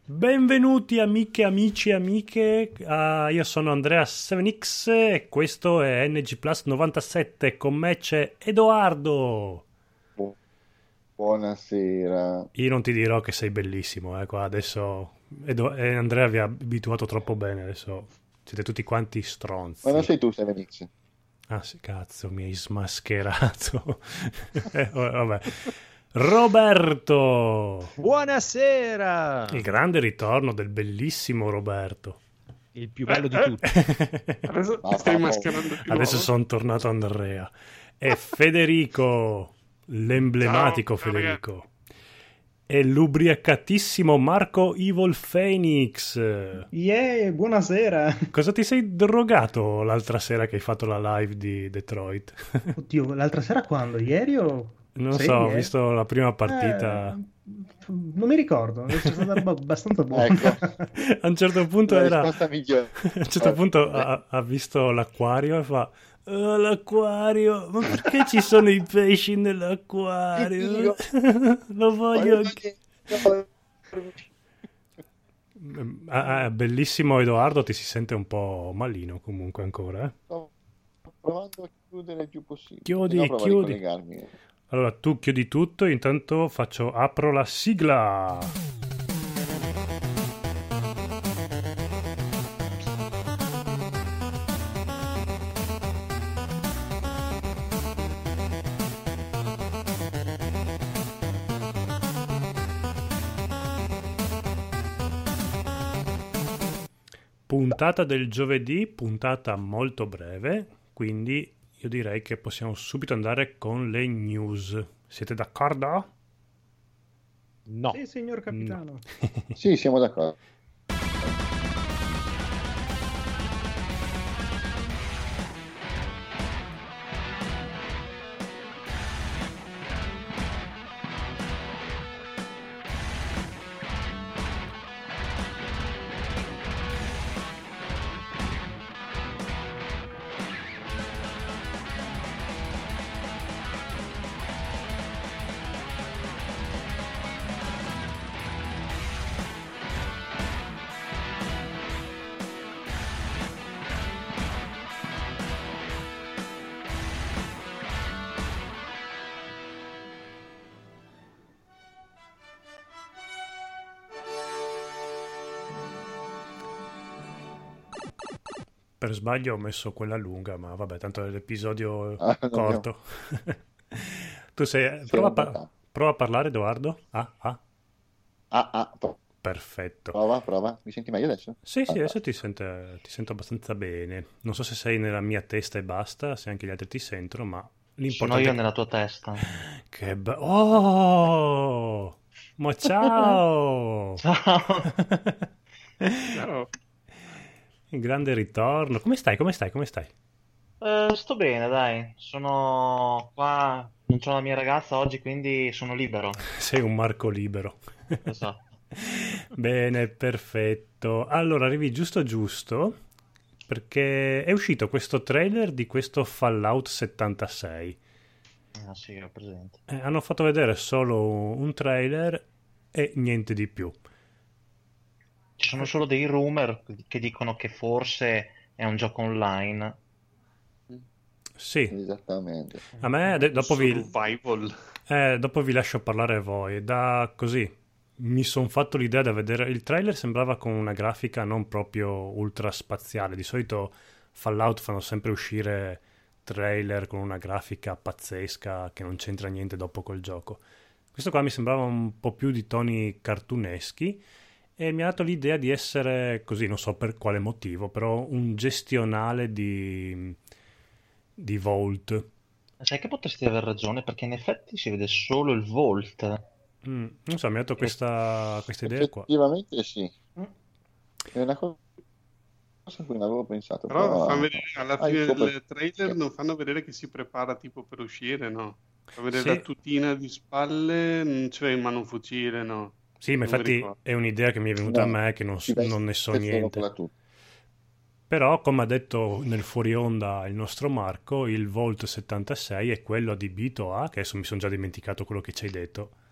Benvenuti amiche, amici e amiche, io sono Andrea 7X e questo è NG Plus 97, con me c'è Edoardo. Bu- Buonasera. Io non ti dirò che sei bellissimo, qua adesso Andrea vi ha abituato troppo bene, adesso siete tutti quanti Ma non stronzi. sei tu, 7X? Ah sì, cazzo, mi hai smascherato. Vabbè. Roberto! Il Buonasera! grande ritorno del bellissimo Roberto. Il più bello di tutti. Adesso ti Ma stai va, mascherando di Adesso nuovo? sono tornato Andrea. E Federico, Ciao, l'emblematico ciao ragazzi. Federico. E l'ubriacatissimo Marco Evil Phoenix. Yeah, buonasera. Cosa ti sei drogato l'altra sera che hai fatto la live di Detroit? Oddio, l'altra sera quando? Ieri o Non so, ho ieri? visto la prima partita. Non mi ricordo, è stata una roba abbastanza buona. Ecco, A un certo punto la era. risposta migliore. A un certo punto ha visto l'acquario e fa: "Oh, l'acquario, ma perché ci sono i pesci nell'acquario? Dio. Lo voglio anche." Sto Bellissimo Edoardo, ti si sente un po' malino comunque ancora, eh? provando a chiudere il più possibile. Se no Chiudi, provo a chiudi. ricollegarmi. Allora tu chiudi tutto, intanto apro la sigla. Puntata del giovedì, puntata molto breve, quindi io direi che possiamo subito andare con le news. Siete d'accordo? No. Sì, signor No. capitano. Sì, siamo d'accordo. Per sbaglio ho messo quella lunga, ma vabbè, tanto è l'episodio Non abbiamo... corto. Tu sei. Siamo abbastanza. Prova a parlare, Edoardo. Perfetto. Prova. Mi senti meglio adesso? Sì, sì, adesso Fantastico. ti sento abbastanza bene. Non so se sei nella mia testa e basta, se anche gli altri ti sentono, ma Sono l'importante io è che. nella tua testa. Che bello! Oh! Ma ciao! Ciao. Ciao. Il grande ritorno. Come stai? Come stai? Come stai? Sto bene, dai. Sono qua. Non c'ho la mia ragazza oggi, quindi sono libero. Sei un Marco libero. Esatto. Bene, perfetto. Allora, arrivi giusto giusto, perché è uscito questo trailer di questo Fallout 76. Ah, sì, ho presente. Hanno fatto vedere solo un trailer e niente di più. Ci sono solo dei rumor che dicono che forse è un gioco online. Sì, Esattamente. a me Survival. dopo vi lascio parlare voi. Da così mi sono fatto l'idea da vedere. Il trailer sembrava con una grafica non proprio ultra spaziale. Di solito Fallout fanno sempre uscire trailer con una grafica pazzesca che non c'entra niente dopo col gioco. Questo qua mi sembrava un po' più di toni cartuneschi e mi ha dato l'idea di essere così, non so per quale motivo, però un gestionale di Vault. Sai che potresti aver ragione, perché in effetti si vede solo il Volt. Non so, mi ha dato E questa idea qua. Effettivamente sì. Mm. È una cosa a cui non avevo pensato, Però però fanno vedere, alla il fine suo del perché. trailer non fanno vedere che si prepara tipo per uscire, no? Fa vedere la Sì, tutina di spalle, non c'è in mano un fucile, no? sì, ma Non mi infatti ricordo. è un'idea che mi è venuta a No, me che si non ne so veste solo con niente. la tuta. Però, come ha detto nel fuori onda il nostro Marco, il Volt 76 è quello adibito a, che adesso mi sono già dimenticato quello che ci hai detto.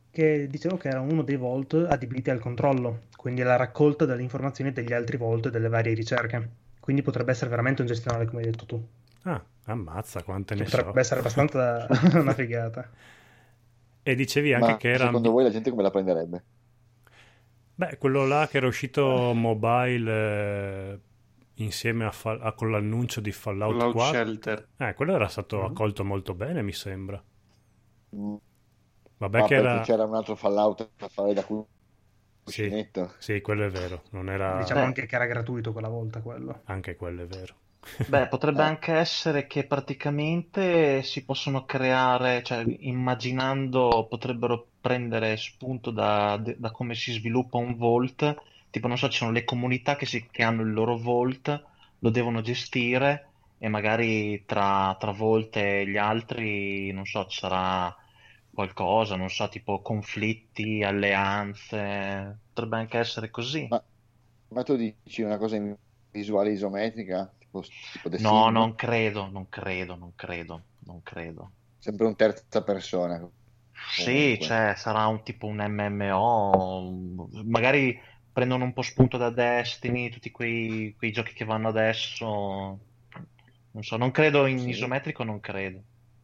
che dicevo che era uno dei Vault adibiti al controllo, quindi alla raccolta delle informazioni degli altri Vault e delle varie ricerche. Quindi potrebbe essere veramente un gestionale, come hai detto tu. Ah, ammazza, quante ne Potrebbe so. essere abbastanza una figata. E dicevi anche Ma che era... secondo voi la gente come la prenderebbe? Beh, quello là che era uscito mobile insieme con l'annuncio di Fallout Fallout 4. Shelter. Quello era stato Mhm. accolto molto bene, mi sembra. Mm, Vabbè Ma che perché era... c'era un altro Fallout da fare da Sì, cuscinetto? sì, quello è vero. Non era... Diciamo Beh. anche che era gratuito quella volta quello. Anche quello è vero. Beh, potrebbe Eh. anche essere che praticamente si possono creare, cioè immaginando, potrebbero prendere spunto da come si sviluppa un Vault, tipo non so, ci sono le comunità che hanno il loro Vault, lo devono gestire e magari tra Vault e gli altri, non so, ci sarà qualcosa, non so, tipo conflitti, alleanze, potrebbe anche essere così. Ma, ma tu dici una cosa in visuale isometrica, tipo The No, Sim, non credo, non credo, non credo, non credo. sempre un terza persona Sì, comunque. cioè sarà un tipo un MMO, magari prendono un po' spunto da Destiny, tutti quei giochi che vanno adesso. Non so, non credo in Sì, isometrico, non credo.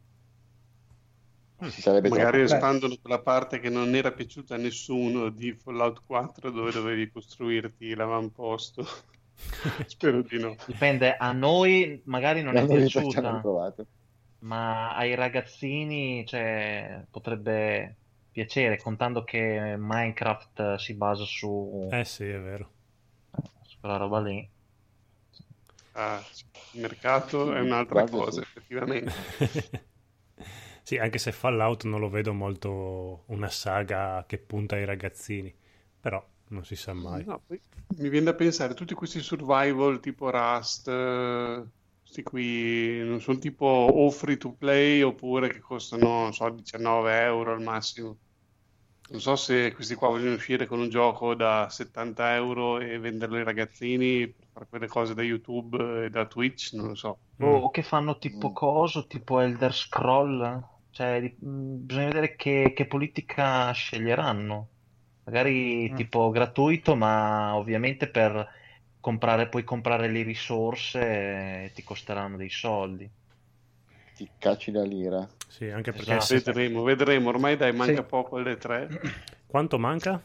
si sarebbe Magari troppo. Beh, espandono quella parte che non era piaciuta a nessuno di Fallout 4 dove dovevi costruirti l'avamposto. Spero di no. Dipende, a noi magari non è Non ci hanno piaciuta, riprovato. ma ai ragazzini, cioè, potrebbe piacere, contando che Minecraft si basa Sì, è vero. su quella roba lì. Ah, il mercato è Sì, un'altra guarda, cosa, sì. effettivamente. Sì, anche se Fallout non lo vedo molto una saga che punta ai ragazzini, però non si sa mai. No, poi mi viene da pensare, tutti questi survival tipo Rust, questi qui non sono tipo o free to play oppure che costano, non so, 19 euro al massimo. Non so se questi qua vogliono uscire con un gioco da 70 euro e venderlo ai ragazzini per fare quelle cose da YouTube e da Twitch, non lo so. O che fanno tipo Mm. coso, tipo Elder Scroll, cioè bisogna vedere che politica sceglieranno. Magari mm. tipo gratuito, ma ovviamente per comprare, puoi comprare le risorse e ti costeranno dei soldi. Ti cacci la lira. Sì, anche perché Esatto. Vedremo, vedremo. Ormai dai, manca Sì. poco alle 3, quanto manca?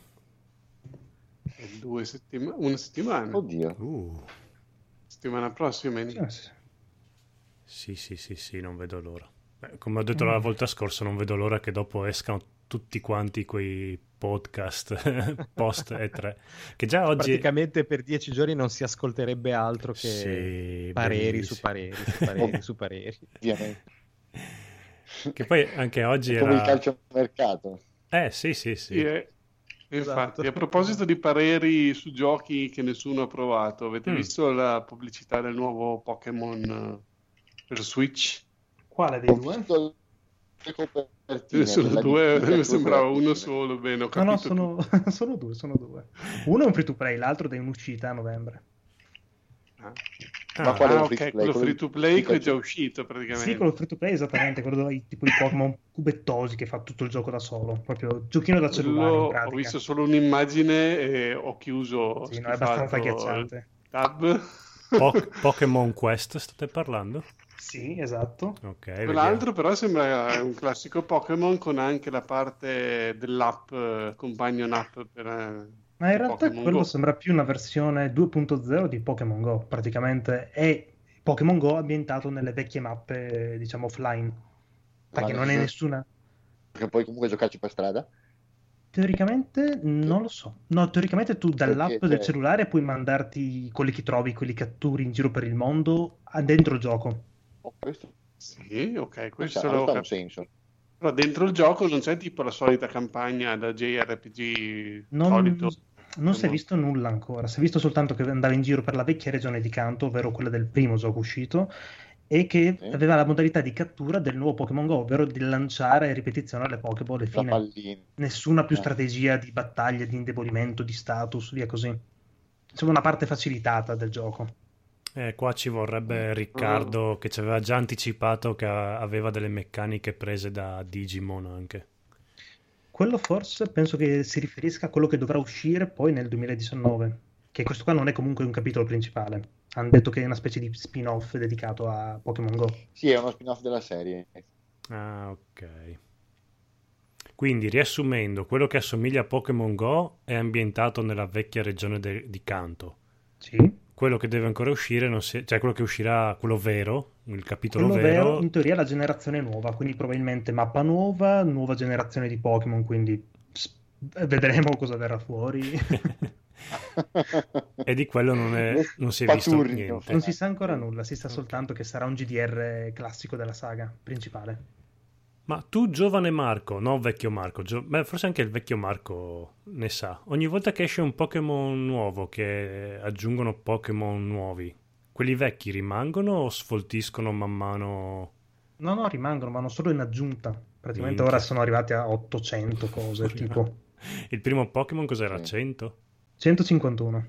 una settimana. Oddio. Settimana prossima inizia. Sì. Sì, non vedo l'ora. Come ho detto la volta scorsa, non vedo l'ora che dopo escano tutti quanti quei podcast post E3, che già oggi... Praticamente per 10 giorni non si ascolterebbe altro che Sì, pareri su bellissimo. pareri su pareri su pareri. Ovviamente. Che poi anche oggi È come il era... calciomercato. Sì. Sì, infatti, Esatto. a proposito di pareri su giochi che nessuno ha provato, avete Mm. visto la pubblicità del nuovo Pokémon per Switch? Quale dei Ho due? visto le Ce ne copertine, sono quella due, di mi sembrava uno copertine. solo, bene, ho No, no, capito tutto. sono due, sono due. Uno è un free to play, l'altro è un'uscita a novembre. Ah, Ma quale è un ok, free to play? quello free to play di che è già calcio- uscito Sì, praticamente. quello free to play esattamente, quello dove hai tipo i Pokémon cubettosi che fa tutto il gioco da solo, proprio giochino da cellulare Quello in ho pratica. visto solo un'immagine e ho chiuso, Sì, no, è abbastanza schifato il agghiacciante. tab. Pokémon Quest state parlando? Sì, esatto. Ok, vediamo. Quell'altro però sembra un classico Pokémon con anche la parte dell'app, companion app per Ma in di realtà Pokémon quello Go. sembra più una versione 2.0 di Pokémon Go, praticamente è Pokémon Go ambientato nelle vecchie mappe, diciamo, offline, Ma perché nel non è senso nessuna... che puoi comunque giocarci per strada? Teoricamente non lo so. No, teoricamente tu dall'app Perché del cioè, cellulare puoi mandarti quelli che trovi, quelli che catturi in giro per il mondo dentro il gioco. questo Sì, ok, questo questo l'avevo ha un capito. senso. Però dentro il gioco non c'è tipo la solita campagna da JRPG Non, solito. non si è Pokémon. visto nulla ancora, si è visto soltanto che andava in giro per la vecchia regione di Kanto, ovvero quella del primo gioco uscito, e che Sì? aveva la modalità di cattura del nuovo Pokémon Go, ovvero di lanciare a ripetizione le Pokéball e La fine. pallina. Nessuna più strategia di battaglia, di indebolimento, di status, via così. Insomma, una parte facilitata del gioco. Qua ci vorrebbe Riccardo che ci aveva già anticipato che aveva delle meccaniche prese da Digimon anche. Quello forse penso che si riferisca a quello che dovrà uscire poi nel 2019, che questo qua non è comunque un capitolo principale. Hanno detto che è una specie di spin-off dedicato a Pokémon Go. Sì, è uno spin-off della serie. Ah, ok. Quindi, riassumendo, quello che assomiglia a Pokémon Go è ambientato nella vecchia regione di Kanto. Sì. Quello che deve ancora uscire, cioè quello che uscirà, quello vero, il capitolo Quello vero, vero, in teoria, è la generazione nuova, quindi probabilmente mappa nuova, nuova generazione di Pokémon, quindi vedremo cosa verrà fuori. e di quello non si è visto Spaturri, niente. Non si sa ancora nulla, si sa soltanto che sarà un GDR classico della saga principale. Ma tu, giovane Marco, no vecchio Marco, beh, forse anche il vecchio Marco ne sa. Ogni volta che esce un Pokémon nuovo, che aggiungono Pokémon nuovi, quelli vecchi rimangono o sfoltiscono man mano? No, rimangono, vanno solo in aggiunta. Praticamente Minchia. ora sono arrivati a 800 cose, tipo Il primo Pokémon cos'era? Sì. 100? 151.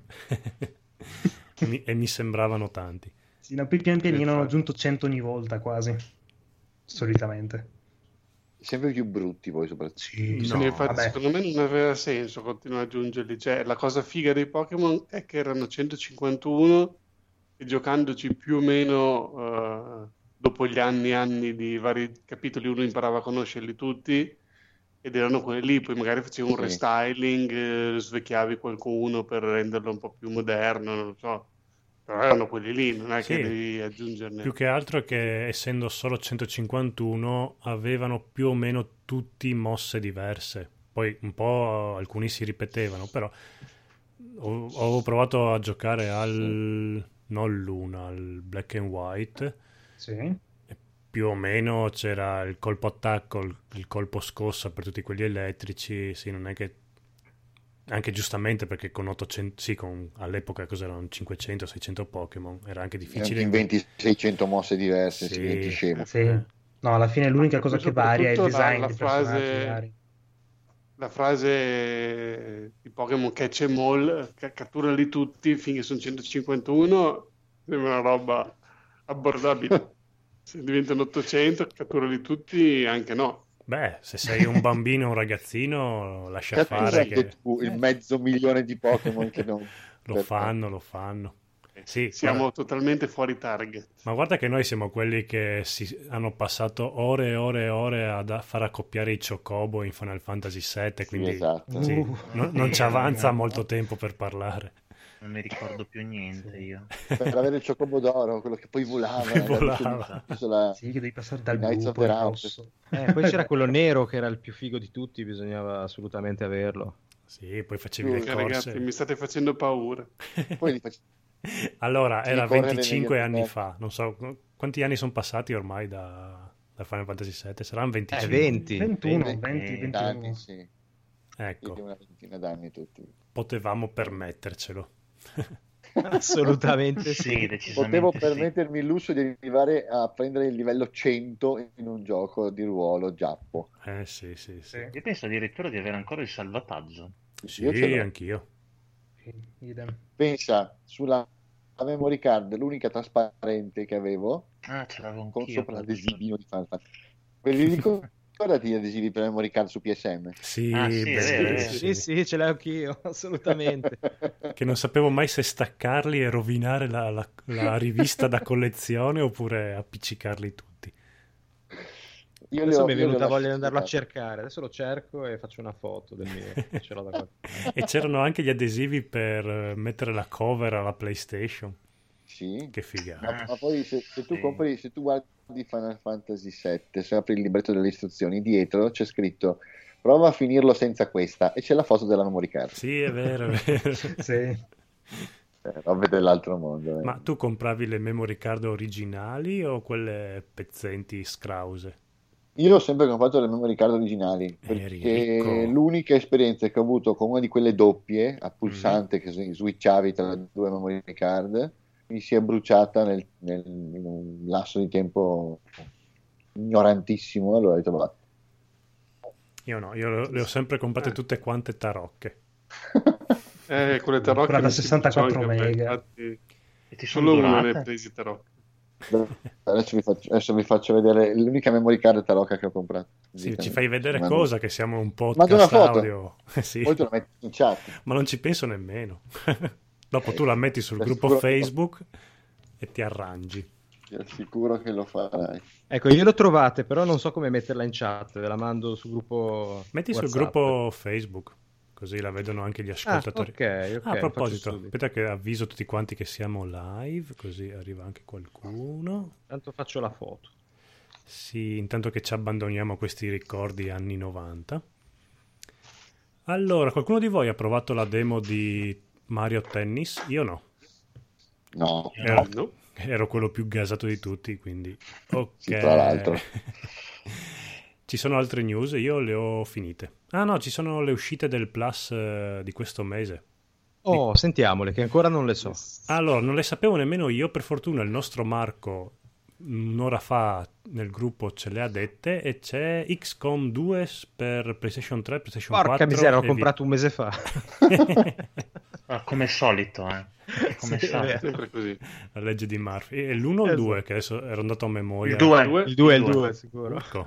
E mi sembravano tanti. Sì, no, pian pianino hanno Infatti. aggiunto 100 ogni volta quasi, solitamente. Sempre più brutti poi soprattutto. Sì, No, Sì, infatti, vabbè. secondo me non aveva senso continuare ad aggiungerli. Cioè, la cosa figa dei Pokémon è che erano 151 e giocandoci più o meno dopo gli anni e anni di vari capitoli uno imparava a conoscerli tutti ed erano quelli lì. Poi magari facevi un Sì. restyling, svecchiavi qualcuno per renderlo un po' più moderno, non lo so. Però erano quelli lì, non è Sì. che devi aggiungerne. Più che altro è che essendo solo 151 avevano più o meno tutti mosse diverse. Poi un po' alcuni si ripetevano, però ho provato a giocare non l'una, al Black and White. Sì. E più o meno c'era il colpo attacco, il colpo scossa per tutti quelli elettrici. Sì, non è che anche giustamente perché con 800, sì, all'epoca cos'erano 500-600 Pokémon, era anche difficile. Inventi 600 mosse diverse, Sì. si diventi scemo. Sì. No, alla fine l'unica cosa Poi che varia è il soprattutto design la dei personaggi frase, vari. la frase di Pokémon Catch 'em all, catturali tutti finché sono 151, sembra una roba abbordabile. Se diventano 800, catturali tutti, anche no. Beh, se sei un bambino o un ragazzino, lascia fare Catturando che tu il 500.000 di Pokémon che non... lo fanno. Sì, Siamo guarda, totalmente fuori target. ma guarda che noi siamo quelli che hanno passato ore e ore e ore a far accoppiare i Chocobo in Final Fantasy VII, Sì, quindi esatto. sì, non ci avanza no. molto tempo per parlare. Non mi ricordo più niente io. Per avere il Chocobo d'oro, quello che poi volava. Che volava. Sì, che devi passare dal Knights blu of poi the al Round. rosso. Poi c'era quello nero che era il più figo di tutti, bisognava assolutamente averlo. Sì, poi facevi le Cioè, ragazzi, corse. mi state facendo paura. Poi li facevi Allora, era correre 25 negli anni annetti. fa, non so quanti anni sono passati ormai da Final Fantasy VII, saranno 25. 20. 21, 20. 20, 21. anni, sì. Più di Ecco, una ventina d'anni tutti. potevamo permettercelo. Assolutamente Sì, sì. decisamente Potevo sì. permettermi il lusso di arrivare a prendere il livello 100 in un gioco di ruolo giappo. Sì. Io penso addirittura di avere ancora il salvataggio. Sì, Io ce l'ho. anch'io. Sì, idem. Pensa, sulla memory card, l'unica trasparente che avevo, Ah, ce l'avevo con anch'io. sopra l'adesivino di Final Fantasy. Ve li ricordate gli adesivi per memory card su PSM? Sì, Ah, sì, è vero, è vero. Sì, ce l'ho anch'io, assolutamente. Che non sapevo mai se staccarli e rovinare la rivista da collezione oppure appiccicarli tutti. Io Adesso mi è li ho venuta voglia di lasciati andarlo a da- cercare. Adesso lo cerco e faccio una foto del mio. Ce l'ho da qualche parte. E c'erano anche gli adesivi per mettere la cover alla PlayStation. Sì. Che figata. Ma poi se tu Sì. compri, se tu guardi Final Fantasy VII, se apri il libretto delle istruzioni, dietro c'è scritto prova a finirlo senza questa e c'è la foto della memory card. Sì, è vero, è vero. Sì. Robe dell'altro mondo. Ma tu compravi le memory card originali o quelle pezzenti scrause? Io ho sempre comprato le memory card originali Eri perché ricco. l'unica esperienza che ho avuto con una di quelle doppie a pulsante che switchavi tra le due memory card mi si è bruciata in un lasso di tempo ignorantissimo. Allora ho detto, "Va." Io no, io le ho sempre comprate tutte quante tarocche. Quelle tarocche Quella da mi si 64 bruciò anche a me, mega. infatti E ti sono solo una ne ho durate? presi tarocche. Adesso vi faccio vedere l'unica memory card tarocca che ho comprato. Sì, ci fai vedere Mando- cosa che siamo un Mando una podcast foto. audio. Sì. Poi te la metti in chat. Ma non ci penso nemmeno. Dopo tu la metti sul Ti gruppo assicuro- Facebook e ti arrangi. Ti assicuro che lo farai. Ecco, io l'ho trovate, però non so come metterla in chat, ve la mando sul gruppo Metti sul WhatsApp. gruppo Facebook, così la vedono anche gli ascoltatori. ok, Ah, a faccio proposito, subito. aspetta che avviso tutti quanti che siamo live, così arriva anche qualcuno. Tanto faccio la foto. Sì, intanto che ci abbandoniamo a questi ricordi anni 90. Allora, qualcuno di voi ha provato la demo di Mario Tennis? Io no. No, Ero quello più gasato di tutti, quindi ok. Sì, tra l'altro. Ci sono altre news? Io le ho finite. Ah no, ci sono le uscite del Plus di questo mese. Oh, sentiamole, che ancora non le so. Allora, non le sapevo nemmeno io, per fortuna il nostro Marco un'ora fa nel gruppo ce le ha dette e c'è XCOM 2 per PlayStation 3, PlayStation Porca 4 miseria, l'ho e comprato un mese fa. Come al solito, come Sì, solito. è vero. Sempre così. la legge di Murphy. E l'1 o il Esatto. 2 che adesso ero andato a memoria. Il 2. Il 2 è il 2, sicuro. Ecco.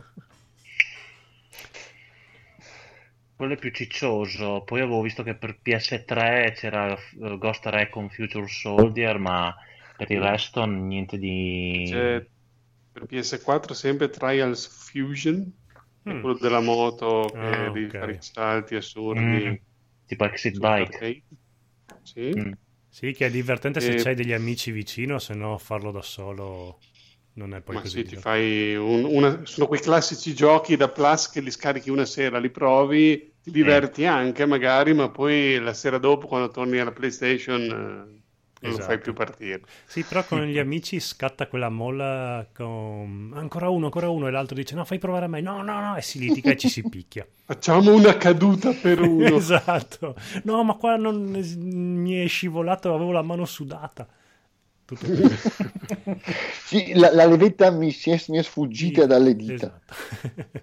Quello è più ciccioso. Poi avevo visto che per PS3 c'era Ghost Recon Future Soldier, ma per il resto niente di... C'è per PS4 sempre Trials Fusion, che è Mm. quello della moto che Ah, devi ok. fare i salti assurdi. Mm, tipo Exit sul Bike. arcade. Sì. Mm. Sì, che è divertente se E- c'hai degli amici vicino, se no farlo da solo non è poi Ma così sì, ti divertente. fai sono quei classici giochi da Plus che li scarichi una sera, li provi, ti diverti anche magari, ma poi la sera dopo quando torni alla PlayStation non lo Esatto. fai più partire. Sì, però con gli amici scatta quella molla con ancora uno e l'altro dice no, fai provare a me, no, e si litiga e ci si picchia. Facciamo una caduta per uno. Esatto. No, ma qua non mi è scivolato, avevo la mano sudata. Tutto qui. Sì, la levetta mi è sfuggita Sì, dalle dita. esatto.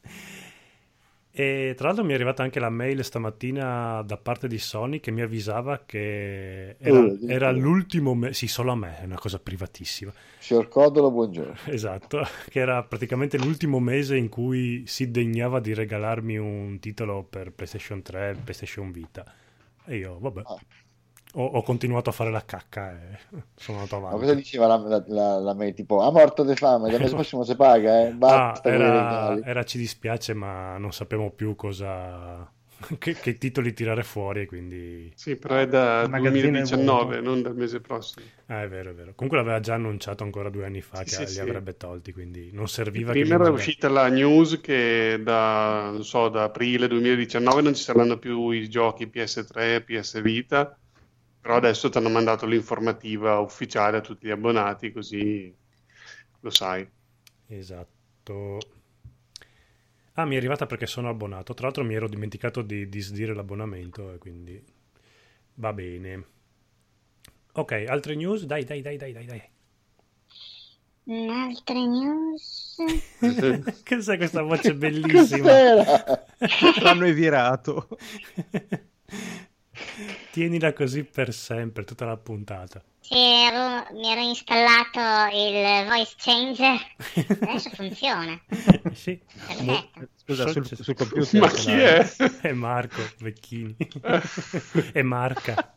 E tra l'altro mi è arrivata anche la mail stamattina da parte di Sony che mi avvisava che era l'ultimo mese, sì, solo a me, è una cosa privatissima. Signor Codolo, buongiorno. Esatto, che era praticamente l'ultimo mese in cui si degnava di regalarmi un titolo per PlayStation 3, PlayStation Vita. E io, vabbè, Ah. ho continuato a fare la cacca e sono andato Ma avanti. cosa diceva la mail? Tipo, a morto di fame, da mese prossimo si paga, basta con i regali. Era ci dispiace, ma non sappiamo più cosa che titoli tirare fuori, quindi Sì, però è da Il magazzino è 2019, vuoto. non dal mese prossimo. è vero, è vero. Comunque l'aveva già annunciato ancora 2 anni fa Sì, che sì, li sì. avrebbe tolti, quindi non serviva che Prima li era mandasse. uscita la news che da aprile 2019 non ci saranno più i giochi PS3 e PS Vita, però adesso ti hanno mandato l'informativa ufficiale a tutti gli abbonati, così lo sai. Esatto. Ah, mi è arrivata perché sono abbonato. Tra l'altro mi ero dimenticato di disdire l'abbonamento e quindi va bene. Ok, altre news? Dai. Altre news? Cos'è questa voce bellissima? Cos'era? L'hanno evirato. Tienila così per sempre, tutta la puntata. Sì, mi ero installato il voice changer, adesso funziona. Sì. Perfetto. Scusa, sul computer. Ma chi è? È Marco Vecchini. È Marca.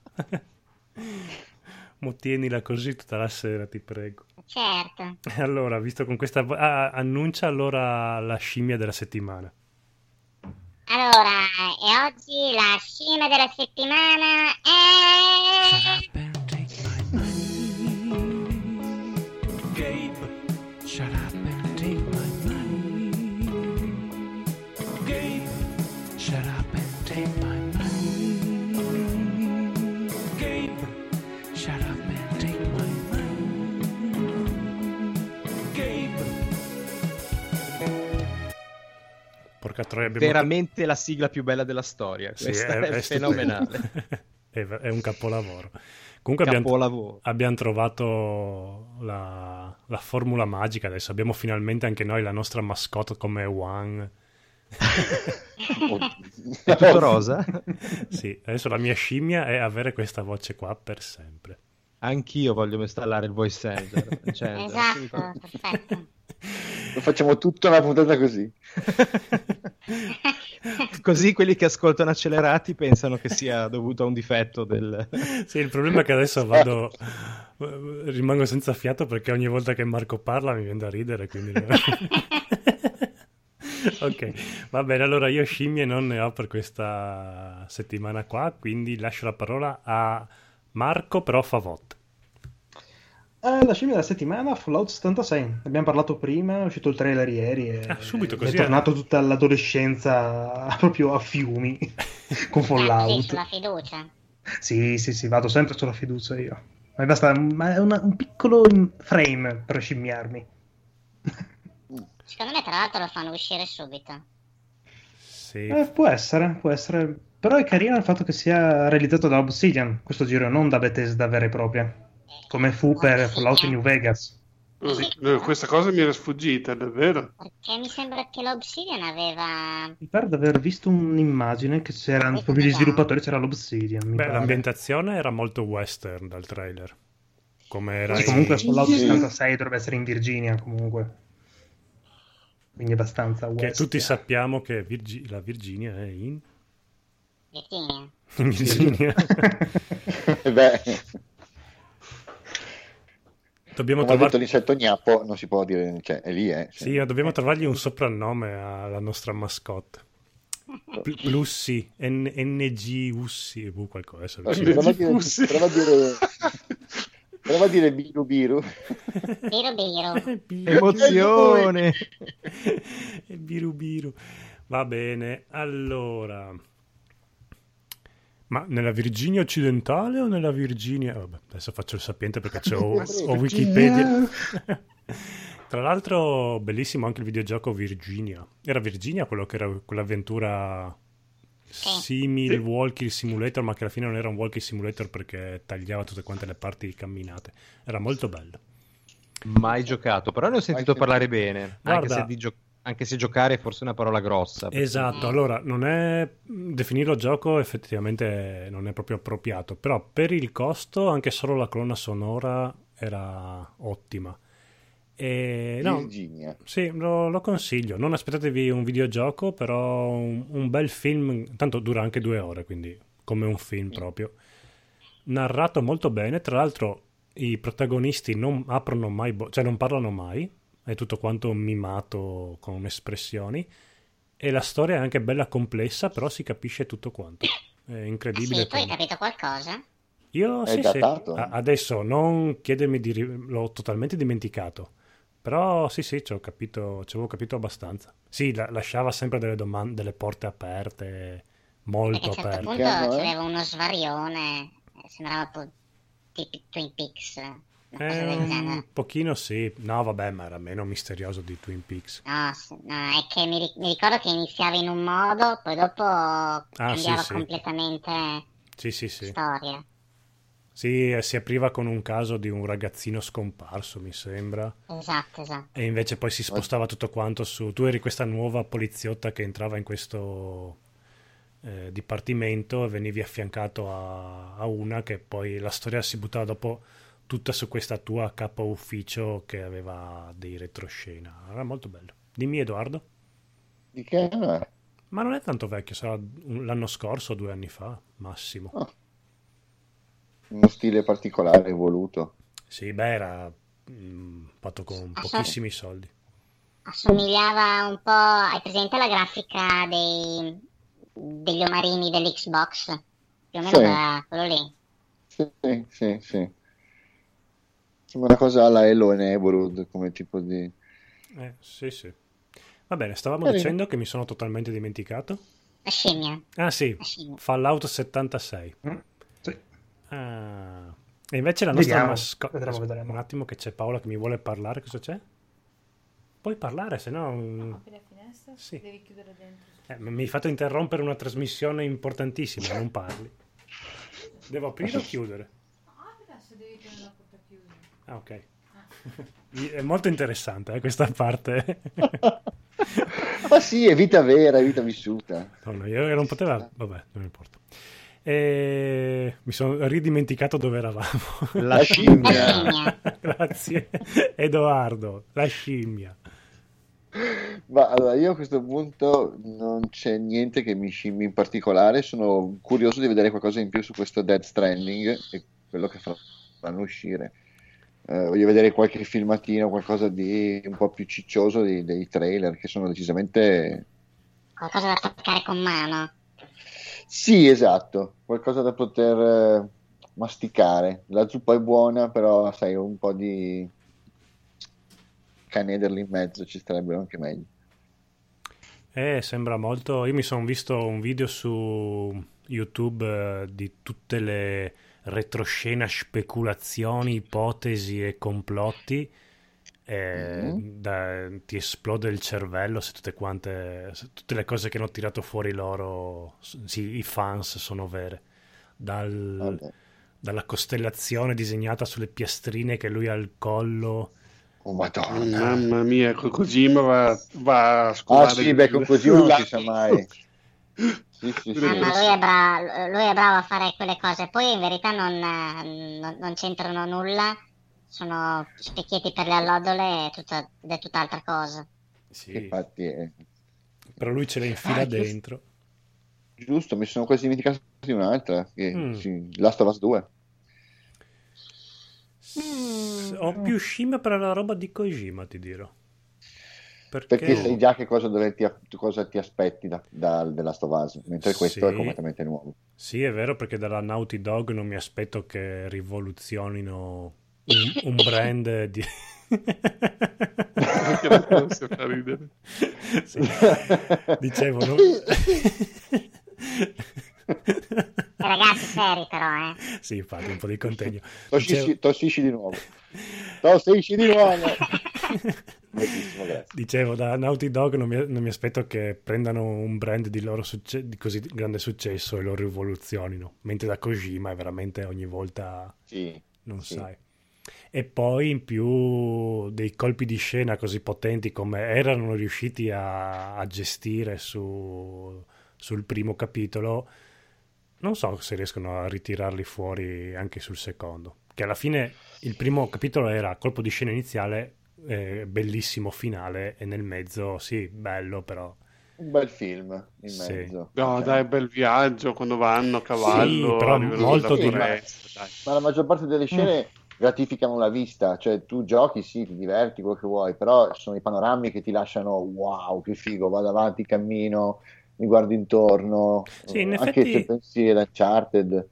Mo tienila così tutta la sera, ti prego. Certo. Allora, visto con questa... annuncia allora la scimmia della settimana. Allora, e oggi la scimmia della settimana è... Shut up and take my money. Gabe, shut up and take my money. Gabe, shut up and take my money. Gabe. Porca troia, abbiamo... Veramente la sigla più bella della storia. Sì, Questa è stupendo. fenomenale. È un capolavoro. Comunque Capolavoro. abbiamo trovato la formula magica adesso. Abbiamo finalmente anche noi la nostra mascotte come One. È tutto rosa? Sì, adesso la mia scimmia è avere questa voce qua per sempre. Anch'io voglio installare il voice changer. Esatto, perfetto. Lo facciamo tutta una puntata così. Così quelli che ascoltano accelerati pensano che sia dovuto a un difetto del... Sì, il problema è che adesso rimango senza fiato perché ogni volta che Marco parla mi viene da ridere, quindi... Ok, va bene, allora io scimmie non ne ho per questa settimana qua, quindi lascio la parola a Marco, però Favot. La scimmia della settimana, Fallout 76. Ne abbiamo parlato prima, è uscito il trailer ieri e subito mi così, è tornato tutta l'adolescenza proprio a fiumi con Sì, Fallout. sulla fiducia. Sì, vado sempre sulla fiducia io. Ma basta un piccolo frame per scimmiarmi. Secondo me, tra l'altro, lo fanno uscire subito. Sì, Può essere. Però è carino il fatto che sia realizzato da Obsidian, questo giro, non da Bethesda vera e propria, come fu per Fallout New Vegas. Questa cosa mi era sfuggita, davvero. Perché mi sembra che l'Obsidian aveva... Mi pare di aver visto un'immagine che c'erano proprio gli sviluppatori, c'era l'Obsidian. Mi pare. l'ambientazione era molto western dal trailer, come era Sì, comunque Fallout 76 dovrebbe essere in Virginia, comunque. Quindi abbastanza che western. tutti sappiamo che la Virginia è in Virginia. Virginia. Beh, Dobbiamo come ha detto trovare... l'insetto gnappo, non si può dire, cioè, è lì, Sì, ma dobbiamo trovargli un soprannome alla nostra mascotte. Lussi, NG Ussi, qualcosa. Adesso prova a dire Biru Biru. Biro. Emozione! Biru Biru. Va bene, allora... Ma nella Virginia occidentale o nella Virginia... Vabbè, adesso faccio il sapiente perché ho Wikipedia. Tra l'altro, bellissimo anche il videogioco Virginia. Era Virginia quello che era quell'avventura simile Walking Simulator, ma che alla fine non era un Walking Simulator perché tagliava tutte quante le parti camminate. Era molto bello. Mai giocato, però ne ho sentito parlare bene. Guarda, Anche se giocare è forse una parola grossa. Esatto, allora non è definirlo gioco effettivamente non è proprio appropriato, però per il costo anche solo la colonna sonora era ottima. E, no, Virginia. sì, lo consiglio. Non aspettatevi un videogioco, però un bel film, tanto dura anche 2 ore, quindi come un film proprio. Narrato molto bene, tra l'altro i protagonisti non aprono mai, cioè non parlano mai, è tutto quanto mimato con espressioni, e la storia è anche bella complessa, però si capisce tutto quanto. È incredibile. Sì, tu hai capito qualcosa? Io È sì. datato? Adesso non chiedermi l'ho totalmente dimenticato. Però sì, ci avevo capito abbastanza. Sì, lasciava sempre delle domande, delle porte aperte, molto Perché a un certo aperte. punto c'aveva uno svarione, sembrava tipo Twin Peaks, una cosa del Un genere. pochino sì. No, vabbè, ma era meno misterioso di Twin Peaks. No, è che mi ricordo che iniziava in un modo, poi dopo cambiava sì. completamente Sì. storia. Sì, si apriva con un caso di un ragazzino scomparso, mi sembra. Esatto. E invece poi si spostava tutto quanto su... Tu eri questa nuova poliziotta che entrava in questo dipartimento e venivi affiancato a una che poi la storia si buttava dopo tutta su questa tua capo ufficio che aveva dei retroscena. Era molto bello. Dimmi, Edoardo. Di che? Ma non è tanto vecchio, sarà l'anno scorso o 2 anni fa, massimo. Oh. Uno stile particolare, voluto. Sì, beh, era fatto con pochissimi soldi. Assomigliava un po'... Hai presente la grafica degli omarini dell'Xbox? Più o meno Sì. era quello lì. Sì. Sembra una cosa alla Hello Neighborhood, come tipo di... Sì. Va bene, stavamo dicendo che mi sono totalmente dimenticato. La scimmia. Ah sì, La scimmia. Fallout 76. Sì. Ah. E invece la nostra Vediamo, mascotte... vedremo. Un attimo che c'è Paola che mi vuole parlare, cosa c'è? Puoi parlare, se no... Apri la finestra, Sì. devi chiudere dentro. mi hai fatto interrompere una trasmissione importantissima, non parli. Devo aprire o chiudere? Aprila se devi tenere la porta chiusa. Ah, ok. È molto interessante questa parte. Ma sì, è vita vera, è vita vissuta. No, io non poteva... Vabbè, non importa. mi sono ridimenticato dove eravamo. La La scimmia. scimmia. Grazie, Edoardo, la scimmia. Ma allora, io a questo punto non c'è niente che mi scimmi in particolare, sono curioso di vedere qualcosa in più su questo Death Stranding e quello che faranno uscire. Voglio vedere qualche filmatino, qualcosa di un po' più ciccioso dei trailer, che sono decisamente... Qualcosa da toccare con mano. Sì, esatto, qualcosa da poter masticare. La zuppa è buona, però sai, un po' di canederli in mezzo ci starebbero anche meglio. Sembra molto. Io mi sono visto un video su YouTube di tutte le retroscena, speculazioni, ipotesi e complotti. Ti esplode il cervello se se tutte le cose che hanno tirato fuori loro, sì, i fans, sono vere. Vabbè. Dalla costellazione disegnata sulle piastrine che lui ha al collo. Oh, Madonna. Mamma mia, con Kojima va a scovare Sì, beh, con Kojima non si sa mai. Sì, sì, sì. Ma lui è bravo a fare quelle cose. Poi in verità non c'entrano nulla. Sono specchietti per le allodole ed è tutt'altra cosa. Sì, Che infatti però lui ce la infila dentro. giusto, mi sono quasi dimenticato di un'altra, sì, Last of Us 2. Ho più scimmia per la roba di Kojima, ti dirò. Perché sai già che cosa ti aspetti da The Last of Us, mentre questo Sì. è completamente nuovo. Sì, è vero, perché dalla Naughty Dog non mi aspetto che rivoluzionino un brand di... Anche la cosa fa ridere. Sì. Dicevo, no? Ragazzi seri però, Sì, infatti, un po' di contegno. Tossisci di nuovo. Tossisci di nuovo. Bellissimo, grazie. Dicevo, da Naughty Dog non mi aspetto che prendano un brand di loro di così grande successo e lo rivoluzionino, mentre da Kojima è veramente ogni volta Sì, non sì. sai. E poi in più dei colpi di scena così potenti come erano riusciti a gestire sul primo capitolo, non so se riescono a ritirarli fuori anche sul secondo, che alla fine il primo capitolo era colpo di scena iniziale, bellissimo finale, e nel mezzo sì, bello, però Un bel film in Sì. mezzo. No, Cioè, dai, bel viaggio quando vanno a cavallo, Sì, però arrivano molto dalla di- foresta, dai. ma la maggior parte delle scene gratificano la vista, cioè tu giochi, sì, ti diverti, quello che vuoi, però sono i panorami che ti lasciano wow, che figo, vado avanti, cammino, mi guardo intorno, Sì, in anche effetti- se pensi ad Uncharted.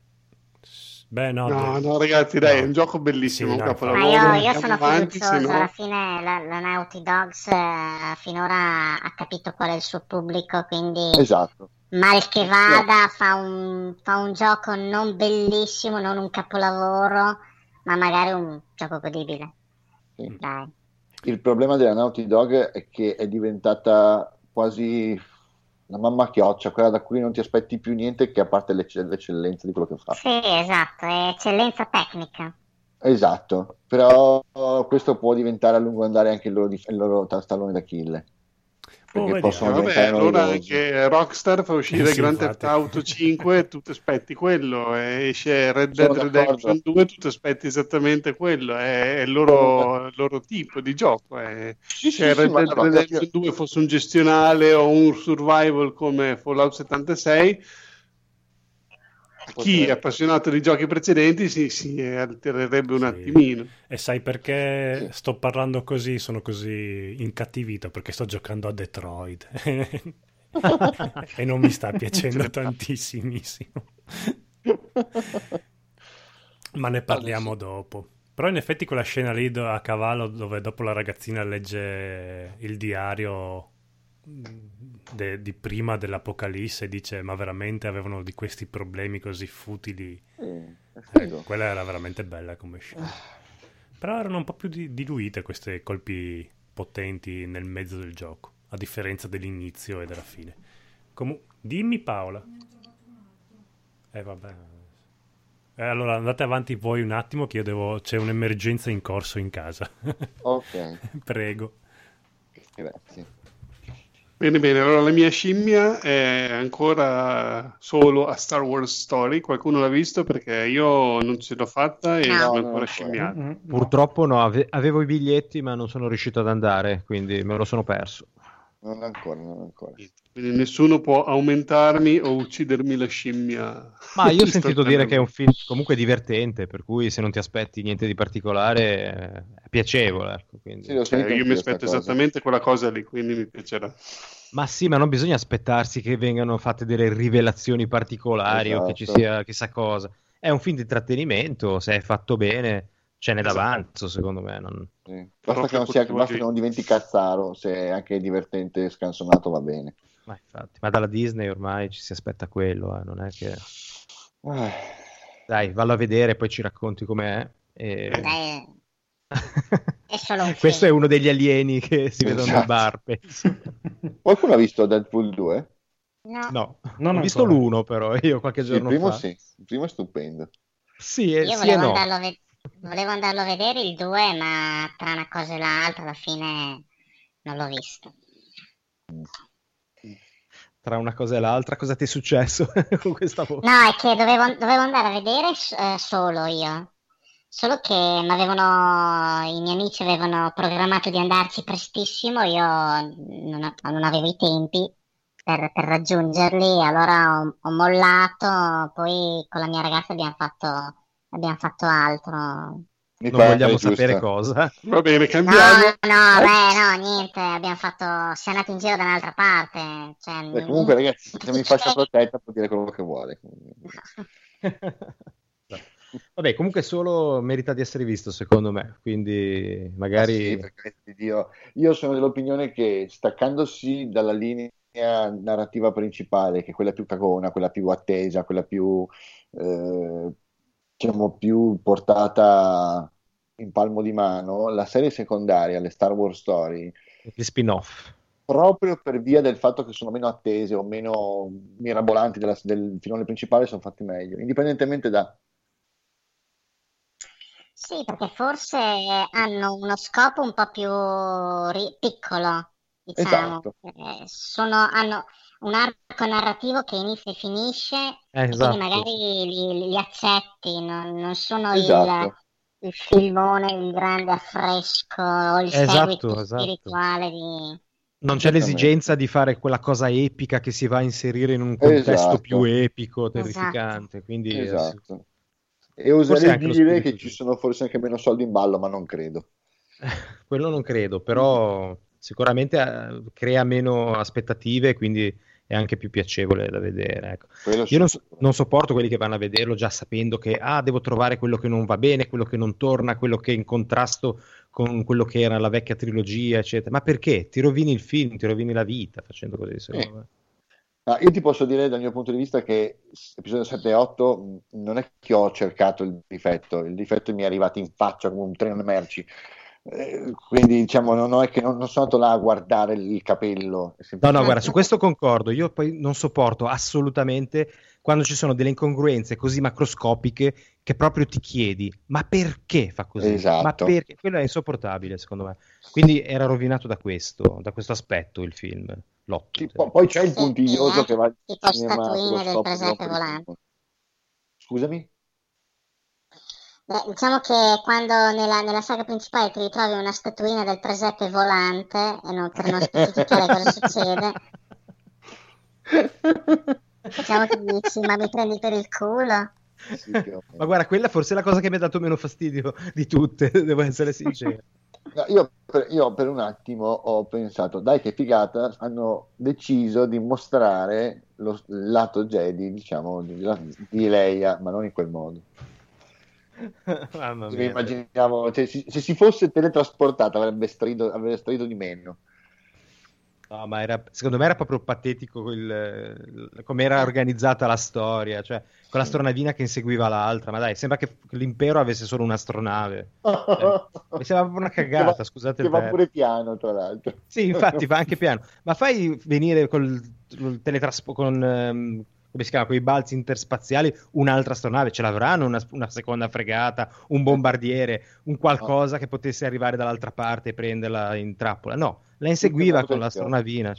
beh, no, No, ragazzi, dai, no. è un gioco bellissimo, Sì, un no, capolavoro. Ma io andiamo sono avanti, fiducioso, se no... alla fine la Naughty Dogs finora ha capito qual è il suo pubblico, quindi Esatto. mal che vada fa un gioco non bellissimo, non un capolavoro, ma magari un gioco godibile. Sì. Dai. Il problema della Naughty Dog è che è diventata quasi la mamma chioccia, quella da cui non ti aspetti più niente che a parte l'eccellenza di quello che fa. Sì, esatto, è eccellenza tecnica. Esatto, però questo può diventare a lungo andare anche il loro tallone d'Achille. Perché vediamo. possono Vabbè, diventare allora noiosi. anche Rockstar fa uscire Sì, Grand Theft infatti. Auto 5 e tu ti aspetti quello, e esce Red Sono Dead Redemption d'accordo. 2 e tu ti aspetti esattamente quello, è il loro tipo di gioco. Sì, Se sì, Red ma Dead no, Redemption 2 fosse un gestionale o un survival come Fallout 76, chi è appassionato di giochi precedenti si altererebbe un Sì. attimino. E sai perché sto parlando così, sono così incattivito? Perché sto giocando a Detroit e non mi sta piacendo tantissimissimo. Ma ne parliamo dopo. Però in effetti quella scena lì a cavallo dove dopo la ragazzina legge il diario di prima dell'Apocalisse e dice ma veramente avevano di questi problemi così futili. È figo. Quella era veramente bella come scena. Però erano un po' più diluite questi colpi potenti nel mezzo del gioco, a differenza dell'inizio e della fine. Dimmi Paola. Vabbè. Allora andate avanti voi un attimo che c'è un'emergenza in corso in casa. Ok, Prego. grazie. Bene, bene, allora la mia scimmia è ancora solo a Star Wars Story. Qualcuno l'ha visto? Perché io non ce l'ho fatta e No. sono No, ancora no, scimmiato. No. Purtroppo no, avevo i biglietti ma non sono riuscito ad andare, quindi me lo sono perso. non ancora. Quindi nessuno può aumentarmi o uccidermi la scimmia. Ma io ho sentito dire che è un istantaneamente. film comunque divertente, per cui se non ti aspetti niente di particolare è piacevole, ecco, quindi. Sì, l'ho sentito Io mi anch'io sta aspetto cosa. esattamente quella cosa lì, quindi mi piacerà. Ma sì, ma non bisogna aspettarsi che vengano fatte delle rivelazioni particolari o che ci Esatto. sia chissà cosa. È un film di intrattenimento, se è fatto bene ce n'è Esatto. d'avanzo, secondo me. Sì. Proprio Basta che non diventi cazzaro, se è anche divertente e scansonato va bene. Ma infatti, ma dalla Disney ormai ci si aspetta quello, non è che. Ah, Dai, vallo a vedere, poi ci racconti com'è. Dai, è solo un Questo è film. uno degli alieni che si vedono nel Esatto. bar, penso. Qualcuno ha visto Deadpool 2? No, No, Non ho visto ancora. l'uno però, io qualche Sì, il giorno primo fa. sì, il primo è stupendo. Sì, io sì e no. volevo andarlo a vedere il 2, ma tra una cosa e l'altra alla fine non l'ho visto. Tra una cosa e l'altra, cosa ti è successo con questa voce? No, è che dovevo andare a vedere solo io. Solo che i miei amici avevano programmato di andarci prestissimo, io non avevo i tempi per raggiungerli, allora ho mollato, poi con la mia ragazza abbiamo fatto altro. Mi Non pare vogliamo sapere giusto. cosa. Va bene, No, cambiamo. no, niente, siamo andati in giro da un'altra parte. Cioè, Beh, comunque ragazzi, siamo in fascia protetta, può dire quello che vuole. Vabbè, comunque solo merita di essere visto, secondo me. Quindi Ah, magari. sì, per carità di Dio. Io sono dell'opinione che staccandosi dalla linea narrativa principale, che è quella più cagona, quella più attesa, quella più, diciamo, più portata in palmo di mano, la serie secondaria, le Star Wars Story, Gli spin-off. proprio per via del fatto che sono meno attese o meno mirabolanti del filone principale, sono fatti meglio, indipendentemente da. Sì, perché forse hanno uno scopo un po' più piccolo, diciamo. Esatto, Hanno un arco narrativo che inizia e finisce e quindi Esatto. magari li accetti, non sono esatto. il filmone, il grande affresco o il seguito Esatto. spirituale di. Non c'è Esattamente. l'esigenza di fare quella cosa epica che si va a inserire in un contesto Esatto. più epico, Esatto. terrificante. Quindi Esatto. E Forse oserei anche lo dire spirito che ci giusto. sono forse anche meno soldi in ballo, ma non credo. Quello non credo, però sicuramente crea meno aspettative, quindi è anche più piacevole da vedere. Ecco. Quello Io sì. non sopporto quelli che vanno a vederlo già sapendo che devo trovare quello che non va bene, quello che non torna, quello che è in contrasto con quello che era la vecchia trilogia, eccetera. Ma perché? Ti rovini il film, ti rovini la vita facendo così, secondo me. Io ti posso dire dal mio punto di vista che episodio 7 e 8 non è che ho cercato il difetto mi è arrivato in faccia come un treno merci. Quindi diciamo non è che non sono andato là a guardare il capello. No, guarda, su questo concordo. Io poi non sopporto assolutamente quando ci sono delle incongruenze così macroscopiche che proprio ti chiedi, ma perché fa così? Esatto. Ma perché? Quello è insopportabile, secondo me. Quindi era rovinato da questo aspetto il film. L'otto. Poi c'è il puntiglioso che va al tipo cinema statuine sullo del scopo presepe del volante. film. Scusami? Diciamo che quando nella saga principale ti ritrovi una statuina del presepe volante, e per non specificare cosa succede, diciamo che dici, ma mi prendi per il culo? Sì, più o meno. Ma guarda, quella forse è la cosa che mi ha dato meno fastidio di tutte, devo essere sincero. No, io per un attimo ho pensato, dai che figata, hanno deciso di mostrare il lato Jedi, diciamo, di Leia, ma non in quel modo. Mamma Mi mia. immaginavo, cioè, se si fosse teletrasportata avrebbe strido di meno. No, ma secondo me era proprio patetico come era organizzata la storia, cioè con l'astronavina che inseguiva l'altra, ma dai, sembra che l'impero avesse solo un'astronave. Mi sembra proprio una cagata, scusate Che il va termine. pure piano, tra l'altro. Sì, infatti va anche piano, ma fai venire col teletrasporto come si chiama, con i balzi interspaziali un'altra astronave, ce l'avranno una seconda fregata, un bombardiere, un qualcosa che potesse arrivare dall'altra parte e prenderla in trappola. No, la inseguiva con l'astronavina, cioè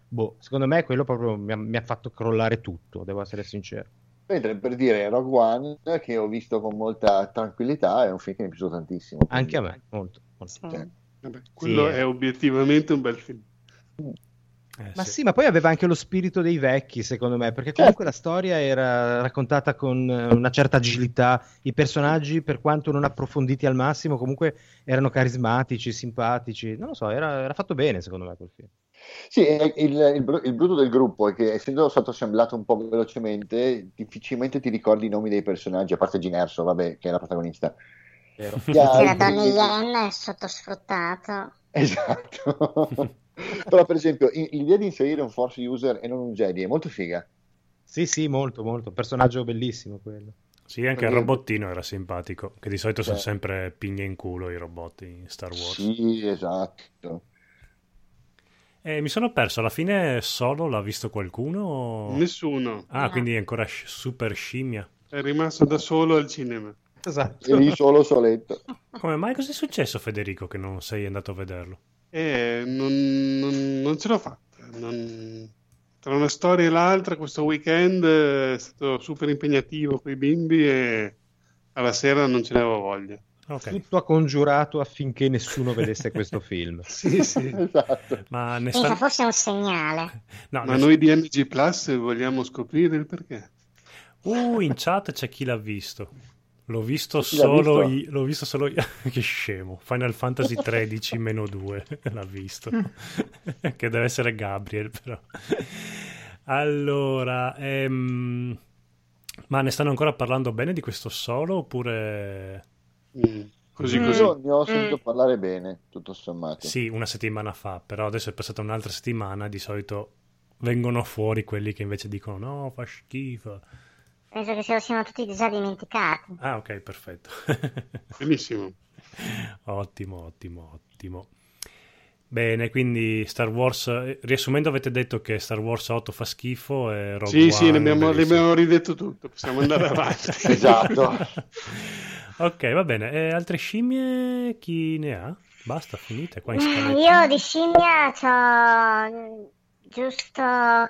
boh, secondo me quello proprio mi ha fatto crollare tutto, devo essere sincero. Mentre per dire Rogue One, che ho visto con molta tranquillità, è un film che mi è piaciuto tantissimo. Anche a me, molto, molto. Sì. Cioè, Vabbè, quello Sì, è obiettivamente un bel film. Ma Sì. sì, ma poi aveva anche lo spirito dei vecchi, secondo me, perché comunque la storia era raccontata con una certa agilità. I personaggi, per quanto non approfonditi al massimo, comunque erano carismatici, simpatici. Non lo so, era fatto bene, secondo me, quel film. Sì, il brutto del gruppo è che essendo stato assemblato un po' velocemente, difficilmente ti ricordi i nomi dei personaggi, a parte Gin Erso, vabbè, che è la protagonista. Vero? Gli C'era altri... Donnie Yen sottosfruttato. Esatto. Però per esempio l'idea di inserire un Force user e non un Jedi è molto figa. Sì, sì, molto, molto. Personaggio bellissimo quello. Sì, anche il robottino era simpatico, che di solito sono Cioè, sempre pigne in culo i robot in Star Wars. sì, esatto. E mi sono perso, alla fine Solo l'ha visto qualcuno? Nessuno. Ah, No. quindi è ancora super scimmia. È rimasto da solo al cinema. Esatto. E lì solo soletto. Come mai? Cos'è successo, Federico, che non sei andato a vederlo? E non ce l'ho fatta. Tra una storia e l'altra, questo weekend è stato super impegnativo con i bimbi e alla sera non ce ne avevo voglia. Ok, Tutto ha congiurato affinché nessuno vedesse questo film. Sì, sì. Esatto. ma ne Pensa sta... fosse un segnale. No, Ma noi di MG Plus vogliamo scoprire il perché. In chat c'è chi l'ha visto. L'ho visto Chi l'ha solo visto? io. L'ho visto solo io. Che scemo. Final Fantasy 13 meno 2 l'ha visto. Che deve essere Gabriel, però. Allora, ma ne stanno ancora parlando bene di questo Solo oppure... Così Mm. così. Io ne ho sentito parlare bene, tutto sommato. Sì, una settimana fa, però adesso è passata un'altra settimana, di solito vengono fuori quelli che invece dicono no, fa schifo. Penso che se lo siano tutti già dimenticati. Ah, ok, perfetto. Benissimo. Ottimo, ottimo, ottimo. Bene, quindi Star Wars, riassumendo avete detto che Star Wars 8 fa schifo e Rogue Sì, sì, One ne è bellissimo. abbiamo ridetto tutto. Possiamo andare avanti. Esatto. Ok, va bene. E altre scimmie chi ne ha? Basta, finite qua in scaletta. Io di scimmia c'ho giusto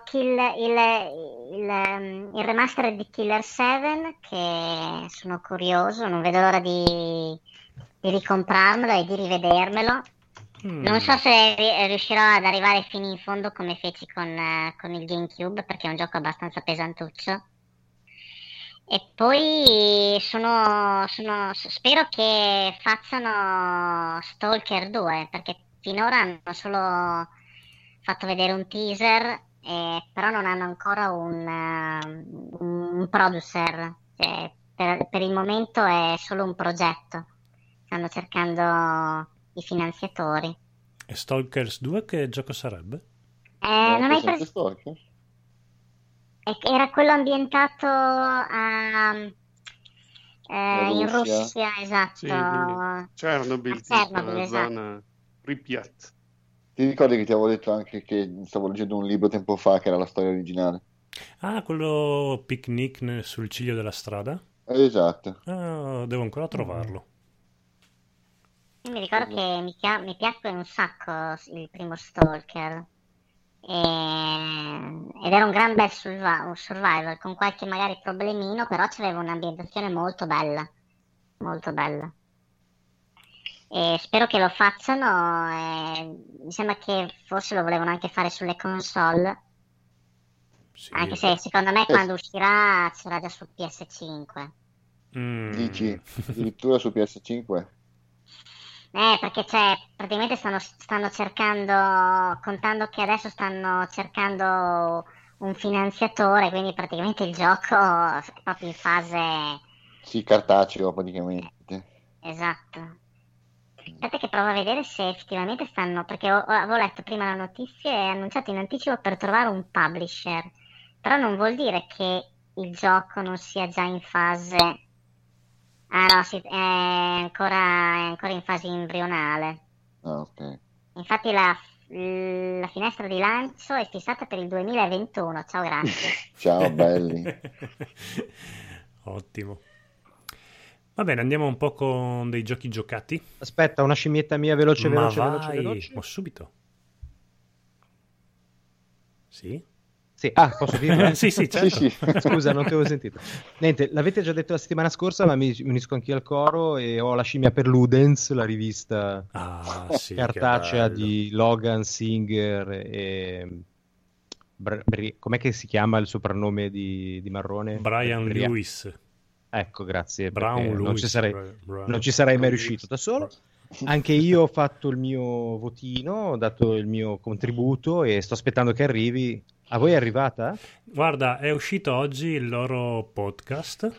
il remaster di Killer 7 che sono curioso, non vedo l'ora di ricomprarmelo e di rivedermelo. Non so se riuscirò ad arrivare fino in fondo come feci con il GameCube perché è un gioco abbastanza pesantuccio. E poi spero che facciano Stalker 2 perché finora hanno solo fatto vedere un teaser, però non hanno ancora un producer. Cioè, per il momento è solo un progetto. Stanno cercando i finanziatori. E Stalkers 2 che gioco sarebbe? Non hai presente preso? Stalker? Era quello ambientato in Russia. Russia, esatto. Sì, Chernobyl, A Chernobyl, la esatto. zona Pripyat. Ti ricordi che ti avevo detto anche che stavo leggendo un libro tempo fa che era la storia originale? Ah, quello picnic sul ciglio della strada? Esatto. Ah, devo ancora trovarlo. Io mi ricordo che mi piacque un sacco il primo Stalker. Ed era un gran bel survival con qualche magari problemino, però c'aveva un'ambientazione molto bella, molto bella. E spero che lo facciano. Mi sembra che forse lo volevano anche fare sulle console, Sì. anche se secondo me quando uscirà sarà già su PS5. Dici, addirittura su PS5? Perché praticamente stanno cercando, contando che adesso stanno cercando un finanziatore, quindi praticamente il gioco è proprio in fase... Sì, cartaceo praticamente. Esatto. Aspetta che provo a vedere se effettivamente stanno, perché avevo letto prima la notizia e è annunciato in anticipo per trovare un publisher, però non vuol dire che il gioco non sia già in fase... Ah no, sì, è ancora in fase embrionale. Ah, ok. Infatti la finestra di lancio è fissata per il 2021. Ciao, grazie. Ciao, belli. Ottimo. Va bene, andiamo un po' con dei giochi giocati. Aspetta, una scimmietta mia veloce, Ma veloce, vai, veloce, veloce. ma subito. Sì? Sì, posso dirlo? Sì, certo. Sì. Scusa, non ti avevo sentito. Niente, l'avete già detto la settimana scorsa, ma mi unisco anch'io al coro e ho la scimmia per Ludens, la rivista Ah, sì, che cartacea bello. di Logan Singer e... com'è che si chiama il soprannome di Marrone? Brian Lewis. Ecco, grazie, Brown perché non Lewis. ci sarei, Brian. non ci sarei mai riuscito da solo. Anche io ho fatto il mio votino, ho dato il mio contributo e sto aspettando che arrivi. A voi è arrivata? Guarda, è uscito oggi il loro podcast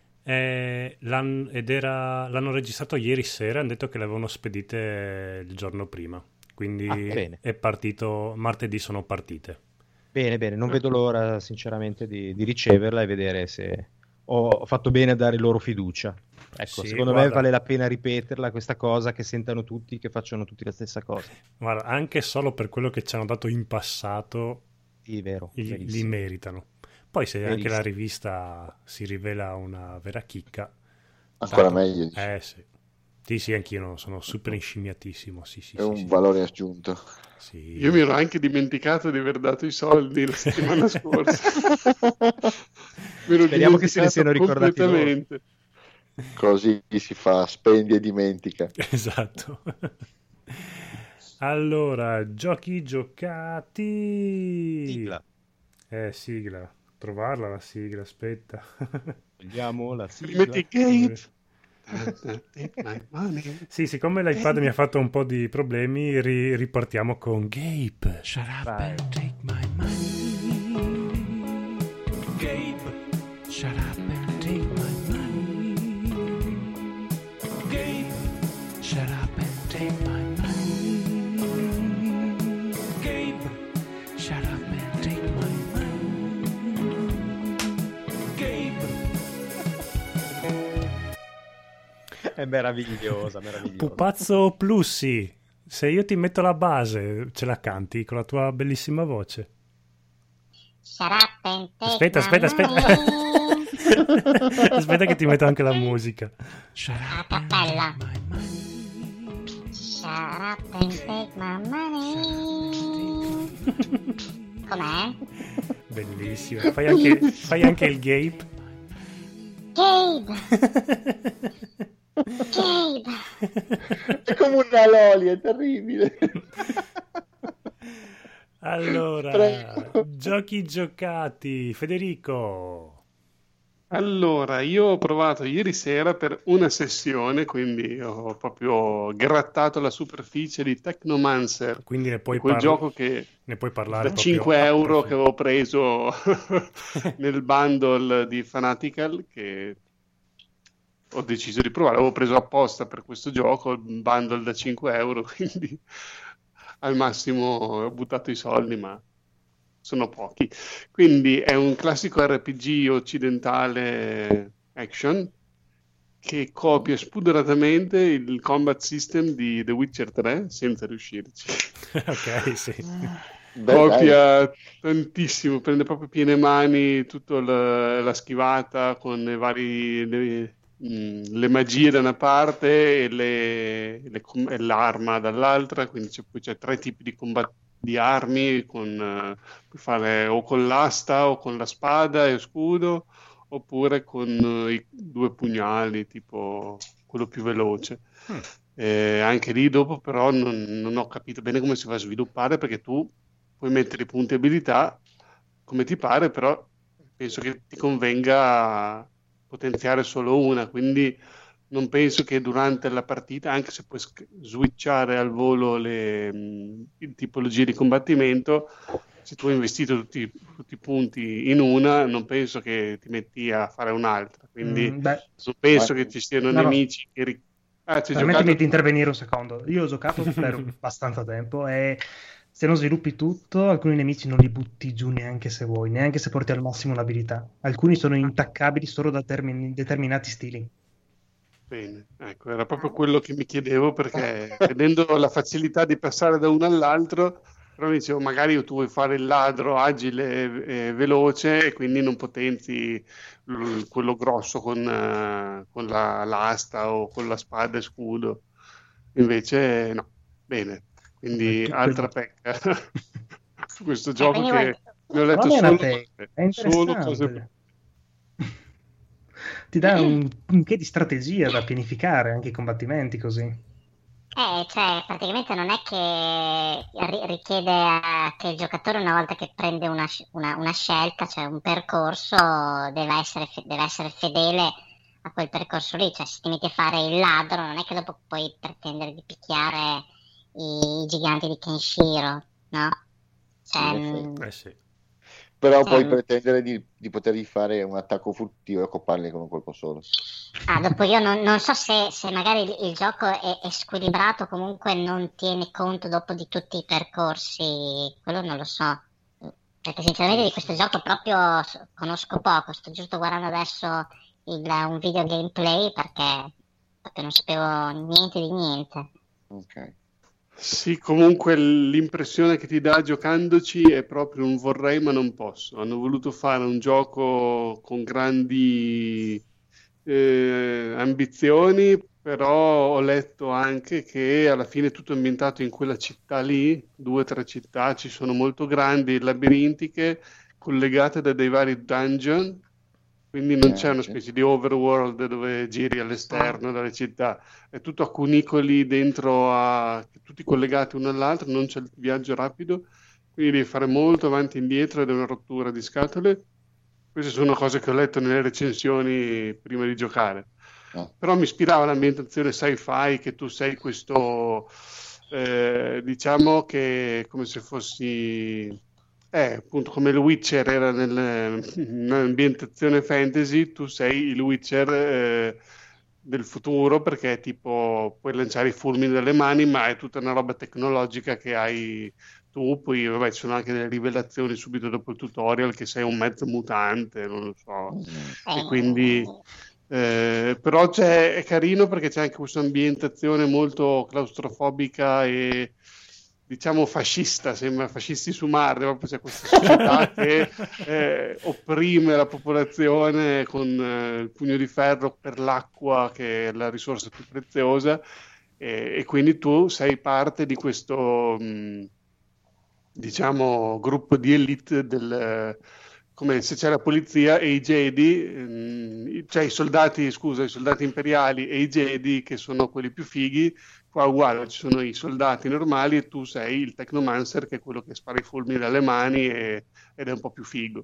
l'hanno registrato ieri sera, hanno detto che l'avevano spedite il giorno prima, quindi bene. è partito, martedì sono partite. Bene, non vedo l'ora sinceramente di riceverla e vedere se ho fatto bene a dare loro fiducia. Ecco, Sì, secondo guarda. me vale la pena ripeterla questa cosa, che sentano tutti, che facciano tutti la stessa cosa. Guarda, anche solo per quello che ci hanno dato in passato, Sì, vero, li verissimo. meritano. Poi se anche Verissimo. la rivista si rivela una vera chicca, Ancora tanto- meglio, dici. sì. Sì, anch'io sono super inscimmiatissimo, sì, È un sì. valore aggiunto. Sì. Io mi ero anche dimenticato di aver dato i soldi la settimana scorsa. Mi ero Speriamo che se ne dimenticato siano ricordati loro. completamente. Così si fa, spendi e dimentica. Esatto. Allora, giochi giocati. Sigla. Sigla. Trovarla la sigla, aspetta. Vediamo la Mi sigla. metti Gabe. Take my money. Sì, siccome l'iPad mi ha fatto un po' di problemi, ripartiamo con Gabe. Shut up Vai. and take my money. Gabe, shut up and take my money. Gabe, shut up and take my money. Gabe, shut up and take my money. Gabe. È meravigliosa. Pupazzo Plussi, se io ti metto la base, ce la canti con la tua bellissima voce? Shut up and take Aspetta. my money. Aspetta che ti metto anche la musica. Shut A up and cappella. take my money. Shut up and take my money. Com'è? Bellissimo. Fai anche il Gabe. Gabe! Gabe! È come una loli, è terribile. Allora, Prego. giochi giocati. Federico. Allora, io ho provato ieri sera per una sessione, quindi ho proprio grattato la superficie di Technomancer, Quindi ne puoi, quel gioco che ne puoi parlare da proprio 5 euro che approfondito. avevo preso nel bundle di Fanatical, che ho deciso di provare. Avevo preso apposta per questo gioco il bundle da 5 euro, quindi al massimo ho buttato i soldi, ma sono pochi. Quindi è un classico RPG occidentale action che copia spudoratamente il combat system di The Witcher 3 senza riuscirci. Ok, sì. Beh, Copia tantissimo, prende proprio piene mani tutta la schivata con le magie da una parte e l'arma dall'altra, quindi poi c'è tre tipi di armi, puoi fare o con l'asta o con la spada e scudo, oppure con i due pugnali, tipo quello più veloce. Anche lì dopo però non ho capito bene come si va a sviluppare, perché tu puoi mettere i punti abilità come ti pare, però penso che ti convenga potenziare solo una, quindi non penso che durante la partita, anche se puoi switchare al volo le tipologie di combattimento, se tu hai investito tutti i punti in una, non penso che ti metti a fare un'altra, quindi Beh, non penso che ci siano no. nemici che... ci hai permettimi giocato? di intervenire un secondo. Io ho giocato per abbastanza tempo e se non sviluppi tutto, alcuni nemici non li butti giù neanche se vuoi, neanche se porti al massimo l'abilità. Alcuni sono intaccabili solo da determinati stili. Bene, ecco, era proprio quello che mi chiedevo, perché vedendo la facilità di passare da uno all'altro, però mi dicevo, magari tu vuoi fare il ladro agile e veloce e quindi non potenzi quello grosso con l'asta o con la spada e scudo. Invece no, bene, quindi Tu altra quello- pecca. su questo gioco quindi che ne ho letto Non è una solo, tecnica, è solo cose. interessante. Ti dà un che di strategia da pianificare anche i combattimenti così. Cioè, praticamente non è che richiede che il giocatore, una volta che prende una scelta, cioè un percorso, deve essere fedele a quel percorso lì. Cioè, se ti metti a fare il ladro, non è che dopo puoi pretendere di picchiare i giganti di Kenshiro, no? Cioè, In effetti. Sì. Però Sì, puoi pretendere di potergli fare un attacco furtivo e accopparli con un colpo solo. dopo io non so se magari il gioco è squilibrato, comunque non tiene conto dopo di tutti i percorsi, quello non lo so. Perché sinceramente di questo gioco proprio conosco poco, sto giusto guardando adesso un video gameplay perché non sapevo niente di niente. Ok. Sì, comunque l'impressione che ti dà giocandoci è proprio un vorrei ma non posso. Hanno voluto fare un gioco con grandi ambizioni, però ho letto anche che alla fine è tutto ambientato in quella città lì, 2 o 3 città, ci sono molto grandi, labirintiche, collegate da dei vari dungeon, quindi non c'è una Sì. specie di overworld dove giri all'esterno dalle città, è tutto a cunicoli dentro, tutti collegati uno all'altro, non c'è il viaggio rapido, quindi devi fare molto avanti e indietro ed è una rottura di scatole. Queste sono cose che ho letto nelle recensioni prima di giocare. Però mi ispirava l'ambientazione sci-fi, che tu sei questo, diciamo che come se fossi, appunto come il Witcher era nell'ambientazione fantasy, tu sei il Witcher del futuro, perché tipo puoi lanciare i fulmini dalle mani, ma è tutta una roba tecnologica che hai tu, poi vabbè, ci sono anche delle rivelazioni subito dopo il tutorial che sei un mezzo mutante, non lo so, e quindi però è carino perché c'è anche questa ambientazione molto claustrofobica e diciamo fascista, sembra fascisti su Marte, proprio c'è questa società che opprime la popolazione con il pugno di ferro per l'acqua, che è la risorsa più preziosa, e quindi tu sei parte di questo diciamo gruppo di elite come se c'è la polizia e i Jedi, cioè i soldati imperiali e i Jedi che sono quelli più fighi. Qua uguale, ci sono i soldati normali e tu sei il Technomancer, che è quello che spara i fulmini dalle mani ed è un po' più figo.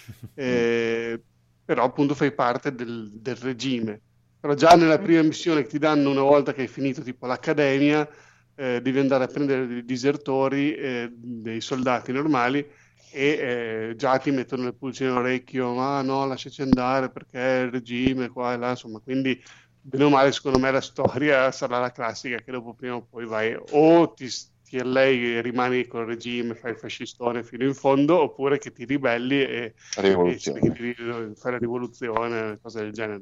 Però appunto fai parte del regime. Però già nella prima missione che ti danno una volta che hai finito tipo l'accademia, devi andare a prendere dei disertori, dei soldati normali, e già ti mettono le pulci nell'orecchio, ma no, lasciaci andare perché il regime qua e là, insomma, quindi bene o male secondo me la storia sarà la classica, che dopo prima o poi vai o ti allei e rimani col regime, fai il fascistone fino in fondo, oppure che ti ribelli e cerchi di fare la rivoluzione, cose del genere.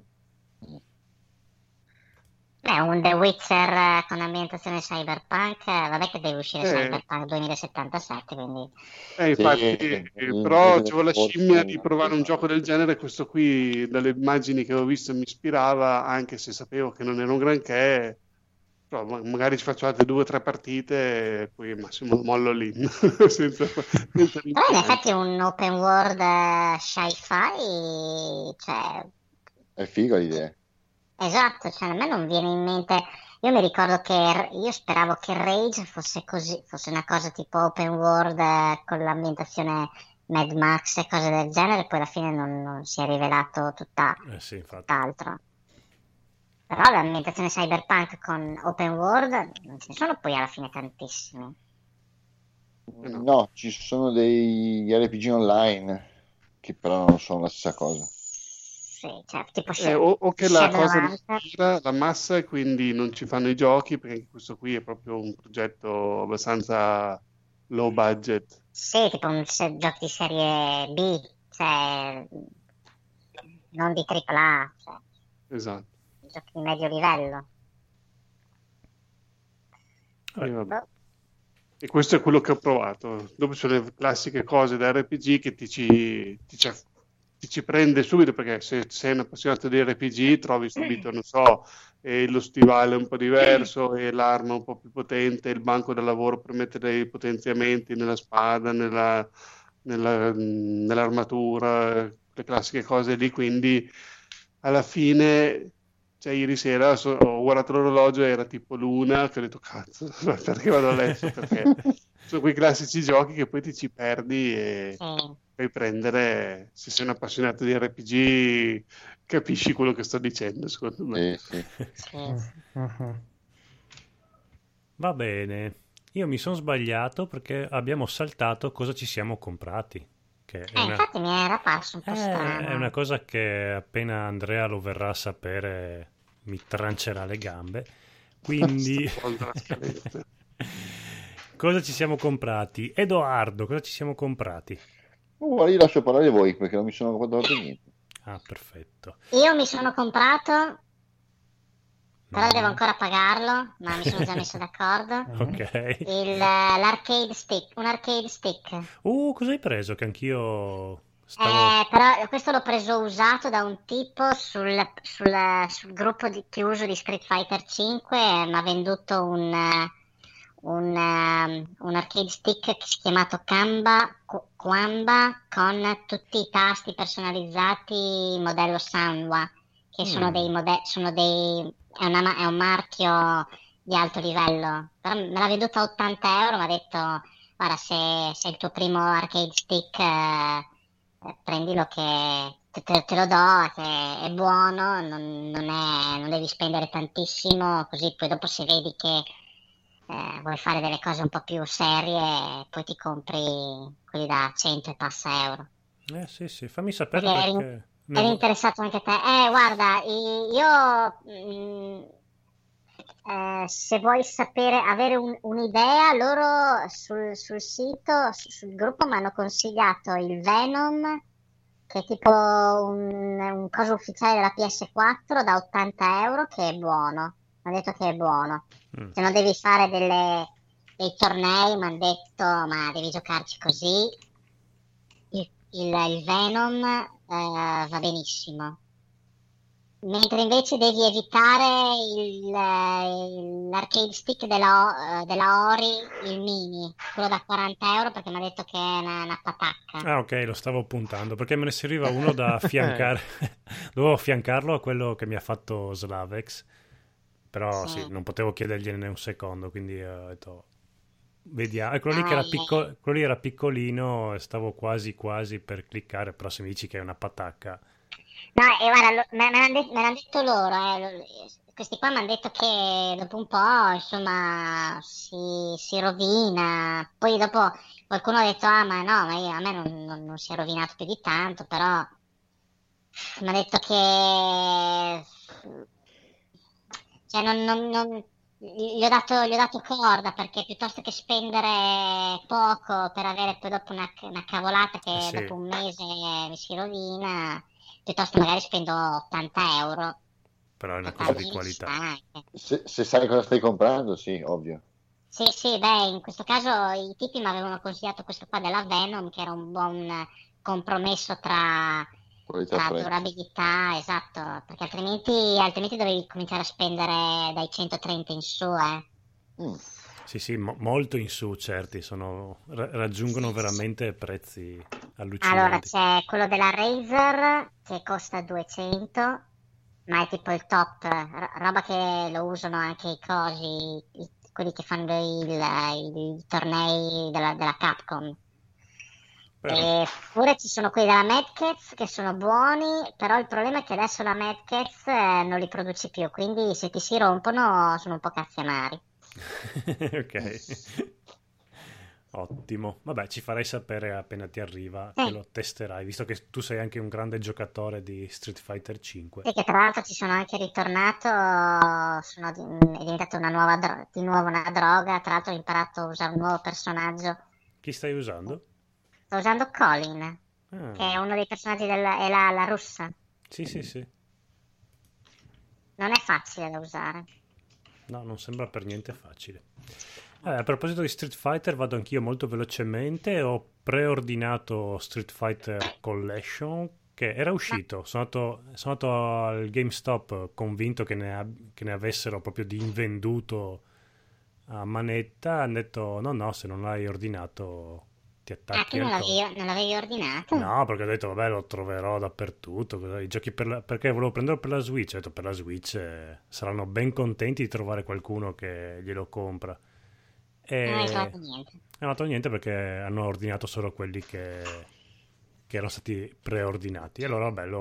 Un The Witcher con ambientazione cyberpunk, vabbè che deve uscire Cyberpunk 2077, quindi... infatti, però c'avevo la scimmia di provare un gioco del genere, questo qui dalle immagini che ho visto mi ispirava, anche se sapevo che non era un granché, però magari ci faccio altre 2 o 3 partite e poi massimo mollo lì. senza Però in effetti un open world sci-fi, cioè... È figo l'idea. Esatto, cioè a me non viene in mente. Io mi ricordo che io speravo che Rage fosse così, fosse una cosa tipo open world con l'ambientazione Mad Max e cose del genere, poi alla fine non si è rivelato tutt'altro. Però l'ambientazione cyberpunk con open world non ce ne sono poi alla fine tantissimi. No, ci sono degli RPG online che però non sono la stessa cosa. Cioè, tipo o che la cosa li ispira la massa e quindi non ci fanno i giochi, perché questo qui è proprio un progetto abbastanza low budget. Sì, tipo un gioco di serie B, cioè non di AAA, cioè. Esatto. Giochi di medio livello. E questo è quello che ho provato. Dopo ci sono le classiche cose da RPG che ti ci prende subito, perché se sei un appassionato di RPG trovi subito, non so, lo stivale un po' diverso e l'arma un po' più potente, il banco da lavoro per mettere i potenziamenti nella spada, nell'armatura, le classiche cose lì, quindi alla fine, cioè ieri sera ho guardato l'orologio e era tipo l'una, che ho detto cazzo, perché vado a letto? Perché sono quei classici giochi che poi ti ci perdi e puoi prendere, se sei un appassionato di RPG, capisci quello che sto dicendo, secondo me. Va bene. Io mi sono sbagliato perché abbiamo saltato cosa ci siamo comprati. Che è infatti mi era parso un po' strano. è una cosa che appena Andrea lo verrà a sapere mi trancerà le gambe. Quindi cosa ci siamo comprati? Edoardo, cosa ci siamo comprati? Guarda, io lascio parlare voi perché non mi sono comprato niente. Ah, perfetto. Io mi sono comprato, però devo ancora pagarlo, ma mi sono già messo d'accordo. Ok. L'arcade stick, un arcade stick. Cosa hai preso? Che anch'io stavo... Però questo l'ho preso usato da un tipo sul gruppo chiuso di Street Fighter 5, mi ha venduto un arcade stick chiamato Kamba con tutti i tasti personalizzati modello Sanwa, che sono è un marchio di alto livello, però me l'ha venduto a 80 euro, mi ha detto guarda, se è il tuo primo arcade stick, prendilo che te lo do, che è buono, non devi spendere tantissimo, così poi dopo se vedi che vuoi fare delle cose un po' più serie, poi ti compri quelli da 100 e passa euro. Sì, fammi sapere perché... Eri interessato anche te? Guarda, io se vuoi sapere, avere un'idea, loro sul sito, sul gruppo mi hanno consigliato il Venom, che è tipo un coso ufficiale della PS4 da 80 euro, che è buono. Mi hanno detto che è buono. Se non devi fare dei tornei, mi hanno detto, ma devi giocarci così. Il Venom va benissimo. Mentre invece devi evitare l'arcade stick della Ori, il mini, quello da 40 euro, perché mi ha detto che è una patacca. Ah, ok, lo stavo puntando perché me ne serviva uno da affiancare. Dovevo affiancarlo a quello che mi ha fatto Slavex, però sì, non potevo chiedergliene un secondo, quindi ho detto vediamo. E quello lì che era quello lì era piccolino e stavo quasi per cliccare, però se mi dici che è una patacca. No, e guarda, me l'hanno detto loro, questi qua mi hanno detto che dopo un po', insomma, si rovina. Poi dopo qualcuno ha detto, ma no, a me non si è rovinato più di tanto, però mi ha detto che... Cioè, gli ho dato corda, perché piuttosto che spendere poco per avere poi dopo una cavolata che dopo un mese mi si rovina... piuttosto magari spendo 80 euro. Però è una cosa di qualità. Se sai cosa stai comprando, sì, ovvio. Sì, beh, in questo caso i tipi mi avevano consigliato questo qua della Venom, che era un buon compromesso tra durabilità, esatto, perché altrimenti dovevi cominciare a spendere dai 130 in su, Sì, molto in su, certi, raggiungono veramente prezzi allucinanti. Allora, c'è quello della Razer che costa 200, ma è tipo il top, roba che lo usano anche i cosi, quelli che fanno i tornei della Capcom. Eppure ci sono quelli della Mad Catz che sono buoni, però il problema è che adesso la Mad Catz non li produce più, quindi se ti si rompono sono un po' cazzi amari. Ok. Ottimo. Vabbè, ci farai sapere appena ti arriva che lo testerai, visto che tu sei anche un grande giocatore di Street Fighter 5. E che tra l'altro ci sono anche ritornato, è diventata di nuovo una droga, tra l'altro ho imparato a usare un nuovo personaggio. Chi stai usando? Sto usando Colin, che è uno dei personaggi è la russa. Sì. Non è facile da usare. No, non sembra per niente facile. A proposito di Street Fighter, vado anch'io molto velocemente. Ho preordinato Street Fighter Collection, che era uscito. Sono andato al GameStop convinto che ne avessero proprio di invenduto a manetta. Hanno detto no, se non l'hai ordinato ti attacchi tu al coso. non l'avevi ordinato? No, perché ho detto vabbè, lo troverò dappertutto. I giochi perché volevo prenderlo per la Switch. Ho detto per la Switch saranno ben contenti di trovare qualcuno che glielo compra. Non hai E trovato niente. non ho fatto niente perché hanno ordinato solo quelli che erano stati preordinati. E allora vabbè,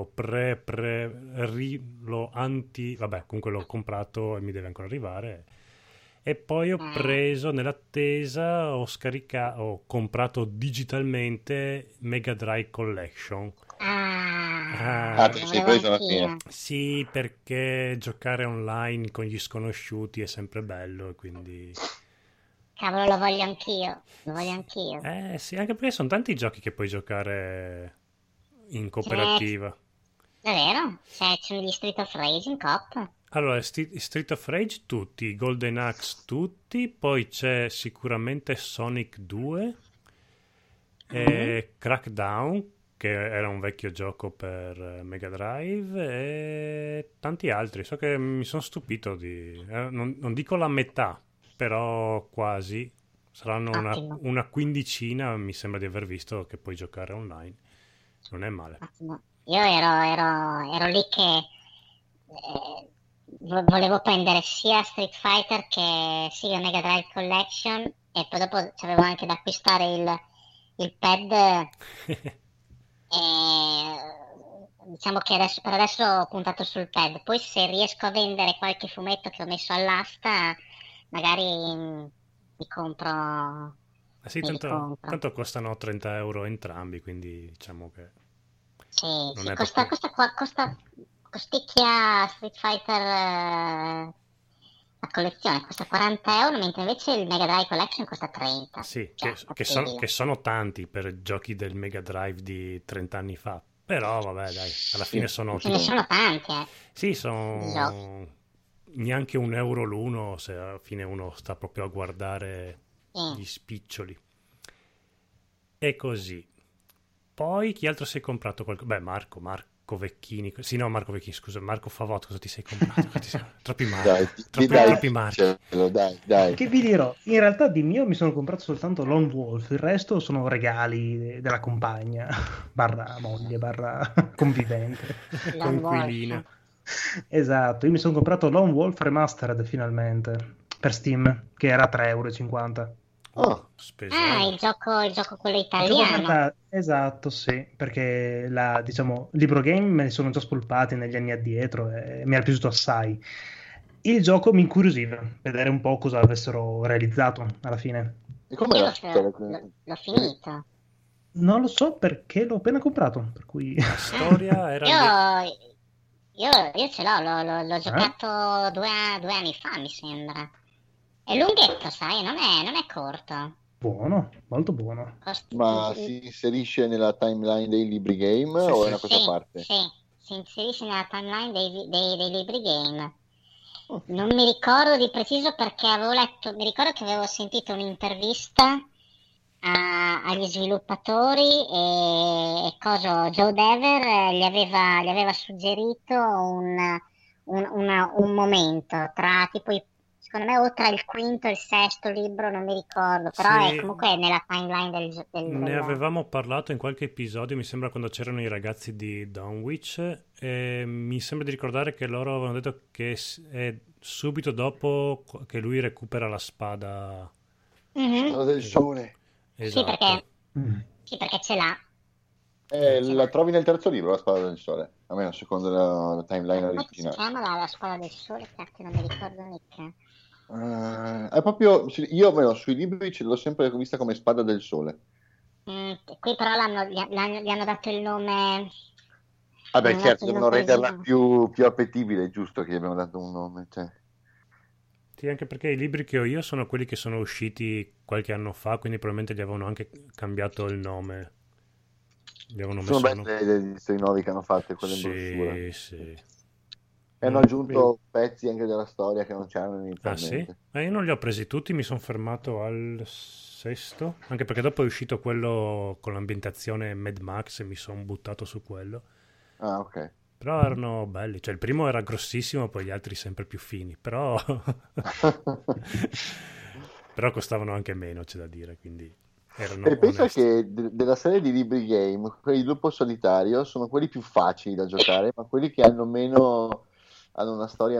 vabbè, comunque l'ho comprato e mi deve ancora arrivare. E poi ho preso nell'attesa, ho comprato digitalmente Mega Drive Collection. te lo sei volevo preso alla anch'io. fine. Sì, perché giocare online con gli sconosciuti è sempre bello e quindi... Cavolo, lo voglio anch'io. Lo voglio anch'io. Sì, anche perché sono tanti i giochi che puoi giocare in cooperativa. Davvero? C'è gli Street of Rage in coop? Allora, Street of Rage tutti, Golden Axe tutti, poi c'è sicuramente Sonic 2 e Crackdown, che era un vecchio gioco per Mega Drive, e tanti altri. So che mi sono stupito non dico la metà, però quasi. Saranno Ottimo. una quindicina, mi sembra di aver visto, che puoi giocare online. Non è male. Ottimo. Io ero lì che volevo prendere sia Street Fighter che sia Mega Drive Collection, e poi dopo c'avevo anche da acquistare il pad. Diciamo che per adesso ho puntato sul pad. Poi se riesco a vendere qualche fumetto che ho messo all'asta, magari mi compro. Sì, mi ricompro. tanto costano 30 euro entrambi, quindi diciamo che Sì, non è costa costicchia Street Fighter, la collezione costa 40 euro, mentre invece il Mega Drive Collection costa 30. Sì, Cioè, che sono tanti per giochi del Mega Drive di 30 anni fa. Però vabbè, dai, alla fine sono Ce ne sono tanti, Sì, di sono giochi. neanche un euro l'uno se alla fine uno sta proprio a guardare Sì. gli spiccioli. E così. Poi chi altro si è comprato qualcosa? Beh, Marco Vecchini. Sì, no, Marco Vecchini, scusa, Marco Favot, cosa ti sei comprato? Troppi Dai, Marchi. dai, Troppi Marchi. dai. Che vi dirò, in realtà di mio mi sono comprato soltanto Lone Wolf, il resto sono regali della compagna, barra moglie, barra convivente. Lone Coinquilina. Wolf. Esatto, io mi sono comprato Lone Wolf Remastered finalmente, per Steam, che era 3,50 euro. Oh, Spesone. Il gioco quello Il gioco italiano. guarda, esatto, sì, perché diciamo, il libro game me ne sono già spolpati negli anni addietro e mi era piaciuto assai. Il gioco mi incuriosiva, vedere un po' cosa avessero realizzato alla fine. e com'è Io la storia? l'ho finito. Non lo so perché l'ho appena comprato, per cui... La storia era... Io ce l'ho giocato 2 anni fa, mi sembra. È lunghetto, sai, non è corto. Buono, molto buono. Ma si inserisce nella timeline dei libri game Sì, o sì. è una cosa a parte? Sì, si inserisce nella timeline dei libri game. Non mi ricordo di preciso perché mi ricordo che avevo sentito un'intervista agli sviluppatori e Joe Dever gli aveva suggerito un momento tra tipo secondo me o tra il quinto e il sesto libro, non mi ricordo, però Sì. è comunque nella timeline Ne avevamo parlato in qualche episodio, mi sembra quando c'erano i ragazzi di Dunwich, e mi sembra di ricordare che loro avevano detto che è subito dopo che lui recupera la spada. Mhm. Spada del sole. Esatto. Sì, perché ce l'ha. La trovi nel terzo libro, la spada del sole, almeno secondo la timeline Come si originale. chiama la spada del sole? Cacchio, non mi ricordo mica. È proprio, io almeno sui libri ce l'ho sempre vista come spada del sole. Qui però gli hanno dato il nome. Vabbè, hanno certo, dato il devono nome renderla preciso. più appetibile, è giusto che gli abbiano dato un nome. Cioè. Sì, anche perché i libri che ho io sono quelli che sono usciti qualche anno fa, quindi probabilmente gli avevano anche cambiato il nome. Gli avevano Sono messo belle le edizioni nuove che hanno fatto, quelle in brochure. Sì, sì. E hanno aggiunto pezzi anche della storia che non c'erano Ah sì? inizialmente. Io non li ho presi tutti, mi sono fermato al sesto, anche perché dopo è uscito quello con l'ambientazione Mad Max e mi sono buttato su quello. Ah, ok. Però erano belli, cioè il primo era grossissimo, poi gli altri sempre più fini, però però costavano anche meno, c'è da dire, quindi E erano pensa onesti. che della serie di libri game, quelli di Lupo Solitario sono quelli più facili da giocare, ma quelli che hanno meno, hanno una storia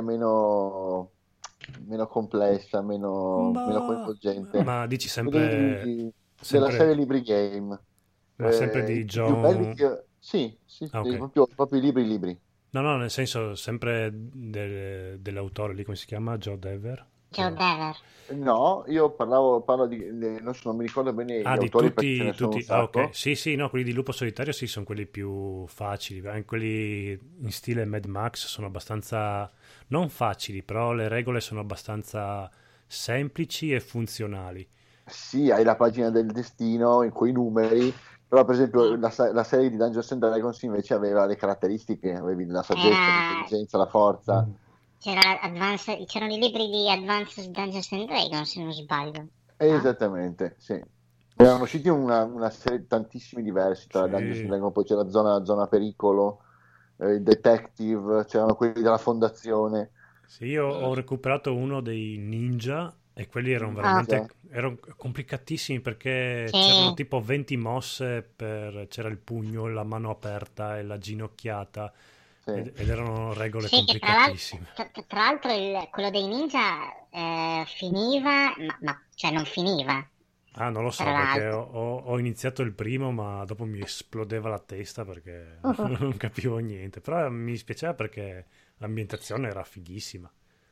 meno complessa, meno coinvolgente. Ma dici Quelli della sempre, serie libri game. ma sempre di I più belli John... che... Sì, sì, Ah, ok. proprio i libri. No, no, nel senso sempre dell'autore lì, come si chiama? Joe Dever? Joe Dever. No, io parlo di... non mi ricordo bene gli Ah, di autori perché ce ne sono un tutti. Ah, ok. sacco. Sì, sì, no, quelli di Lupo Solitario sì, sono quelli più facili. Anche quelli in stile Mad Max sono abbastanza, non facili, però le regole sono abbastanza semplici e funzionali. Sì, hai la pagina del destino in quei numeri, però per esempio la serie di Dungeons and Dragons invece aveva le caratteristiche, avevi la saggezza, Era... l'intelligenza, la forza. C'erano i libri di Advanced Dungeons and Dragons, se non sbaglio. No? Esattamente, sì. Erano usciti una serie tantissimi diversi tra Dungeons and Sì. Dragons, poi c'era zona pericolo, il detective, c'erano quelli della fondazione. Sì, io ho recuperato uno dei ninja e quelli erano Ah, veramente erano complicatissimi perché c'erano sì. tipo 20 mosse c'era il pugno, la mano aperta e la ginocchiata Sì. ed erano regole Sì, che complicatissime. tra l'altro quello dei ninja finiva, cioè non finiva, Ah, non lo so tra perché l'altro. ho iniziato il primo, ma dopo mi esplodeva la testa perché non capivo niente. Però mi dispiaceva perché l'ambientazione era fighissima.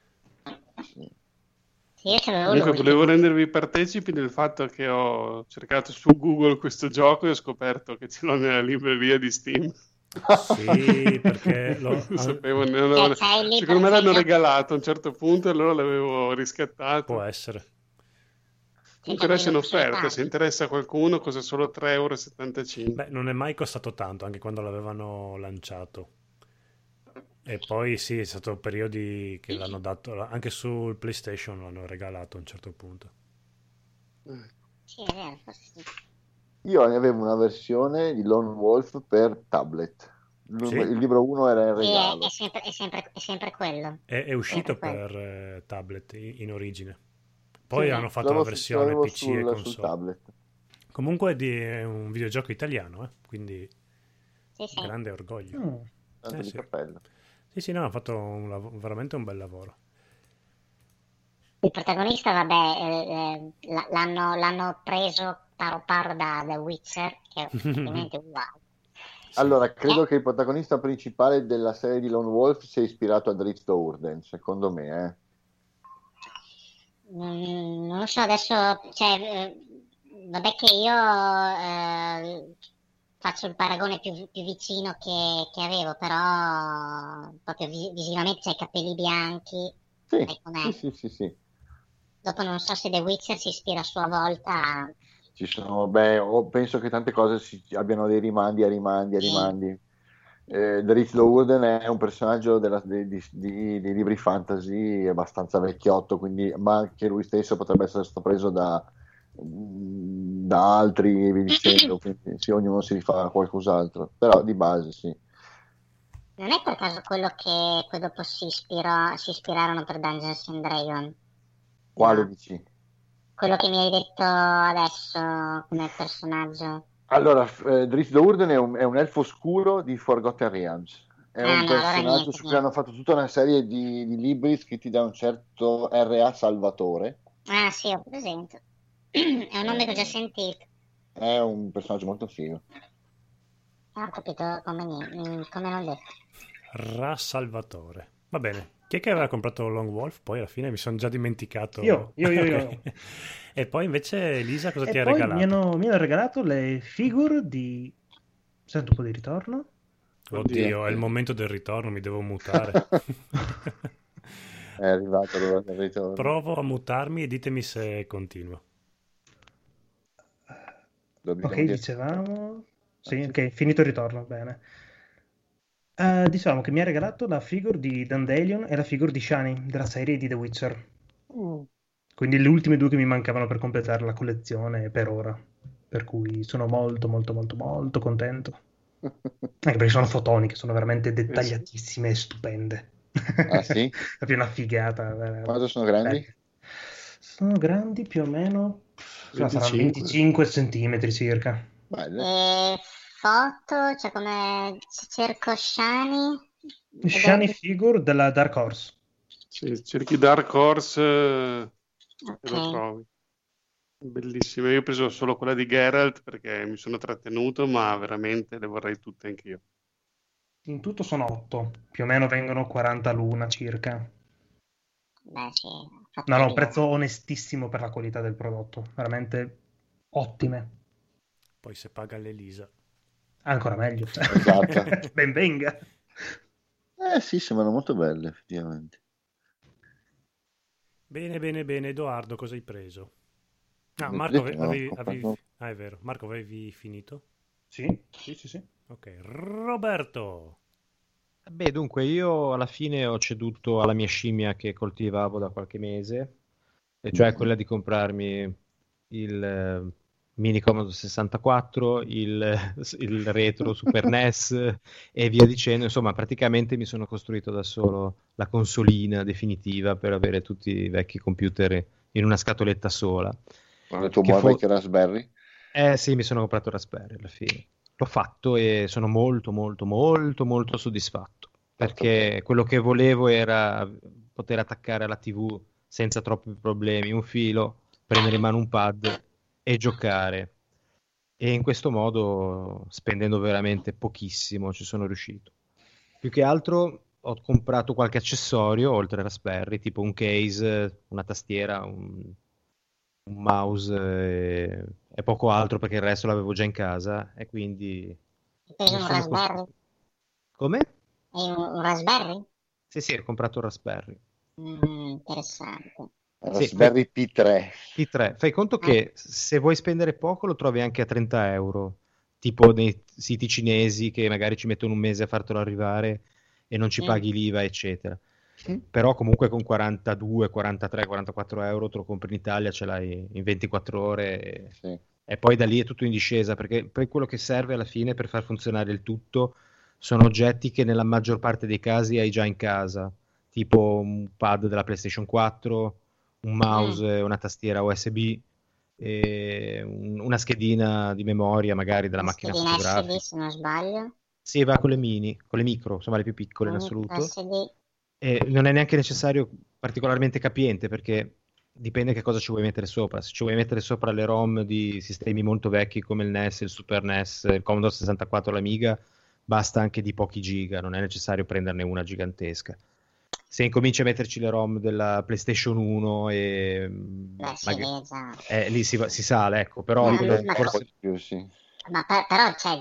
Sì, io c'avevo Comunque volevo l'ultimo. rendervi partecipi del fatto che ho cercato su Google questo gioco e ho scoperto che ce l'ho nella libreria di Steam. Sì, perché Non lo sapevo, Cioè, c'è il libro, secondo me c'è il l'hanno gioco, regalato a un certo punto e allora l'avevo può riscattato. essere. sì, Comunque c'è adesso è in quello offerta, se solitario. interessa a qualcuno, costa solo 3,75 Beh, non è mai costato tanto, anche quando l'avevano lanciato. E poi sì, è stato periodi che l'hanno dato, anche sul PlayStation l'hanno regalato a un certo punto. euro. Sì, è vero, forse sì. Io ne avevo una versione di Lone Wolf per tablet. Sì, Il libro 1 era in Sì, regalo. è sempre quello. è uscito Sempre quello. per tablet in origine. Sì, Poi Eh, hanno ce fatto la l'avevo ce versione l'avevo PC e sul console. tablet. Comunque è un videogioco italiano, quindi sì, sì. grande orgoglio. Mm. Tanto di Sì. cappello. Sì, sì, no, ha fatto veramente un bel lavoro. Il protagonista, vabbè, l'hanno preso paro paro da The Witcher, che ovviamente wow. Sì. Allora, credo Eh, che il protagonista principale della serie di Lone Wolf sia ispirato a Drizzt Do'Urden, secondo me, non lo so, adesso, cioè, vabbè che io faccio il paragone più vicino che avevo, però proprio visivamente c'è i capelli bianchi, sai com'è. Sì. Dopo non so se The Witcher si ispira a sua volta a... Ci sono, penso che tante cose abbiano dei rimandi a rimandi. Drizzt Do'Urden è un personaggio di libri fantasy abbastanza vecchiotto, quindi, ma anche lui stesso potrebbe essere stato preso da altri e via dicendo, quindi sì, ognuno si rifà a qualcos'altro, però di base sì. Non è per caso quello che poi dopo si ispirarono per Dungeons and Dragons? Quale No, dici? quello che mi hai detto adesso come personaggio. Allora, Drizzt Do'Urden è un elfo scuro di Forgotten Realms. È Ah un no, allora personaggio niente, su cui niente. hanno fatto tutta una serie di libri scritti da un certo R.A. Salvatore. Ah sì, ho presente. È un nome che ho già Eh, sentito. è un personaggio molto figo. Non ho capito come non detto. Ra Salvatore. Va bene. Chi è che aveva comprato Long Wolf? Poi alla fine mi sono già dimenticato. Io. Ok. E poi invece Elisa cosa ti E ha poi regalato? mi hanno regalato le figure di... Sento un po' di ritorno. Oddio, è il Sì. momento del ritorno, mi devo mutare. È arrivato l'ora del ritorno. Provo a mutarmi e ditemi se continuo. Ok, Dobbiamo dire- dicevamo... Sì, Ah, sì. ok, finito il ritorno, bene. Diciamo che mi ha regalato la figure di Dandelion e la figure di Shani della serie di The Witcher. Quindi le ultime due che mi mancavano per completare la collezione per ora. Per cui sono molto, molto, molto, molto contento. Anche perché sono fotoniche, sono veramente sì. dettagliatissime e stupende. Ah sì? Proprio una figata. Quanto sono grandi? Sono grandi più o meno, saranno 25. 25 centimetri circa. Belle. E foto, cioè come se cerco Shani, Shiny vedere... Figure della Dark Horse. Se cerchi Dark Horse te lo Ok. trovi. Bellissime. Io ho preso solo quella di Geralt perché mi sono trattenuto, ma veramente le vorrei tutte anch'io. In tutto sono 8, più o meno vengono 40 l'una circa. Beh, sì, No, fattibile. prezzo onestissimo per la qualità del prodotto, veramente ottime. Poi se paga l'Elisa. Ancora meglio. Esatto. Ben venga. Sì, sembrano molto belle, effettivamente. Bene, bene, bene. Edoardo, cosa hai preso? Ah, Ho Marco, detto, no, ho comprato- Ah, è vero. Marco, avevi finito? Sì, sì, sì, sì. Ok. Roberto. Beh, dunque, io alla fine ho ceduto alla mia scimmia che coltivavo da qualche mese, e cioè quella di comprarmi il mini Commodore 64, il retro Super NES e via dicendo. Insomma, praticamente mi sono costruito da solo la consolina definitiva per avere tutti i vecchi computer in una scatoletta sola. Con il tuo Che buon fo- vecchio Raspberry. sì, mi sono comprato Raspberry alla fine. L'ho fatto e sono molto, molto, molto, molto soddisfatto. Fatto Perché quello che volevo era poter attaccare alla TV senza troppi problemi un filo, prendere in mano un pad e giocare. E in questo modo, spendendo veramente pochissimo, ci sono riuscito. Più che altro ho comprato qualche accessorio oltre a Raspberry, tipo un case, una tastiera, un mouse e poco altro perché il resto l'avevo già in casa e quindi Hai preso mi un sono Raspberry? costruito. Come? Hai un Raspberry? Sì, sì, ho comprato il Raspberry. Interessante. Sì, fai, Raspberry P3. P3. Fai conto Eh, che se vuoi spendere poco lo trovi anche a 30 euro, tipo nei siti cinesi che magari ci mettono un mese a fartelo arrivare e non ci mm. paghi l'IVA, eccetera. Però comunque con 42, 43, 44 euro te lo compri in Italia, ce l'hai in 24 ore Sì. e poi da lì è tutto in discesa, perché poi quello che serve alla fine per far funzionare il tutto sono oggetti che nella maggior parte dei casi hai già in casa, tipo un pad della PlayStation 4, un mouse e una tastiera USB, e una schedina di memoria magari della Una macchina schedina SD fotografica. se non sbaglio. Sì, va con le mini, con le micro, insomma le più piccole in Micro assoluto. SD. E non è neanche necessario particolarmente capiente perché dipende che cosa ci vuoi mettere sopra. Se ci vuoi mettere sopra le ROM di sistemi molto vecchi come il NES, il Super NES, il Commodore 64, l'Amiga, basta anche di pochi giga, non è necessario prenderne una gigantesca. Se incominci a metterci le ROM della PlayStation 1 e Beh, sì, lì è già... lì si sale, ecco, però Ma, quello ma, Un po' forse di più, sì. però cioè,